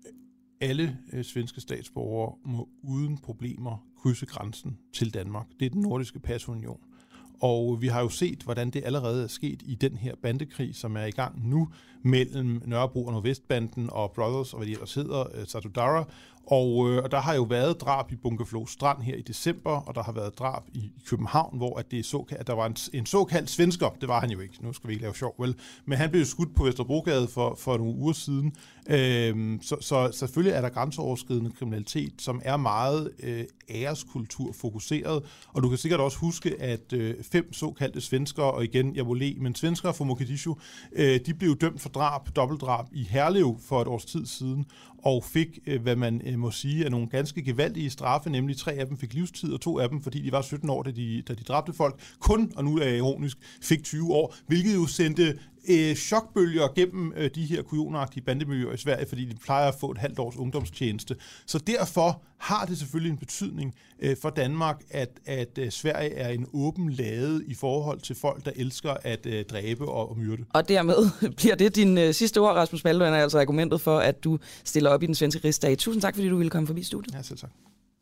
Alle øh, svenske statsborgere må uden problemer krydse grænsen til Danmark. Det er den nordiske pasunion. Og vi har jo set, hvordan det allerede er sket i den her bandekrig, som er i gang nu, mellem Nørrebro og Nordvestbanden og Brothers, og hvad de ellers hedder, Satudara. Og, øh, og der har jo været drab i Bunkeflo Strand her i december, og der har været drab i, i København, hvor at, det er såkaldt, at der var en, en såkaldt svensker, det var han jo ikke, nu skal vi ikke lave sjov, vel, men han blev skudt på Vesterbrogade for, for nogle uger siden. Øhm, så, så selvfølgelig er der grænseoverskridende kriminalitet, som er meget øh, æreskulturfokuseret, og du kan sikkert også huske, at øh, fem såkaldte svenskere, og igen, jeg må le, men svenskere fra Mogadishu, øh, de blev dømt for drab, dobbeltdrab i Herlev for et års tid siden, og fik, øh, hvad man øh, må sige, er nogle ganske gevaldige straffe, nemlig tre af dem fik livstid, og to af dem, fordi de var sytten år, da de, da de dræbte folk, kun, og nu er jeg ironisk, fik tyve år, hvilket jo sendte øh, chokbølger gennem øh, de her kujonagtige bandemiljøer i Sverige, fordi de plejer at få et halvt års ungdomstjeneste. Så derfor har det selvfølgelig en betydning øh, for Danmark, at, at øh, Sverige er en åben lade i forhold til folk, der elsker at øh, dræbe og, og myrde. Og dermed bliver det din øh, sidste ord, Rasmus Paludan, er altså argumentet for, at du stiller op i den svenske rigsdag. Tusind tak, fordi du ville komme forbi studiet. Ja, selv tak.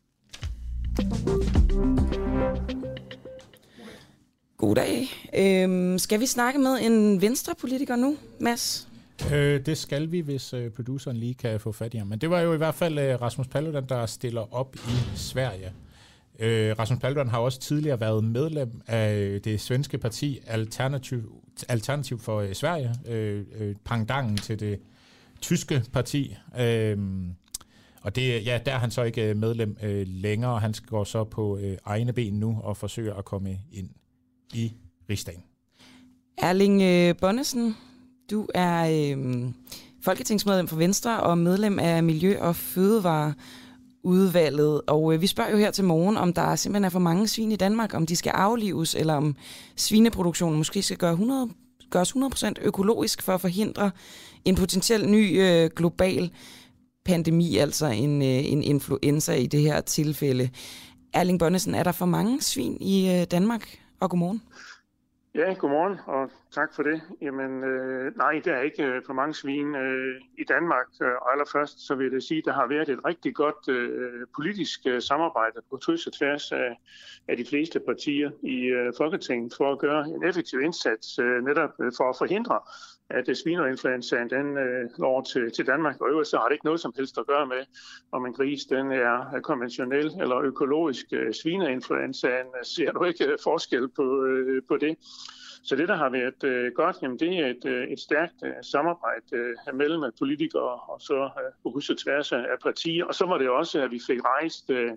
Goddag. Øhm, skal vi snakke med en venstrepolitiker nu, Mads? Øh, det skal vi, hvis øh, produceren lige kan få fat i ham. Men det var jo i hvert fald øh, Rasmus Paludan, der stiller op i Sverige. Øh, Rasmus Paludan har også tidligere været medlem af det svenske parti Alternativ, Alternativ for øh, Sverige, øh, øh, pangdangen til det tyske parti. Øh, og det, ja, der er han så ikke medlem øh, længere. Han går så på øh, egne ben nu og forsøger at komme ind i rigsdagen. Erling øh, Bonnesen, du er øh, folketingsmedlem for Venstre og medlem af Miljø- og Fødevareudvalget. Og øh, vi spørger jo her til morgen, om der simpelthen er for mange svin i Danmark, om de skal aflives, eller om svineproduktionen måske skal gøre hundrede, gøres hundrede procent økologisk for at forhindre en potentiel ny øh, global pandemi, altså en, øh, en influenza i det her tilfælde. Erling Bonnesen, er der for mange svin i øh, Danmark? Og godmorgen. Ja, godmorgen, og tak for det. Jamen, øh, nej, der er ikke øh, for mange svin øh, i Danmark. Og allerførst, så vil jeg sige, at der har været et rigtig godt øh, politisk øh, samarbejde på kryds og tværs af, af de fleste partier i øh, Folketinget for at gøre en effektiv indsats øh, netop øh, for at forhindre, at svineinfluenzaen den øh, når til, til Danmark. Og øvrigt så har det ikke noget som helst at gøre med, om en gris den er konventionel eller økologisk. Svineinfluenzaen ser du ikke forskel på, øh, på det. Så det, der har været øh, godt, jamen, det er et, øh, et stærkt øh, samarbejde øh, mellem politikere og så øh, på kryds og tværs af partier. Og så var det også, at vi fik rejst øh,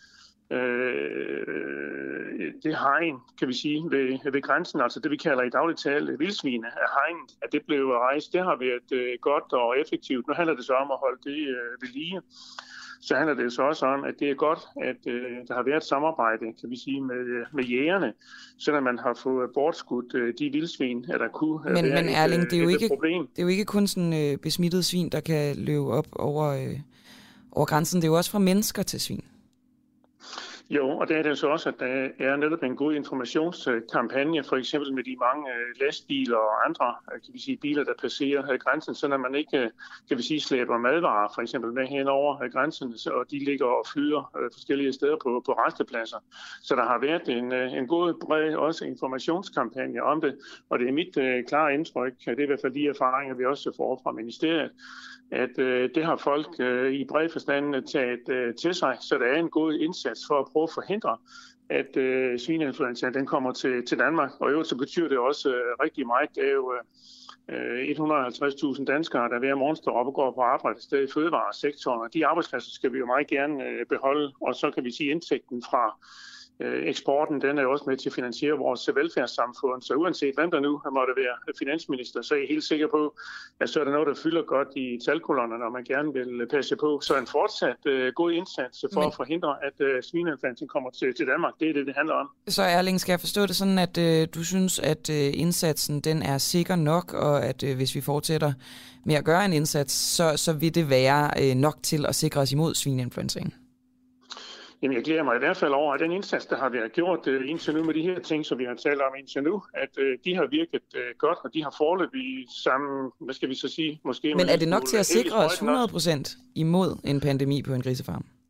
øh, det hegn, kan vi sige, ved, ved grænsen, altså det, vi kalder i daglig tale vildsvine af hegn, at det blev rejst. Det har været øh, godt og effektivt. Nu handler det så om at holde det øh, ved lige. Så handler det så også om, at det er godt, at øh, der har været et samarbejde, kan vi sige, med, med jægerne, så man har fået bortskudt øh, de vildsvin, at der kunne men, være men, et, Erling, det er jo et ikke, problem. Det er jo ikke kun sådan øh, besmittede svin, der kan løbe op over, øh, over grænsen. Det er jo også fra mennesker til svin. Jo, og der er det så også, at der er netop en god informationskampagne, for eksempel med de mange lastbiler og andre, kan vi sige, biler, der passerer grænsen, så når man ikke, kan vi sige, slæber madvarer, for eksempel med hen over grænsen, og de ligger og flyder forskellige steder på, på rastepladser. Så der har været en, en god, bred også informationskampagne om det, og det er mit uh, klare indtryk, det er i hvert fald de erfaringer, vi også får fra ministeriet, at øh, det har folk øh, i bred forstand taget øh, til sig, så der er en god indsats for at prøve at forhindre, at øh, svineinfluenzaen den kommer til, til Danmark. Og i øvrigt så betyder det også øh, rigtig meget. Det er jo øh, et hundrede og halvtreds tusind danskere, der hver morgen står op og går på arbejde et sted i fødevaresektoren, og de arbejdspladser skal vi jo meget gerne øh, beholde, og så kan vi sige indtægten fra eksporten, den er også med til at finansiere vores velfærdssamfund. Så uanset hvem der nu måtte være finansminister, så er jeg helt sikker på, at så er der noget, der fylder godt i talkolonnerne, når man gerne vil passe på. Så en fortsat uh, god indsats for Men... at forhindre, at uh, svineinfluenzaen kommer til, til Danmark. Det er det, det handler om. Så Erling, skal jeg forstå det sådan, at uh, du synes, at uh, indsatsen den er sikker nok, og at uh, hvis vi fortsætter med at gøre en indsats, så, så vil det være uh, nok til at sikre os imod svineinfluenzaen? Jamen, jeg glæder mig i hvert fald over, at den indsats, der har været gjort uh, indtil nu med de her ting, som vi har talt om indtil nu, at uh, de har virket uh, godt, og de har foreløbig sammen, hvad skal vi så sige? Måske Men er det nok til at sikre os hundrede procent imod en pandemi på en grisefarm?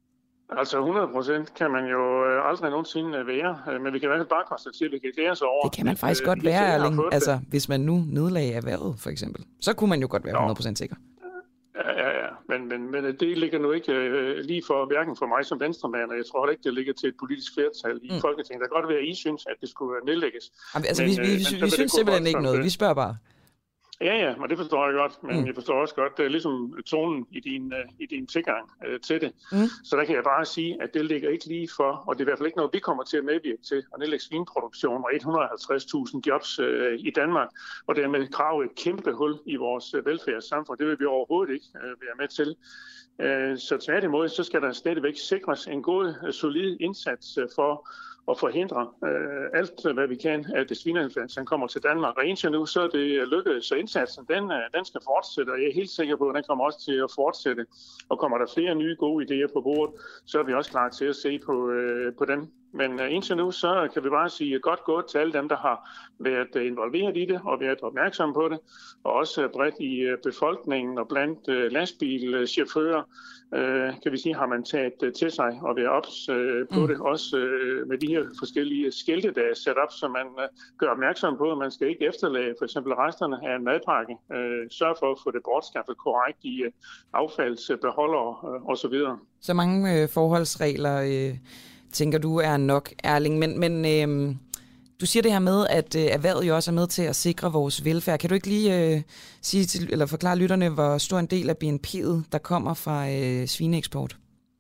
Altså hundrede procent kan man jo aldrig nogensinde være, men vi kan i hvert fald bare konstatere, at vi kan glæde os over. Det kan man faktisk godt være, Erling. Altså, hvis man nu nedlagde erhvervet, for eksempel, så kunne man jo godt være hundrede procent sikker. Ja, ja, ja. Men, men, men det ligger nu ikke uh, lige for, hverken for mig som venstremand, og jeg tror heller ikke, det ligger til et politisk flertal i mm. Folketinget. Der kan godt være, at I synes, at det skulle nedlægges. Jamen, altså, men, vi, vi, vi, vi synes simpelthen ikke noget. Vi spørger bare. Ja, ja, men det forstår jeg godt, men mm. jeg forstår også godt, det er ligesom tonen i din, uh, i din tilgang uh, til det. Mm. Så der kan jeg bare sige, at det ligger ikke lige for, og det er i hvert fald ikke noget, vi kommer til at medvirke til, at nedlægge svineproduktion og et hundrede og halvtreds tusind jobs uh, i Danmark, og dermed grave et kæmpe hul i vores uh, velfærdssamfund. Det vil vi overhovedet ikke uh, være med til. Uh, så tværtimod, så skal der stadigvæk sikres en god, uh, solid indsats uh, for og forhindre øh, alt, hvad vi kan, at svineinfluenzaen kommer til Danmark. Og indtil nu, så er det lykkedes, så indsatsen, den, den skal fortsætte, og jeg er helt sikker på, at den kommer også til at fortsætte. Og kommer der flere nye gode idéer på bordet, så er vi også klar til at se på, øh, på dem. Men uh, indtil nu, så kan vi bare sige godt gået til alle dem, der har været uh, involveret i det og været opmærksomme på det. Og også uh, bredt i uh, befolkningen og blandt uh, lastbilchauffører, uh, kan vi sige, har man taget uh, til sig og været ops uh, på mm. det. Også uh, med de her forskellige skilte, der er sat op, så man uh, gør opmærksom på, at man skal ikke efterlade for eksempel resterne af en madpakke. Uh, sørg for at få det bortskaffet korrekt i uh, affaldsbeholdere uh, osv. Så mange uh, forholdsregler... Uh tænker du er nok, Erling. Men, men øh, du siger det her med, at øh, erhvervet jo også er med til at sikre vores velfærd. Kan du ikke lige øh, sige til, eller forklare lytterne, hvor stor en del af B N P'et, der kommer fra øh, svineeksport?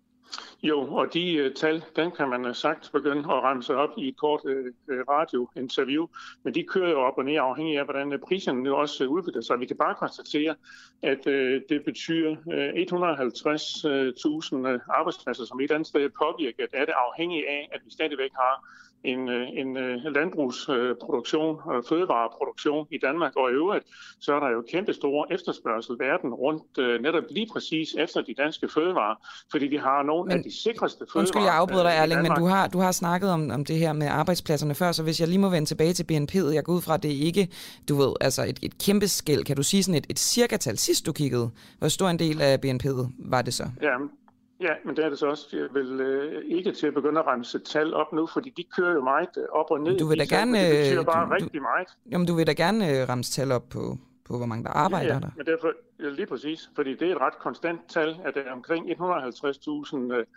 Jo, og de uh, tal, den kan man uh, sagt begynde at ramse op i et kort uh, radiointerview, men de kører jo op og ned afhængig af, hvordan uh, priserne nu også uh, udvikler sig. Vi kan bare konstatere, at uh, det betyder uh, et hundrede og halvtreds tusind uh, arbejdspladser, som et eller andet sted er påvirket af det, afhængig af, at vi stadigvæk har en, en landbrugsproduktion og fødevareproduktion i Danmark, og i øvrigt, så er der jo kæmpe store efterspørgsel verden rundt netop lige præcis efter de danske fødevarer, fordi vi har nogle men, af de sikreste fødevarer. Undskyld, jeg afbryder dig, Erling, men du har, du har snakket om, om det her med arbejdspladserne før, så hvis jeg lige må vende tilbage til B N P'et, jeg går ud fra, at det ikke, du ved, altså et, et kæmpe skæld. Kan du sige sådan et, et cirka-tal sidst du kiggede? Hvor stor en del af B N P'et var det så? Ja, Ja, men det er det så også. Jeg vil øh, ikke til at begynde at remse tal op nu, fordi de kører jo meget op og ned. Du vil da gerne, det betyder bare du, rigtig meget. Jamen, du vil da gerne øh, remse tal op på, på, hvor mange der arbejder ja, ja. der. Men derfor, ja, lige præcis, fordi det er et ret konstant tal, at der er omkring et hundrede og halvtreds tusind øh,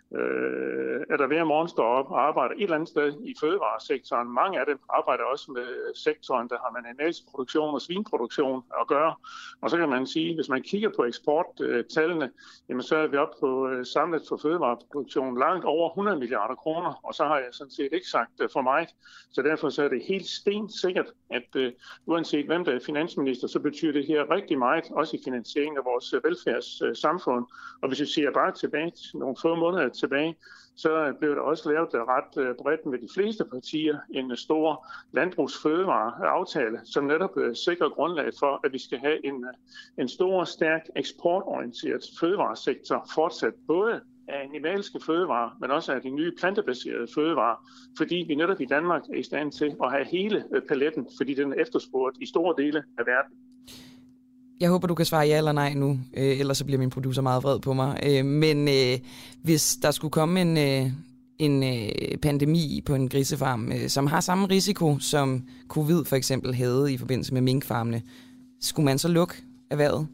øh, er der hver morgen står op og arbejder et eller andet sted i fødevaresektoren. Mange af dem arbejder også med sektoren, der har man animalsproduktion og svinproduktion at gøre. Og så kan man sige, hvis man kigger på eksporttallene, jamen så er vi oppe på samlet for fødevareproduktion langt over hundrede milliarder kroner. Og så har jeg sådan set ikke sagt for meget. Så derfor så er det helt stensikkert, at uh, uanset hvem der er finansminister, så betyder det her rigtig meget, også i finansieringen af vores velfærdssamfund. Og hvis vi ser bare tilbage nogle få måneder tilbage, så blev der også lavet ret bredt med de fleste partier en stor landbrugsfødevareaftale, som netop sikrer grundlag for, at vi skal have en, en stor, stærk eksportorienteret fødevaresektor fortsat, både af animalske fødevarer, men også af de nye plantebaserede fødevarer, fordi vi netop i Danmark er i stand til at have hele paletten, fordi den er efterspurgt i store dele af verden. Jeg håber, du kan svare ja eller nej nu, øh, ellers så bliver min producer meget vred på mig. Øh, men øh, hvis der skulle komme en, øh, en øh, pandemi på en grisefarm, øh, som har samme risiko, som covid for eksempel havde i forbindelse med minkfarmene, skulle man så lukke erhvervet?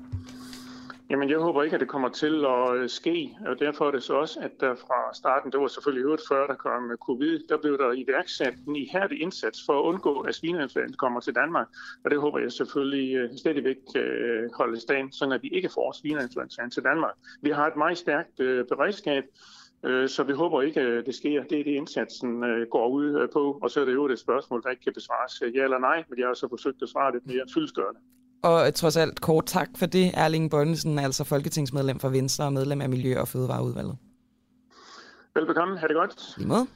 Jamen, jeg håber ikke, at det kommer til at ske, og derfor er det så også, at der fra starten, det var selvfølgelig øvrigt før, der kom covid, der blev der iværksat en ihærdig indsats for at undgå, at svineinfluenza kommer til Danmark, og det håber jeg selvfølgelig stadigvæk holde stand, så at vi ikke får svineinfluenzaen til Danmark. Vi har et meget stærkt beredskab, så vi håber ikke, at det sker. Det er det, indsatsen går ud på, og så er det jo et spørgsmål, der ikke kan besvares ja eller nej, men jeg har så forsøgt at svare lidt mere fyldestgørende. Og trods alt kort tak for det, Erling Bonnesen, altså folketingsmedlem for Venstre og medlem af Miljø- og Fødevareudvalget. Velbekomme, ha' det godt. I måde.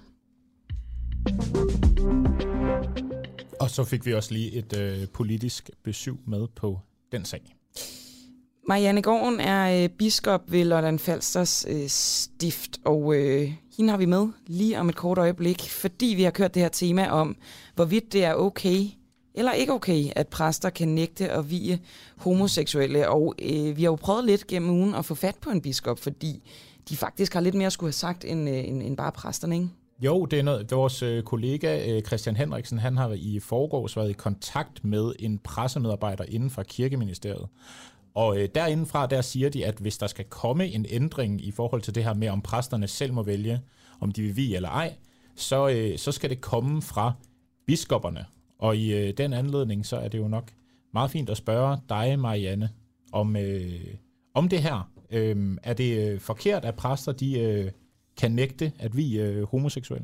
Og så fik vi også lige et øh, politisk besøg med på den sag. Marianne Gården er øh, biskop ved Lolland Falsters øh, stift, og øh, hende har vi med lige om et kort øjeblik, fordi vi har kørt det her tema om, hvorvidt det er okay eller ikke okay, at præster kan nægte at vie homoseksuelle. Og øh, vi har jo prøvet lidt gennem ugen at få fat på en biskop, fordi de faktisk har lidt mere at skulle have sagt, end, end, end bare præsterne, ikke? Jo, det er noget. Vores øh, kollega øh, Christian Henriksen, han har i forgårs været i kontakt med en pressemedarbejder inden for Kirkeministeriet. Og øh, derindefra, der siger de, at hvis der skal komme en ændring i forhold til det her med, om præsterne selv må vælge, om de vil vie eller ej, så, øh, så skal det komme fra biskopperne. Og i øh, den anledning, så er det jo nok meget fint at spørge dig, Marianne, om, øh, om det her. Øh, er det øh, forkert, at præster de, øh, kan nægte at vie øh, homoseksuelle?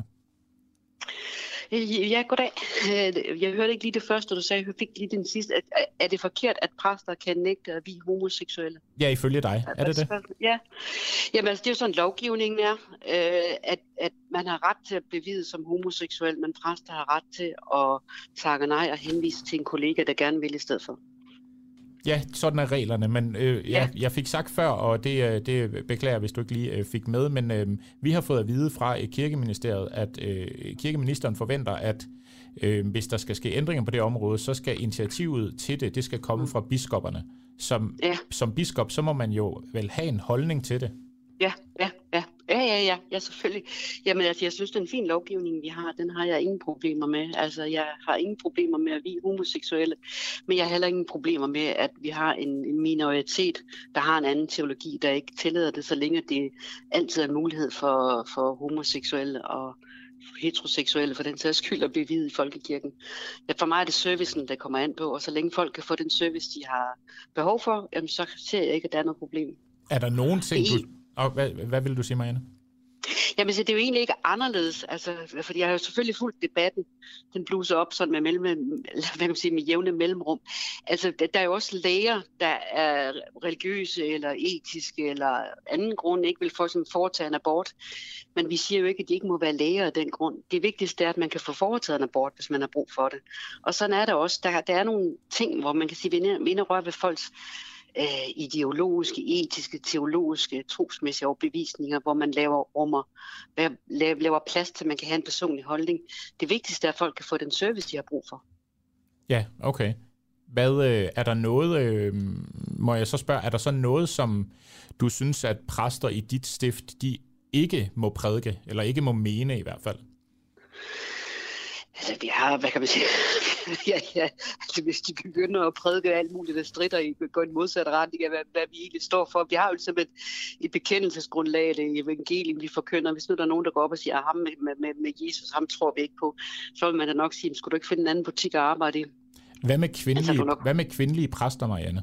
Ja, goddag. Jeg hørte ikke lige det første, du sagde. Jeg fik lige den sidste. Er det forkert, at præster kan nægte at vie homoseksuelle? Ja, ifølge dig. Er det det? Ja. Jamen, altså, det er jo sådan, lovgivningen er, at, at man har ret til at bevide som homoseksuel, men præster har ret til at takke nej og henvise til en kollega, der gerne vil i stedet for. Ja, sådan er reglerne, men øh, ja, jeg fik sagt før, og det, det beklager, hvis du ikke lige øh, fik med, men øh, vi har fået at vide fra øh, Kirkeministeriet, at øh, kirkeministeren forventer, at øh, hvis der skal ske ændringer på det område, så skal initiativet til det, det skal komme fra biskopperne. Som, ja. som biskop, så må man jo vel have en holdning til det. Ja, ja, ja. Ja, ja, ja, ja, selvfølgelig. Jamen, altså, jeg synes, det er en fin lovgivning, vi har. Den har jeg ingen problemer med. Altså, jeg har ingen problemer med at vie homoseksuelle, men jeg har heller ingen problemer med, at vi har en, en minoritet, der har en anden teologi, der ikke tillader det, så længe det altid er mulighed for, for homoseksuelle og heteroseksuelle for den sags skyld at blive viet i folkekirken. Ja, for mig er det servicen, der kommer an på, og så længe folk kan få den service, de har behov for, jamen, så ser jeg ikke, at der er noget problem. Er der nogen ting, du... Og hvad, hvad vil du sige, Marianne? Jamen, så det er jo egentlig ikke anderledes, altså, fordi jeg har jo selvfølgelig fulgt debatten, den bluser op sådan med, mellem, hvad kan man sige, med jævne mellemrum. Altså, der er jo også læger, der er religiøse eller etiske eller anden grund ikke vil for, foretage en abort, men vi siger jo ikke, at de ikke må være læger af den grund. Det vigtigste er, at man kan få foretaget en abort, hvis man har brug for det. Og sådan er der også. Der, der er nogle ting, hvor man kan sige, at vi rører ved folks Øh, ideologiske, etiske, teologiske, trosmæssige overbevisninger, hvor man laver rummer, laver, laver plads til, at man kan have en personlig holdning. Det vigtigste er, at folk kan få den service, de har brug for. Ja, okay. Hvad, øh, er der noget, øh, må jeg så spørge, er der så noget, som du synes, at præster i dit stift, de ikke må prædike, eller ikke må mene i hvert fald? Altså, vi har, hvad kan man sige, ja, ja, altså, hvis de begynder at prædike alt muligt, der stritter i, går i en modsat retning af, hvad, hvad vi egentlig står for. Vi har jo simpelthen et bekendelsesgrundlag, det evangelium, vi forkynder. Hvis nu der er nogen, der går op og siger, at ham med, med, med Jesus, ham tror vi ikke på, så vil man da nok sige, skulle du ikke finde en anden butik at arbejde i? Hvad med kvindelige, altså, nok... hvad med kvindelige præster, Marianne?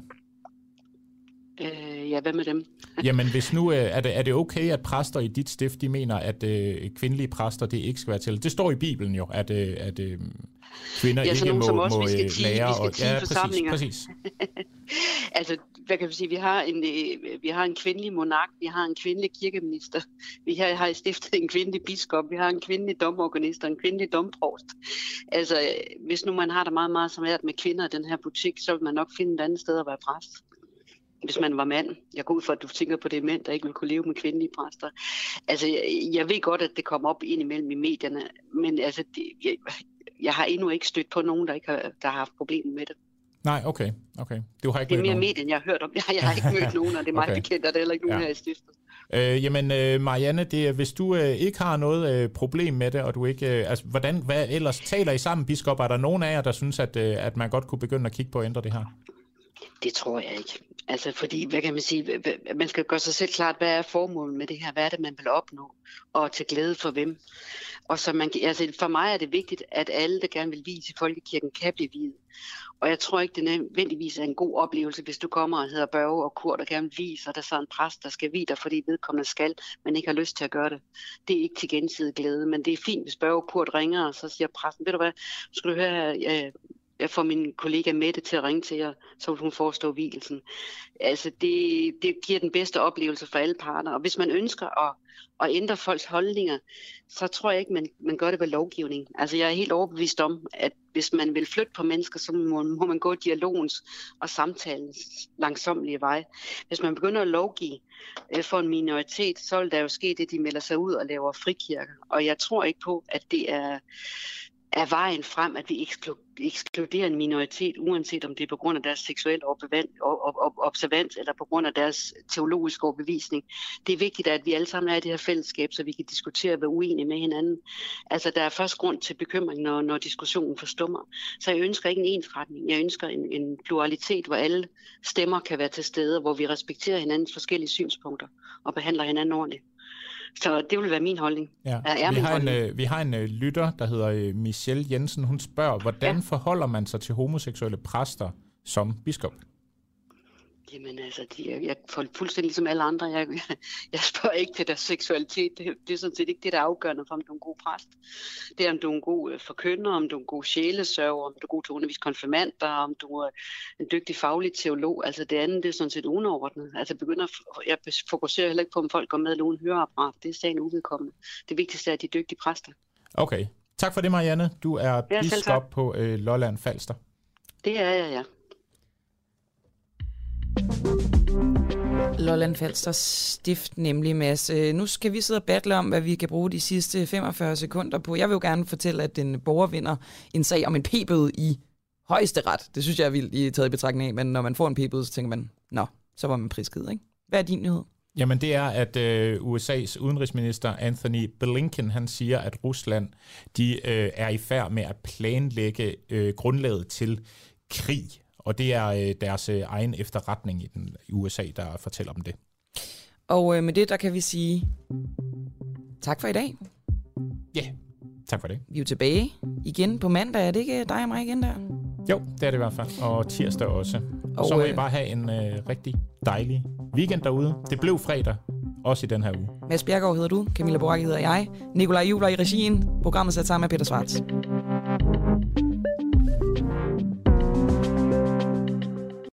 Øh, ja, hvad med dem? Jamen, hvis nu, er det, er det okay, at præster i dit stift, de mener, at øh, kvindelige præster, det ikke skal være til? Det står i Bibelen jo, at, øh, at øh, kvinder ja, ikke nogen, må, som også, må vi skal tige, lære. vi skal tige og, ja, præcis, præcis. Altså, hvad kan vi sige? Vi har, en, øh, vi har en kvindelig monark, vi har en kvindelig kirkeminister, vi har, har stiftet en kvindelig biskop, vi har en kvindelig domorganist og en kvindelig domprovst. Altså, hvis nu man har det meget, meget svært med kvinder i den her butik, så vil man nok finde et andet sted at være præst. Hvis man var mand. Jeg går ud fra, at du tænker på det mænd, der ikke vil kunne leve med kvindelige præster. Altså, jeg, jeg ved godt, at det kommer op indimellem i medierne, men altså, det, jeg, jeg har endnu ikke stødt på nogen, der ikke har, der har haft problemer med det. Nej, okay. okay. Du har ikke det er mere nogen. medien, jeg har hørt om. Jeg, jeg har ikke mødt nogen, og det er meget okay. bekendt, at der er heller ikke nogen ja. her i stiftet. Øh, jamen, øh, Marianne, det er, hvis du øh, ikke har noget øh, problem med det, og du ikke... Øh, altså, hvordan, hvad ellers taler I sammen, biskop? Er der nogen af jer, der synes, at, øh, at man godt kunne begynde at kigge på at ændre det her? Det tror jeg ikke. Altså, fordi, hvad kan man sige, man skal gøre sig selv klart, hvad er formålet med det her, hvad er det, man vil opnå, og til glæde for hvem. Og så man, altså, for mig er det vigtigt, at alle, der gerne vil vie til folkekirken, kan blive viet. Og jeg tror ikke, det nødvendigvis er en god oplevelse, hvis du kommer og hedder Børge og Kurt og gerne vil vie, så er der så en præst, der skal vie dig, fordi vedkommende skal, men ikke har lyst til at gøre det. Det er ikke til gensidig glæde, men det er fint, hvis Børge og Kurt ringer, og så siger præsten, ved du hvad, skal du høre... Øh, Jeg får min kollega Mette til at ringe til jer, så vil hun forestå vielsen. Altså, det, det giver den bedste oplevelse for alle parter. Og hvis man ønsker at, at ændre folks holdninger, så tror jeg ikke, man, man gør det ved lovgivning. Altså, jeg er helt overbevist om, at hvis man vil flytte på mennesker, så må, må man gå dialogens og samtalens langsomlige vej. Hvis man begynder at lovgive øh, for en minoritet, så vil der jo ske det, de melder sig ud og laver frikirker. Og jeg tror ikke på, at det er... er vejen frem, at vi eksklu- ekskluderer en minoritet, uanset om det er på grund af deres seksuelle observans eller på grund af deres teologiske overbevisning. Det er vigtigt, at vi alle sammen er i det her fællesskab, så vi kan diskutere og være uenige med hinanden. Altså, der er først grund til bekymring, når, når diskussionen forstummer. Så jeg ønsker ikke en ensretning. Jeg ønsker en, en pluralitet, hvor alle stemmer kan være til stede, hvor vi respekterer hinandens forskellige synspunkter og behandler hinanden ordentligt. Så det vil være min holdning. Ja. Er vi, har en, øh, vi har en øh, lytter, der hedder øh, Michelle Jensen. Hun spørger, hvordan ja. forholder man sig til homoseksuelle præster som biskop? Jamen altså, de, jeg, jeg får fuldstændig ligesom alle andre. Jeg, jeg, jeg spørger ikke til deres seksualitet. Det, det er sådan set ikke det, der er afgørende for, om du er en god præst. Det er, om du er en god forkynder, om du er en god sjælesørger, om du er god til at undervise konfirmander, om du er en dygtig faglig teolog. Altså det andet, det er sådan set underordnet. Altså begynder, jeg fokuserer heller ikke på, om folk går med eller uden høreapparat. Det er sagen uvedkommende. Det vigtigste er, at de er dygtige præster. Okay. Tak for det, Marianne. Du er ja, biskop på øh, Lolland Falster. Det er jeg, ja. Lolland Falster Stift nemlig, Mads. Nu skal vi sidde og battle om, hvad vi kan bruge de sidste femogfyrre sekunder på. Jeg vil jo gerne fortælle, at en borger vinder en sag om en p-bøde i højesteret. Det synes jeg er vildt i taget i betragtning af, men når man får en p-bøde, så tænker man, nå, så var man prisgivet, ikke? Hvad er din nyhed? Jamen det er, at øh, U S A's udenrigsminister Anthony Blinken, han siger, at Rusland de øh, er i færd med at planlægge øh, grundlaget til krig. Og det er øh, deres øh, egen efterretning i, den, i U S A, der fortæller dem det. Og øh, med det, der kan vi sige tak for i dag. Ja, yeah, tak for det. Vi er jo tilbage igen på mandag. Er det ikke dig og mig igen der? Jo, det er det i hvert fald. Og tirsdag også. Og, og så må øh, I bare have en øh, rigtig dejlig weekend derude. Det blev fredag, også i den her uge. Mads Bjergaard hedder du, Camilla Boracchi hedder jeg. Nikolaj Juler i regien. Programmet sat sammen med Peter Schwartz.